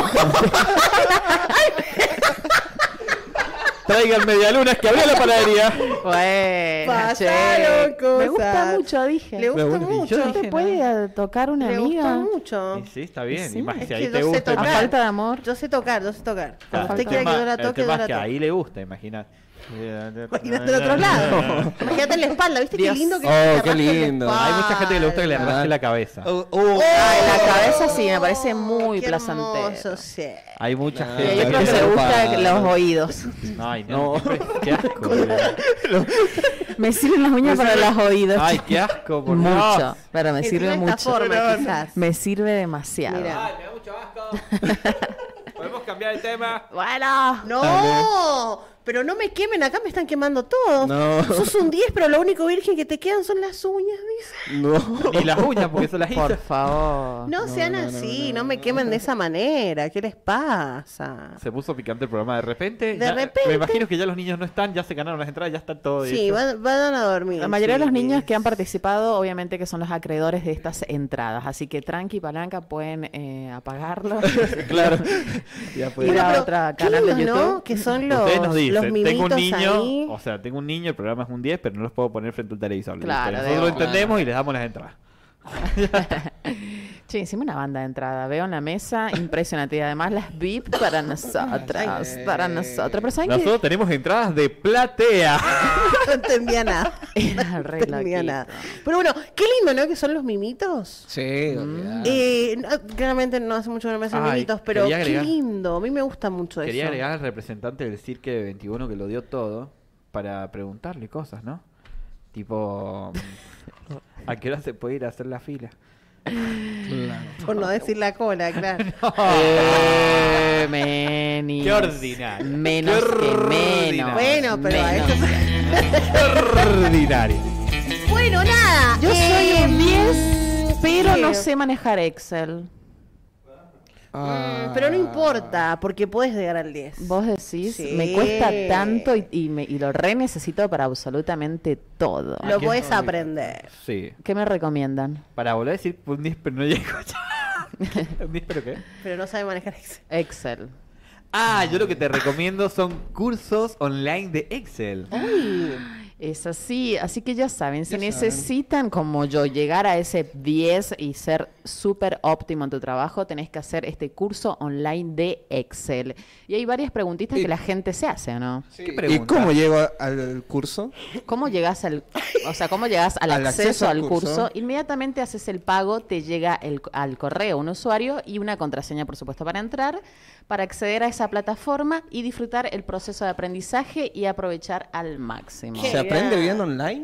Traigan medialunas que abrió la panadería.
Bueno,
Pasaron
che.
cosas.
Me gusta mucho, dije.
Le gusta
Me gusta.
mucho.
Yo
¿No te
dije
puede tocar una
Le gusta
amiga?
mucho.
Y sí, está bien.
Sí,
y más
es
si ahí
que
te
yo sé
gusta.
A
tocar.
falta de amor.
Yo sé tocar, yo sé tocar. Cuando
Claro,
usted
el
quiera que yo
tema-
la
el
toque,
tema
yo
es
la
que
toque.
ahí le gusta, imagínate.
Imagínate del otro lado. Imagínate en la espalda, ¿viste
Dios.
qué lindo que
Oh,
te
qué
rasque la
lindo.
espalda?
Hay mucha gente que le gusta que le rasque la cabeza.
Oh, oh.
Ay, la cabeza sí, me parece muy
Qué
placentero.
hermoso, sí.
Hay mucha
Nah.
Y hay
gente
otros que
Qué
le gustan
zarpado.
los oídos.
Ay, no. Qué, qué asco. boludo.
Me sirven las uñas para los oídos.
Ay, qué asco, por
Mucho,
Dios.
pero me
Encima
sirve
de esta
mucho.
forma, quizás.
Me sirve demasiado.
Mira.
Ay, me da mucho asco. ¿Podemos cambiar el tema?
Bueno.
No, pero no me quemen, acá me están quemando todos.
No.
Sos un diez, pero lo único virgen que te quedan son las uñas, dice.
No.
Y las uñas, porque eso las hice.
Por favor.
No, sean así, no, me quemen de esa manera. ¿Qué les pasa?
Se puso picante el programa de repente.
De
ya-
repente.
Me imagino que ya los niños no están, ya se ganaron las entradas, ya está todo
Sí,
hecho.
van, van a dormir.
La mayoría de los
sí.
niños que han participado, obviamente que son los acreedores de estas entradas. Así que tranqui, palanca, pueden eh, apagarlo.
Claro. Ya
Ir
puede.
a
Bueno, pero
otra
qué
canal de
lindo,
YouTube.
¿no? Que son los,
Ustedes nos
los
dicen, tengo un
mimitos
niño,
ahí.
o sea, tengo un niño, el programa es un diez, pero no los puedo poner frente al televisor. Listo,
Claro,
nosotros
de
lo
una.
entendemos y les damos las entradas.
Che, hicimos una banda de entrada. Veo en la mesa, impresionante. Y además las V I P para nosotras. Para nosotras. Pero ¿saben
Nosotros tenemos entradas de platea.
No entendía nada.
qué? Era re
No entendía
loquito.
nada. Pero bueno, qué lindo, ¿no? Que son los mimitos.
Sí, olvidate.
Eh, no, claramente no hace mucho que no me hacen
Ay,
mimitos, pero
quería
qué
agregar-
lindo. A mí me gusta mucho
Quería
eso.
agregar al representante del Cirque de veintiuno que lo dio todo para preguntarle cosas, ¿no? Tipo, ¿a qué hora se puede ir a hacer la fila?
Por no decir la cola, claro.
Eh, menis.
Qué ordinario.
Menos
Qué
que
ordinario.
menos.
Bueno, pero a
Menos.
eso...
Ordinario.
Bueno, nada.
Yo
eh,
soy un diez, pero
¿qué?
no sé manejar Excel.
Ah.
Mm, pero no importa, porque puedes llegar al diez.
Vos decís,
Sí.
me cuesta tanto y, y, me- y lo re necesito para absolutamente todo.
Lo puedes aprender.
Sí.
¿Qué me recomiendan?
Para volver a decir un diez, pero no llego ya. ¿Un diez, pero qué?
Pero no sabe manejar Excel.
Excel.
Ah, yo lo que te recomiendo son cursos online de Excel.
Es así, así que ya saben, si
Ya
necesitan como yo llegar a ese diez y ser súper óptimo en tu trabajo, tenés que hacer este curso online de Excel. Y hay varias preguntitas
Y-
que la gente se hace, ¿o no?
Sí.
¿Qué
¿Y
pregunta?
cómo llego a- al curso?
¿Cómo llegas al, o sea, cómo llegas al,
Al
acceso,
acceso al
al curso?
curso.
Inmediatamente haces el pago, te llega el- al correo un usuario y una contraseña, por supuesto, para entrar, para acceder a esa plataforma y disfrutar el proceso de aprendizaje y aprovechar al máximo.
Qué
¿Se aprende
bien.
bien online?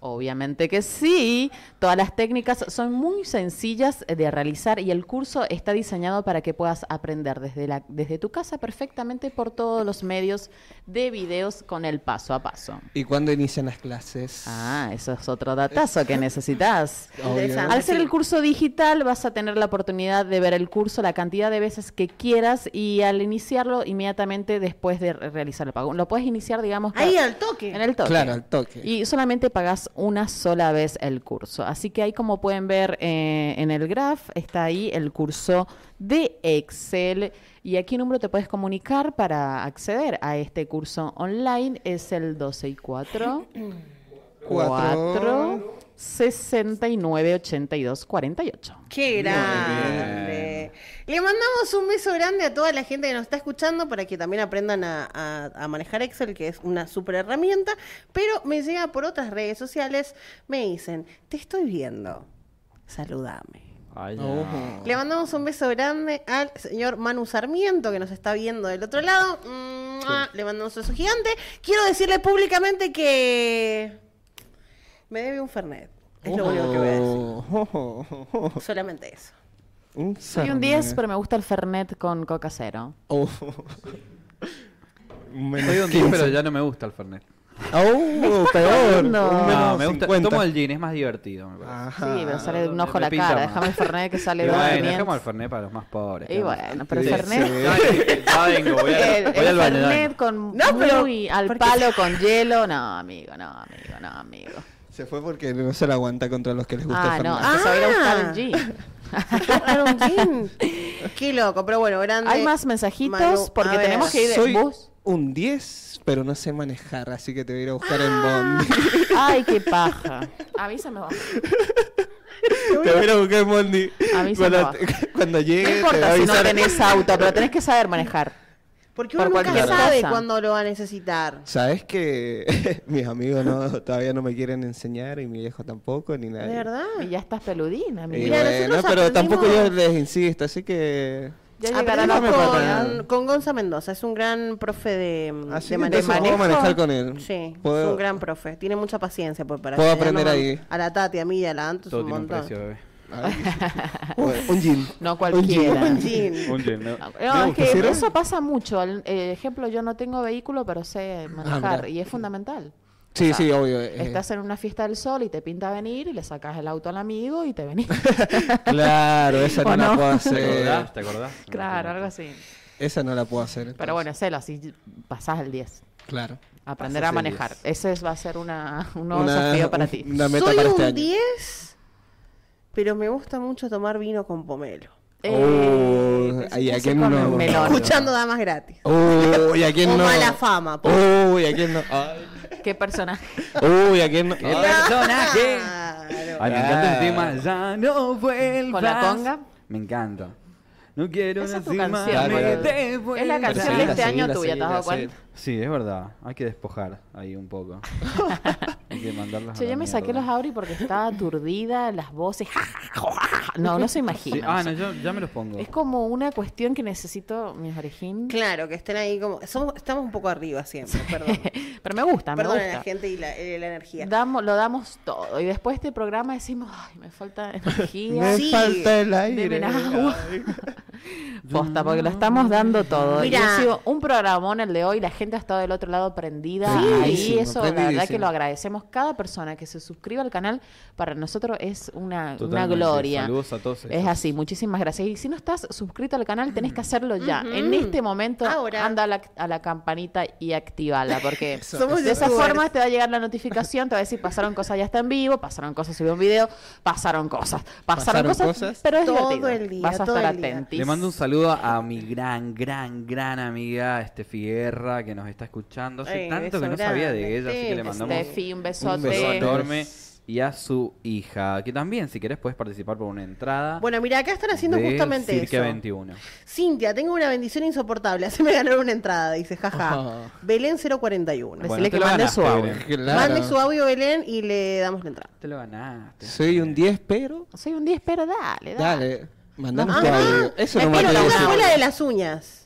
Obviamente que sí. Todas las técnicas son muy sencillas de realizar y el curso está diseñado para que puedas aprender desde, la, desde tu casa perfectamente por todos los medios de videos con el paso a paso.
¿Y cuándo inician las clases?
Ah, eso es otro datazo que necesitas.
Obvio.
Al ser el curso digital vas a tener la oportunidad de ver el curso la cantidad de veces que quieras y al iniciarlo inmediatamente después de re- realizar el pago. Lo puedes iniciar, digamos,
Ahí
ca-
al toque.
en el toque.
Claro, al toque.
Y solamente pagas una sola vez el curso. Así que ahí, como pueden ver eh, en el graph, está ahí el curso de Excel. Y aquí, número te puedes comunicar para acceder a este curso online. Es el dos seis cuatro, cuatro, sesenta y nueve, ochenta y dos, cuarenta y ocho.
¡Qué grande! Le mandamos un beso grande a toda la gente que nos está escuchando para que también aprendan a, a- a manejar Excel, que es una súper herramienta. Pero me llega por otras redes sociales, me dicen, te estoy viendo, saludame.
Ay, ya.
Oh.
Le mandamos un beso grande al señor Manu Sarmiento, que nos está viendo del otro lado. ¡Mua! Le mandamos un beso gigante. Quiero decirle públicamente que me debe un Fernet. Es lo único que voy a decir.
Oh.
Solamente eso.
Un
Soy un diez, pero me gusta el Fernet con coca cero.
Oh. Menos
Soy un diez,
quince.
pero ya no me gusta el Fernet.
Oh, peor.
No.
Un
No,
menos
me gusta.
cincuenta.
Tomo el gin, es más divertido, me parece.
Ajá.
Sí, pero sale de un ojo
Me
la
pinta
cara.
más.
Déjame el Fernet que sale
Y
de
bueno,
quinientos.
dejamos el Fernet para los más pobres.
Y
¿qué
bueno, pero el
Sí,
Fernet...
sí.
Ya, ya vengo, voy, a,
El,
voy
el
al baño. ya
Fernet
vengo.
con
No, pero-
muy al
¿por qué?
palo con hielo. No, amigo, no, amigo, no, amigo.
Se fue porque no se la aguanta contra los que les gusta
Ah,
el
no,
Fernet.
es que se va a ir a buscar
Ah.
el gin.
Era un gin. Qué loco, pero bueno, grande.
Hay más mensajitos
Manu,
porque
a ver.
tenemos que ir de
Soy
bus.
un diez, pero no sé manejar, así que te voy a ir a buscar en Bondi.
Ay, qué paja. Avísame vos.
Te voy a ir a buscar en Bondi.
Avísame
Cuando,
vos.
cuando
No
llegue, te voy a
importa si no
avisar.
tenés auto, pero tenés que saber manejar.
Porque
por
uno nunca
cualquier
sabe
cosa.
cuándo lo va a necesitar.
¿Sabes que mis amigos no, todavía no me quieren enseñar y mi viejo tampoco, ni nadie?
¿De verdad?
Y ya estás peludina,
Y
amigo.
Mira,
bueno,
nosotros
pero tampoco yo
aprendimos-
les insisto, así que...
Ya llegará
Aprendimos
la
Déjame
hora.
para-
con, con Gonza Mendoza, es un gran profe de,
Así
de
que
manejo.
entonces puedo manejar con él.
Sí,
Puedo-
es un gran profe. Tiene mucha paciencia pues, para
Puedo
enseñarnos
aprender
a-
ahí.
A la Tati, a mí y a la Antus
Todo
un
tiene un
montón.
precio, bebé.
Ay. Un gin.
No cualquiera.
Un gin.
Un gin, ¿no?
No, es que
¿Sirve?
eso pasa mucho. Al- eh, ejemplo, yo no tengo vehículo, pero sé manejar
Ah, mira.
y es fundamental.
Sí,
O sea,
sí, obvio. eh.
Estás en una fiesta del sol y te pinta venir y le sacas el auto al amigo y te venís.
Claro, esa
¿O
no, la
no?
puedo
¿Te
hacer.
acordás? ¿Te acordás?
Claro, algo así.
Esa no la puedo hacer.
Pero
entonces.
bueno, hacelo, así pasás el diez.
Claro.
Aprender
Pasás
a
el
manejar.
diez.
Ese es- va a ser una, un nuevo
Una-
desafío para ti.
Una meta
Soy
para
un
este año.
diez, pero me gusta mucho tomar vino con pomelo.
Oh,
Eh,
¿y a
ese
quién
con
no?
el melón.
Escuchando damas gratis.
Uy, ¿a quién
O
no?
mala fama, pues.
Uy, ¿a quién no? Ay.
¿Qué personaje?
Uy, ¿a quién no?
¡Qué
Ay.
personaje!
Claro.
Ay, me encanta el tema. Ya no vuelvas.
¿Con la conga?
Me encanta. No quiero
Esa es tu
lastimar,
canción.
me
Es la
devuelvas.
canción
seguila,
de este año
seguila,
tuya, ¿te has dado
seguila,
cuenta?
Sí, es verdad. Hay que despojar ahí un poco. Hay que mandarlas a
Che,
la
yo me saqué
mierda.
los auris porque estaba aturdida, las voces. No, no se
Sí,
imagina.
ah,
o sea,
no, yo ya me los pongo.
Es como una cuestión que necesito mis orejín.
Claro, que estén ahí como... Somos, estamos un poco arriba siempre, perdón.
Pero me gusta, me
Perdón a
gusta.
la gente y la, eh, la energía.
Damos, lo damos todo. Y después de este programa decimos, ay, me falta energía.
Me
Sí.
falta el aire.
Deben agua. Posta, porque lo estamos dando todo.
Mira.
Y ha sido un programón el de hoy. La gente ha estado del otro lado prendida.
Sí.
Ahí,
Prendidísimo,
eso, la verdad que
prendidísimo.
lo agradecemos. Cada persona que se suscriba al canal, para nosotros es una, una
Totalmente.
gloria.
Saludos a todos
Es
esos.
así, muchísimas gracias. Y si no estás suscrito al canal, tenés que hacerlo ya.
Ujú.
En este momento,
Ahora.
anda a la, a la campanita y activala, porque
Somos
de esa
youtubers.
forma te va a llegar la notificación, te va a decir, pasaron cosas, ya está en vivo, pasaron cosas, subió un video, pasaron cosas, pasaron,
Pasaron
cosas,
cosas.
pero es
Todo
divertido.
el día,
Vas a
todo
estar
el día.
atentis.
Le mando un saludo a mi gran, gran, gran amiga Estefi Guerra, que nos está escuchando. Hace
Ay,
tanto
beso
que no sabía
grande,
de ella, así que le
Estefi.
mandamos
Steffi, un
un
besote.
beso enorme. Y a su hija, que también, si querés, puedes participar por una entrada.
Bueno, mira, acá están haciendo
de
justamente
Cirque
eso.
veintiuno.
Cintia, tengo una bendición insoportable. Así me ganaron una entrada, dice, jaja.
Oh.
Belén cero cuarenta y uno.
Decirle
Bueno, te
que
lo
mande
ganaste,
su audio.
Belén.
Claro.
Mande su audio, Belén, y le damos la entrada.
Te lo ganaste.
Soy un diez, pero...
Soy un diez, pero dale, dale.
Dale, mandanos
Ah,
tu audio. Eso
la
no me
que
te
no
decir.
fue la de las uñas.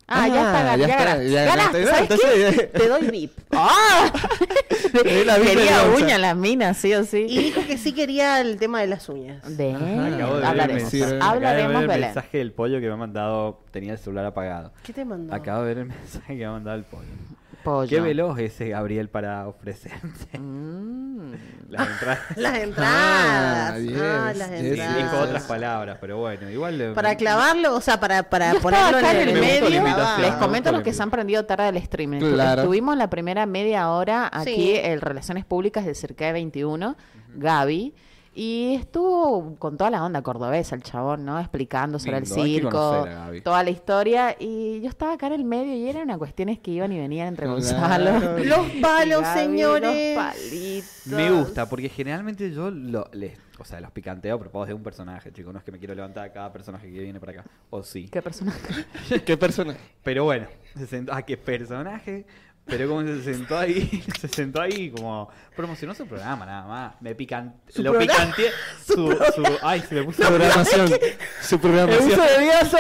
Ah, ya está,
Ah,
ya,
ya está,
ganaste.
ya
Ganaste,
ganaste,
¿sabes
entonces-
qué? Te doy V I P. ¡Ah!
Te doy la V I P
Quería
de Gonza.
uña las minas, sí o sí.
Y dijo que sí quería el tema de las uñas.
De...
Acabo de ver el
Hablaremos.
mensaje- acabo de ver
Hablaremos,
el
Belén.
mensaje del pollo que me ha mandado. Tenía el celular apagado.
¿Qué te mandó?
Acabo de ver el mensaje que me ha mandado el pollo.
Pollo.
Qué veloz ese Gabriel para ofrecerte.
Mm.
Las entradas.
Las entradas.
Ah, yes,
Ah, las
yes,
entradas.
Dijo otras palabras, pero bueno, igual. le-
Para clavarlo, o sea, para, para
Yo estaba
ponerlo
acá en el
Me gustó la
medio.
invitación,
Les
me
comento
gustó
los
la
que se han prendido tarde del streaming.
Claro.
Estuvimos la primera media hora aquí
Sí.
en Relaciones Públicas del Cerca de veintiuno, Gaby. Y estuvo con toda la onda cordobesa el chabón, ¿no? Explicando sobre
Lindo,
el
hay que
circo,
conocer a Gaby.
toda la historia. Y yo estaba acá en el medio y eran unas cuestiones que iban y venían entre
Claro.
Gonzalo.
Los palos,
y Gaby,
señores.
Los palitos.
Me gusta, porque generalmente yo lo, les, o sea, los picanteo a propósito de un personaje, chicos. No es que me quiero levantar a cada personaje que viene para acá. O sí.
¿Qué personaje?
¿Qué personaje?
Pero bueno, se sentó, ¿a qué personaje? Pero como se sentó ahí, se sentó ahí como promocionó su programa nada más. Me pican,
¿Su
lo
programa?
picanteé. Su, su, ay, se me puso
Su programación. Su
el
programación.
uso de viazo.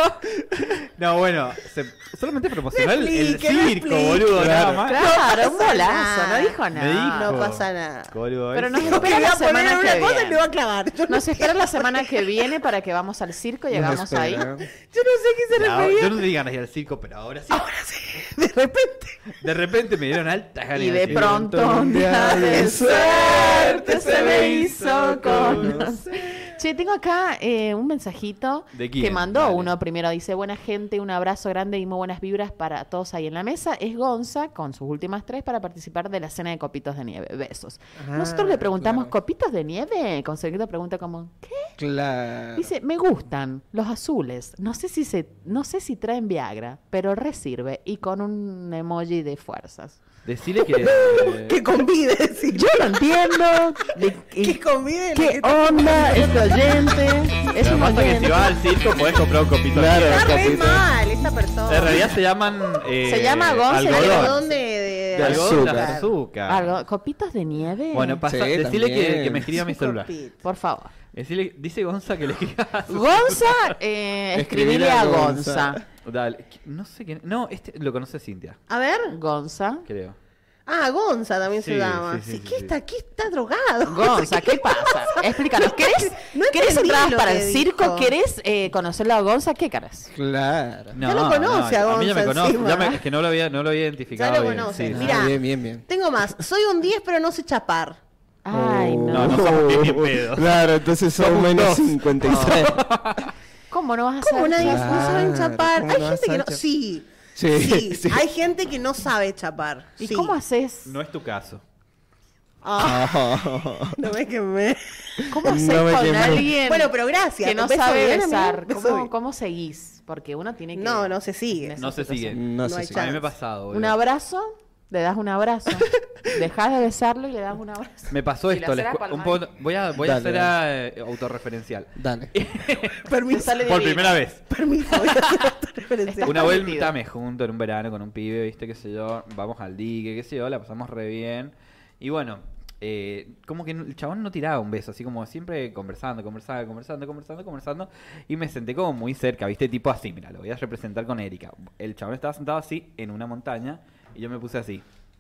No, bueno, se, solamente promocionó el, el
explique, no
circo,
explique.
boludo,
Claro.
nada más.
Claro, un
pasa
bolazo,
nada.
no dijo
Me
nada.
dijo.
No pasa nada.
Boludo,
Pero
eso.
nos
Dijo que
espera
iba
la
a poner
semana
una
que
cosa y
viene.
le va a clavar. Yo no
Nos
sé.
espera la semana que viene para que vamos al circo. Llegamos ahí.
Yo no sé qué se
No,
refería.
yo no tenía ganas de ir al circo, pero ahora sí.
Ahora sí, de repente.
De repente me dieron altas ganas
Y
ir al
de
circo.
pronto un día de suerte se me hizo conocer. Che, tengo acá eh, un mensajito
¿De quién?
que mandó
Dale.
uno primero. Dice, buena gente, un abrazo grande y muy buenas vibras para todos ahí en la mesa. Es Gonza con sus últimas tres para participar de la cena de copitos de nieve. Besos.
Ah,
Nosotros le preguntamos,
claro.
¿copitos de nieve? Conseguido pregunta como, ¿qué?
Claro.
Dice, me gustan los azules. No sé si se, no sé si traen Viagra, pero resirve. Y con un emoji de fuerzas.
Decirle que.
Que convide, sí.
Yo no entiendo. de-
Que convide. lo
¿Qué
que está-
onda este oyente? Es
Lo
un
que pasa es que si
oyente.
vas al circo podés comprar un copito.
Claro.
de nieve.
Está re
Capito.
mal esta persona.
En realidad se llaman. eh,
Se llama Gonza y
algodón.
Algodón de, de,
De algodón de
azúcar.
azúcar.
Algo, ¿copitos de nieve?
Bueno, pasa,
Sí,
decirle que,
también.
que me escriba a mi celular.
Copito.
por favor.
Decirle, dice Gonza que le escriba a su
Gonza, eh, escribile a Gonza.
Dale, no sé quién. No, este lo conoce Cintia,
A ver.
Gonza.
creo.
Ah, Gonza también
Sí,
se llama.
sí, sí,
Sí,
sí,
¿Qué
sí.
está? ¿Qué está drogado?
Gonza, ¿qué pasa? Explícanos. ¿Querés,
No
¿querés
entendí
entradas
lo
para
que
el circo?
dijo.
¿Querés eh, conocerlo a Gonza? ¿Qué caras?
Claro.
No,
Ya lo conoce a
a mí ya me
Gonza
conoce.
encima.
Ya me- es que no lo había, no lo había identificado.
Ya lo
bien,
conoce.
sí, sí.
Mira.
Ah, bien, bien, bien.
Tengo más. Soy un diez, pero no sé chapar.
Ay, no.
No, no somos ni en pedo.
Claro, entonces son
Somos
menos
dos.
cincuenta y seis.
¿Cómo no vas a
¿Cómo
saber?
nadie
chapar?
no saben
Claro,
chapar?
¿cómo
Hay
no
gente que
saben
no.
chapar?
Sí.
Sí,
Sí.
sí.
Hay gente que no sabe chapar.
¿Y
Sí.
cómo haces?
No es tu caso.
Ah, no me quemé.
¿Cómo haces
No me
con
quemé.
alguien
Bueno, pero gracias.
que no
¿Beso
sabe
bien,
besar?
amigo? ¿Beso
¿Cómo,
bien?
¿Cómo seguís? Porque uno tiene que...
No, no se sigue.
No se sigue.
No
No
sé
hay
si.
A mí
chance.
me ha pasado. boludo.
Un abrazo, le das un abrazo. Dejas de besarlo y le das un abrazo.
Me pasó
Si le
esto.
haces
les
la
cu- un
palmadita.
poco- voy a, voy a
Dale,
hacer
dale.
a, eh, autorreferencial.
Dale.
Permiso.
Te sale
Por
divino.
primera vez.
Permiso. Voy a hacer otra referencia.
Estás
Una
permitido.
vuelta me junto en un verano con un pibe, viste, qué sé yo, vamos al dique, qué sé yo, la pasamos re bien. Y bueno, eh, como que el chabón no tiraba un beso, así como siempre conversando, conversando, conversando, conversando, conversando. Y me senté como muy cerca, viste, tipo así, mira, lo voy a representar con Erika. El chabón estaba sentado así en una montaña y yo me puse así.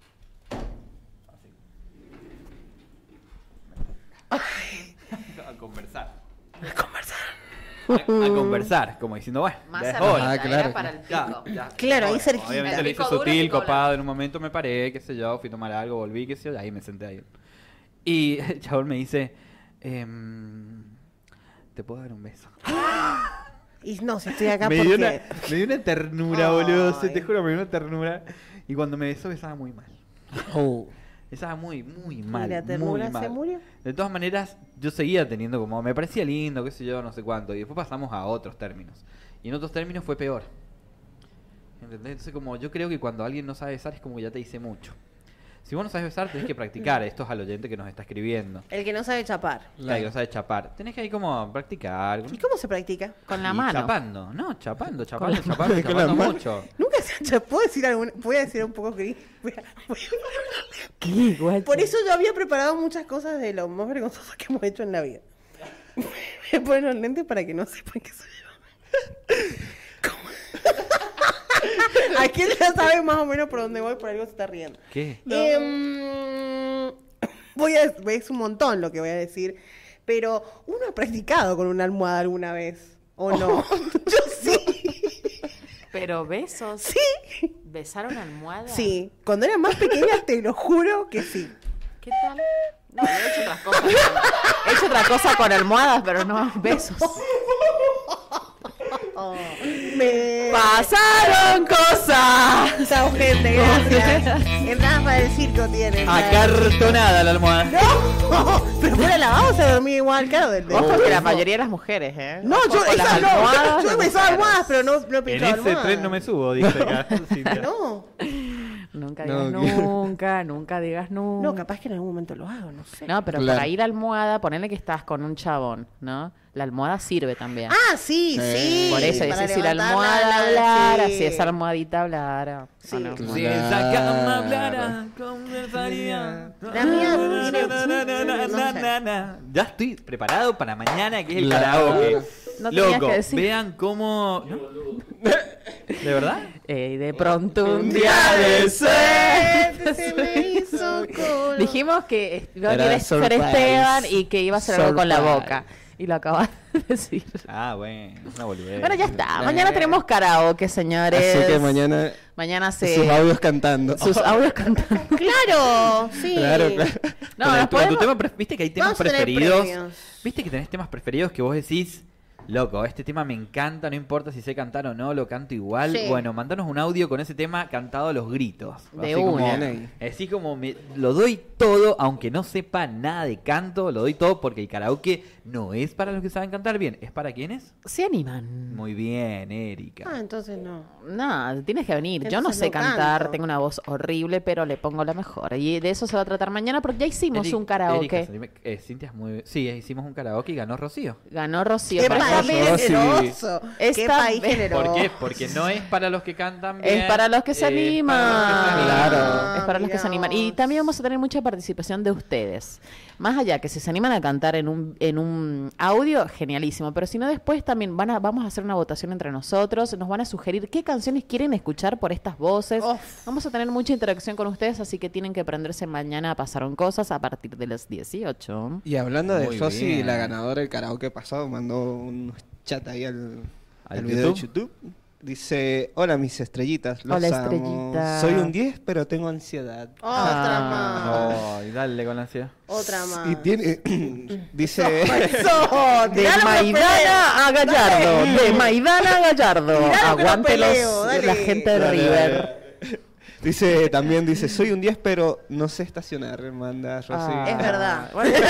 Así. A conversar. A conversar. A, a conversar, como diciendo, bueno,
Más
ya es
cerquita,
hora.
Ah, claro.
era para el pico.
Ya, ya.
Claro, ahí
Bueno,
cerquita.
Obviamente
El
le hice
pico duro,
sutil,
pico
copado. En un momento me paré, qué sé yo, fui a tomar algo, volví, qué sé yo, y ahí me senté ahí. Y el chabón me dice, em, ¿te puedo dar un beso?
Y no, si estoy acá
Me
porque...
dio, una, me dio una ternura, boludo, se te
Ay.
juro, me dio una ternura. Y cuando me besó, besaba muy mal.
Oh.
Besaba muy, muy
¿Y
mal,
la
muy
ternura
mal.
se murió?
De todas maneras, yo seguía teniendo como, me parecía lindo, qué sé yo, no sé cuánto. Y después pasamos a otros términos. Y en otros términos fue peor. ¿Entendés? Entonces, como yo creo que cuando alguien no sabe besar es como que ya te dice mucho. Si vos no sabes besar, tenés que practicar. Esto es al oyente que nos está escribiendo.
El que no sabe chapar.
Claro, que no sabe chapar. Tenés que ahí como practicar.
¿Y cómo se practica?
Con la
Y
mano.
Chapando. No, chapando, chapando,
la
chapando,
mano. Con la
chapando
mano.
mucho.
Nunca se ha chapado. ¿Puedo decir, algún... Voy a decir un poco gris. Voy a- voy a-
¿Qué, guacho?
Por eso yo había preparado muchas cosas de lo más vergonzoso que hemos hecho en la vida. Me ponen los lentes para que no sepan que soy yo. ¿Cómo? ¿A quién ya sabe más o menos por dónde voy? Por algo se está riendo.
¿Qué?
Em, voy a, es un montón lo que voy a decir, pero uno ha practicado con una almohada alguna vez, ¿o no? Yo sí.
Pero besos.
Sí.
¿Besaron almohada?
Sí. Cuando era más pequeña, te lo juro que sí.
¿Qué tal? No, he hecho otras cosas. He hecho otras cosas con almohadas, pero no besos.
Oh, me...
¡Pasaron cosas!
Chao, gente, gracias. Entradas para el circo tienen.
Acartonada la almohada.
No, pero fuera la vamos a dormir igual, claro. Del, del
Ojo que la mayoría de las mujeres, ¿eh?
No,
Ojo
yo
con las
esas no.
almohadas,
Yo he
las
besado
mujeres.
almohadas, pero no, no he
En
pinchado
ese
almohadas.
tren no me subo, dice acá. Cintia.
No.
Nunca
No,
digas
que-
nunca, nunca digas nunca.
No, capaz que en algún momento lo hago, no sé.
No, pero
Claro.
por ahí la almohada, ponele que estás con un chabón, ¿no? La almohada sirve también.
Ah, sí, sí.
Por eso
para
dice, si la
levantarla,
almohada hablara,
sí.
si esa almohadita hablara.
Sí.
¿o no?
Si esa cama hablara, conversaría.
La mía tiene-
Ya estoy preparado para mañana, que es el
Claro.
karaoke.
No tenías
Loco,
que decir.
vean cómo... ¿No? ¿De verdad?
Eh, y de pronto un
Un
día
día
de
de
suerte.
Se me hizo color.
Dijimos que iba a
Era
querer ser
surprise.
Esteban y que iba a hacer algo con la
Surprise.
boca. Y lo acabas de decir.
Ah, bueno, una boludez.
Bueno, ya está. Mañana tenemos karaoke, señores.
Así que mañana
Mañana se...
sus audios cantando.
Sus audios cantando.
Claro, sí.
Claro, claro.
No,
Con el-
nos
con
podemos-
tu tema pre- viste que hay temas
Vamos a tener
preferidos.
premios.
Viste que tenés temas preferidos que vos decís, loco, este tema me encanta, no importa si sé cantar o no, lo canto igual.
Sí.
Bueno, mandanos un audio con ese tema cantado a los gritos.
De
Así como-
una.
Bien ahí.
Así como me, lo doy todo, aunque no sepa nada de canto, lo doy todo porque el karaoke no es para los que saben cantar bien, ¿es para quiénes?
Se animan.
Muy bien, Erika.
Ah, entonces no.
No, tienes que venir. Yo no
Entonces
sé
no
cantar,
canto.
tengo una voz horrible, pero le pongo la mejor. Y de eso se va a tratar mañana porque ya hicimos
Eri-
un karaoke.
Erika, salime- eh, Cintia es muy... Sí, hicimos un karaoke y ganó Rocío.
Ganó Rocío.
¡Qué
pero
país
esta-
generoso! ¡Qué
Esta
país
vez-
generoso!
¿Por qué? Porque no es para los que cantan bien.
Es para los que se
es
animan.
para los que se animan.
Claro.
Es para los que se animan. Y también vamos a tener mucha participación de ustedes. Más allá que si se animan a cantar en un, en un audio, genialísimo. Pero si no, después también van a, vamos a hacer una votación entre nosotros. Nos van a sugerir qué canciones quieren escuchar por estas voces.
Uf.
Vamos a tener mucha interacción con ustedes, así que tienen que prenderse mañana a Pasaron Cosas a partir de las dieciocho.
Y hablando de
Muy
Rosy,
bien.
la ganadora del karaoke pasado, mandó un chat ahí al,
¿Al
al video
YouTube?
de YouTube. Dice, hola mis estrellitas, los
Hola,
amo.
estrellitas.
Soy un diez, pero tengo ansiedad.
Otra
Ah.
más.
Ay, dale con la ansiedad.
Otra más.
Y tiene, dice,
Eso,
De
tiralo que nos
Maidana a
peleo.
Gallardo.
Dale.
De Maidana a Gallardo.
Tiralo que nos
Aguante los-
peleo, dale.
la gente de
Dale,
River.
dice, también dice, soy un diez, pero no sé estacionar, manda Rosy.
Ah.
Es verdad.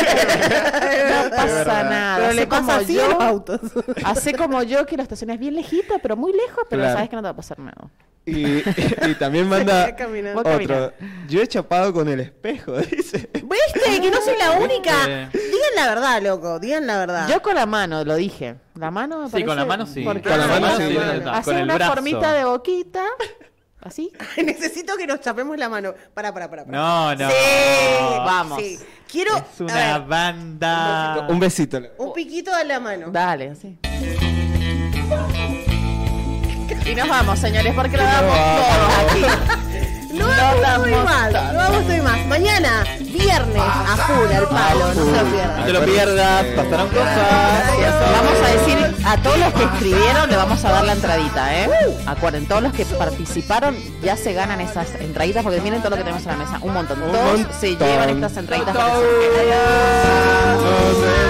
No pasa nada.
Pero
Hacé
le pasa
como
así a
yo.
los autos.
Hace como yo que la estación es bien lejita, pero muy lejos, pero
Claro.
sabes que no te va a pasar nada.
Y, y también manda
Seguía caminando.
Vos camina.
otro, yo he chapado con el espejo, dice.
¿Viste? Que no soy la única.
Eh.
Digan la verdad, loco. Digan la verdad.
Yo con la mano, lo dije. La mano me
Sí,
parece...
con la mano sí.
porque
Con la mano
hace-
sí,
hace
no, con el
una
brazo.
formita de boquita, así.
Necesito que nos chapemos la mano. Para, para, para.
No, no.
Sí,
Vamos.
Sí. Quiero
Es
a
una
ver,
banda.
Un besito.
un piquito a la mano.
Dale, así. Y nos vamos, señores, porque lo damos todo aquí.
No
Lo
vamos
damos
muy mal.
todo.
No vamos muy más. Mañana, viernes, a full, al palo. No se lo
No
pierdan.
te lo pierdas, pasaron cosas.
Vamos a decir a todos los que escribieron, le vamos a dar la entradita, ¿eh? Acuerden, todos los que participaron ya se ganan esas entraditas, porque miren todo lo que tenemos en la mesa. Un montón.
Un
Todos
montón.
se llevan estas entraditas.
Nos vemos.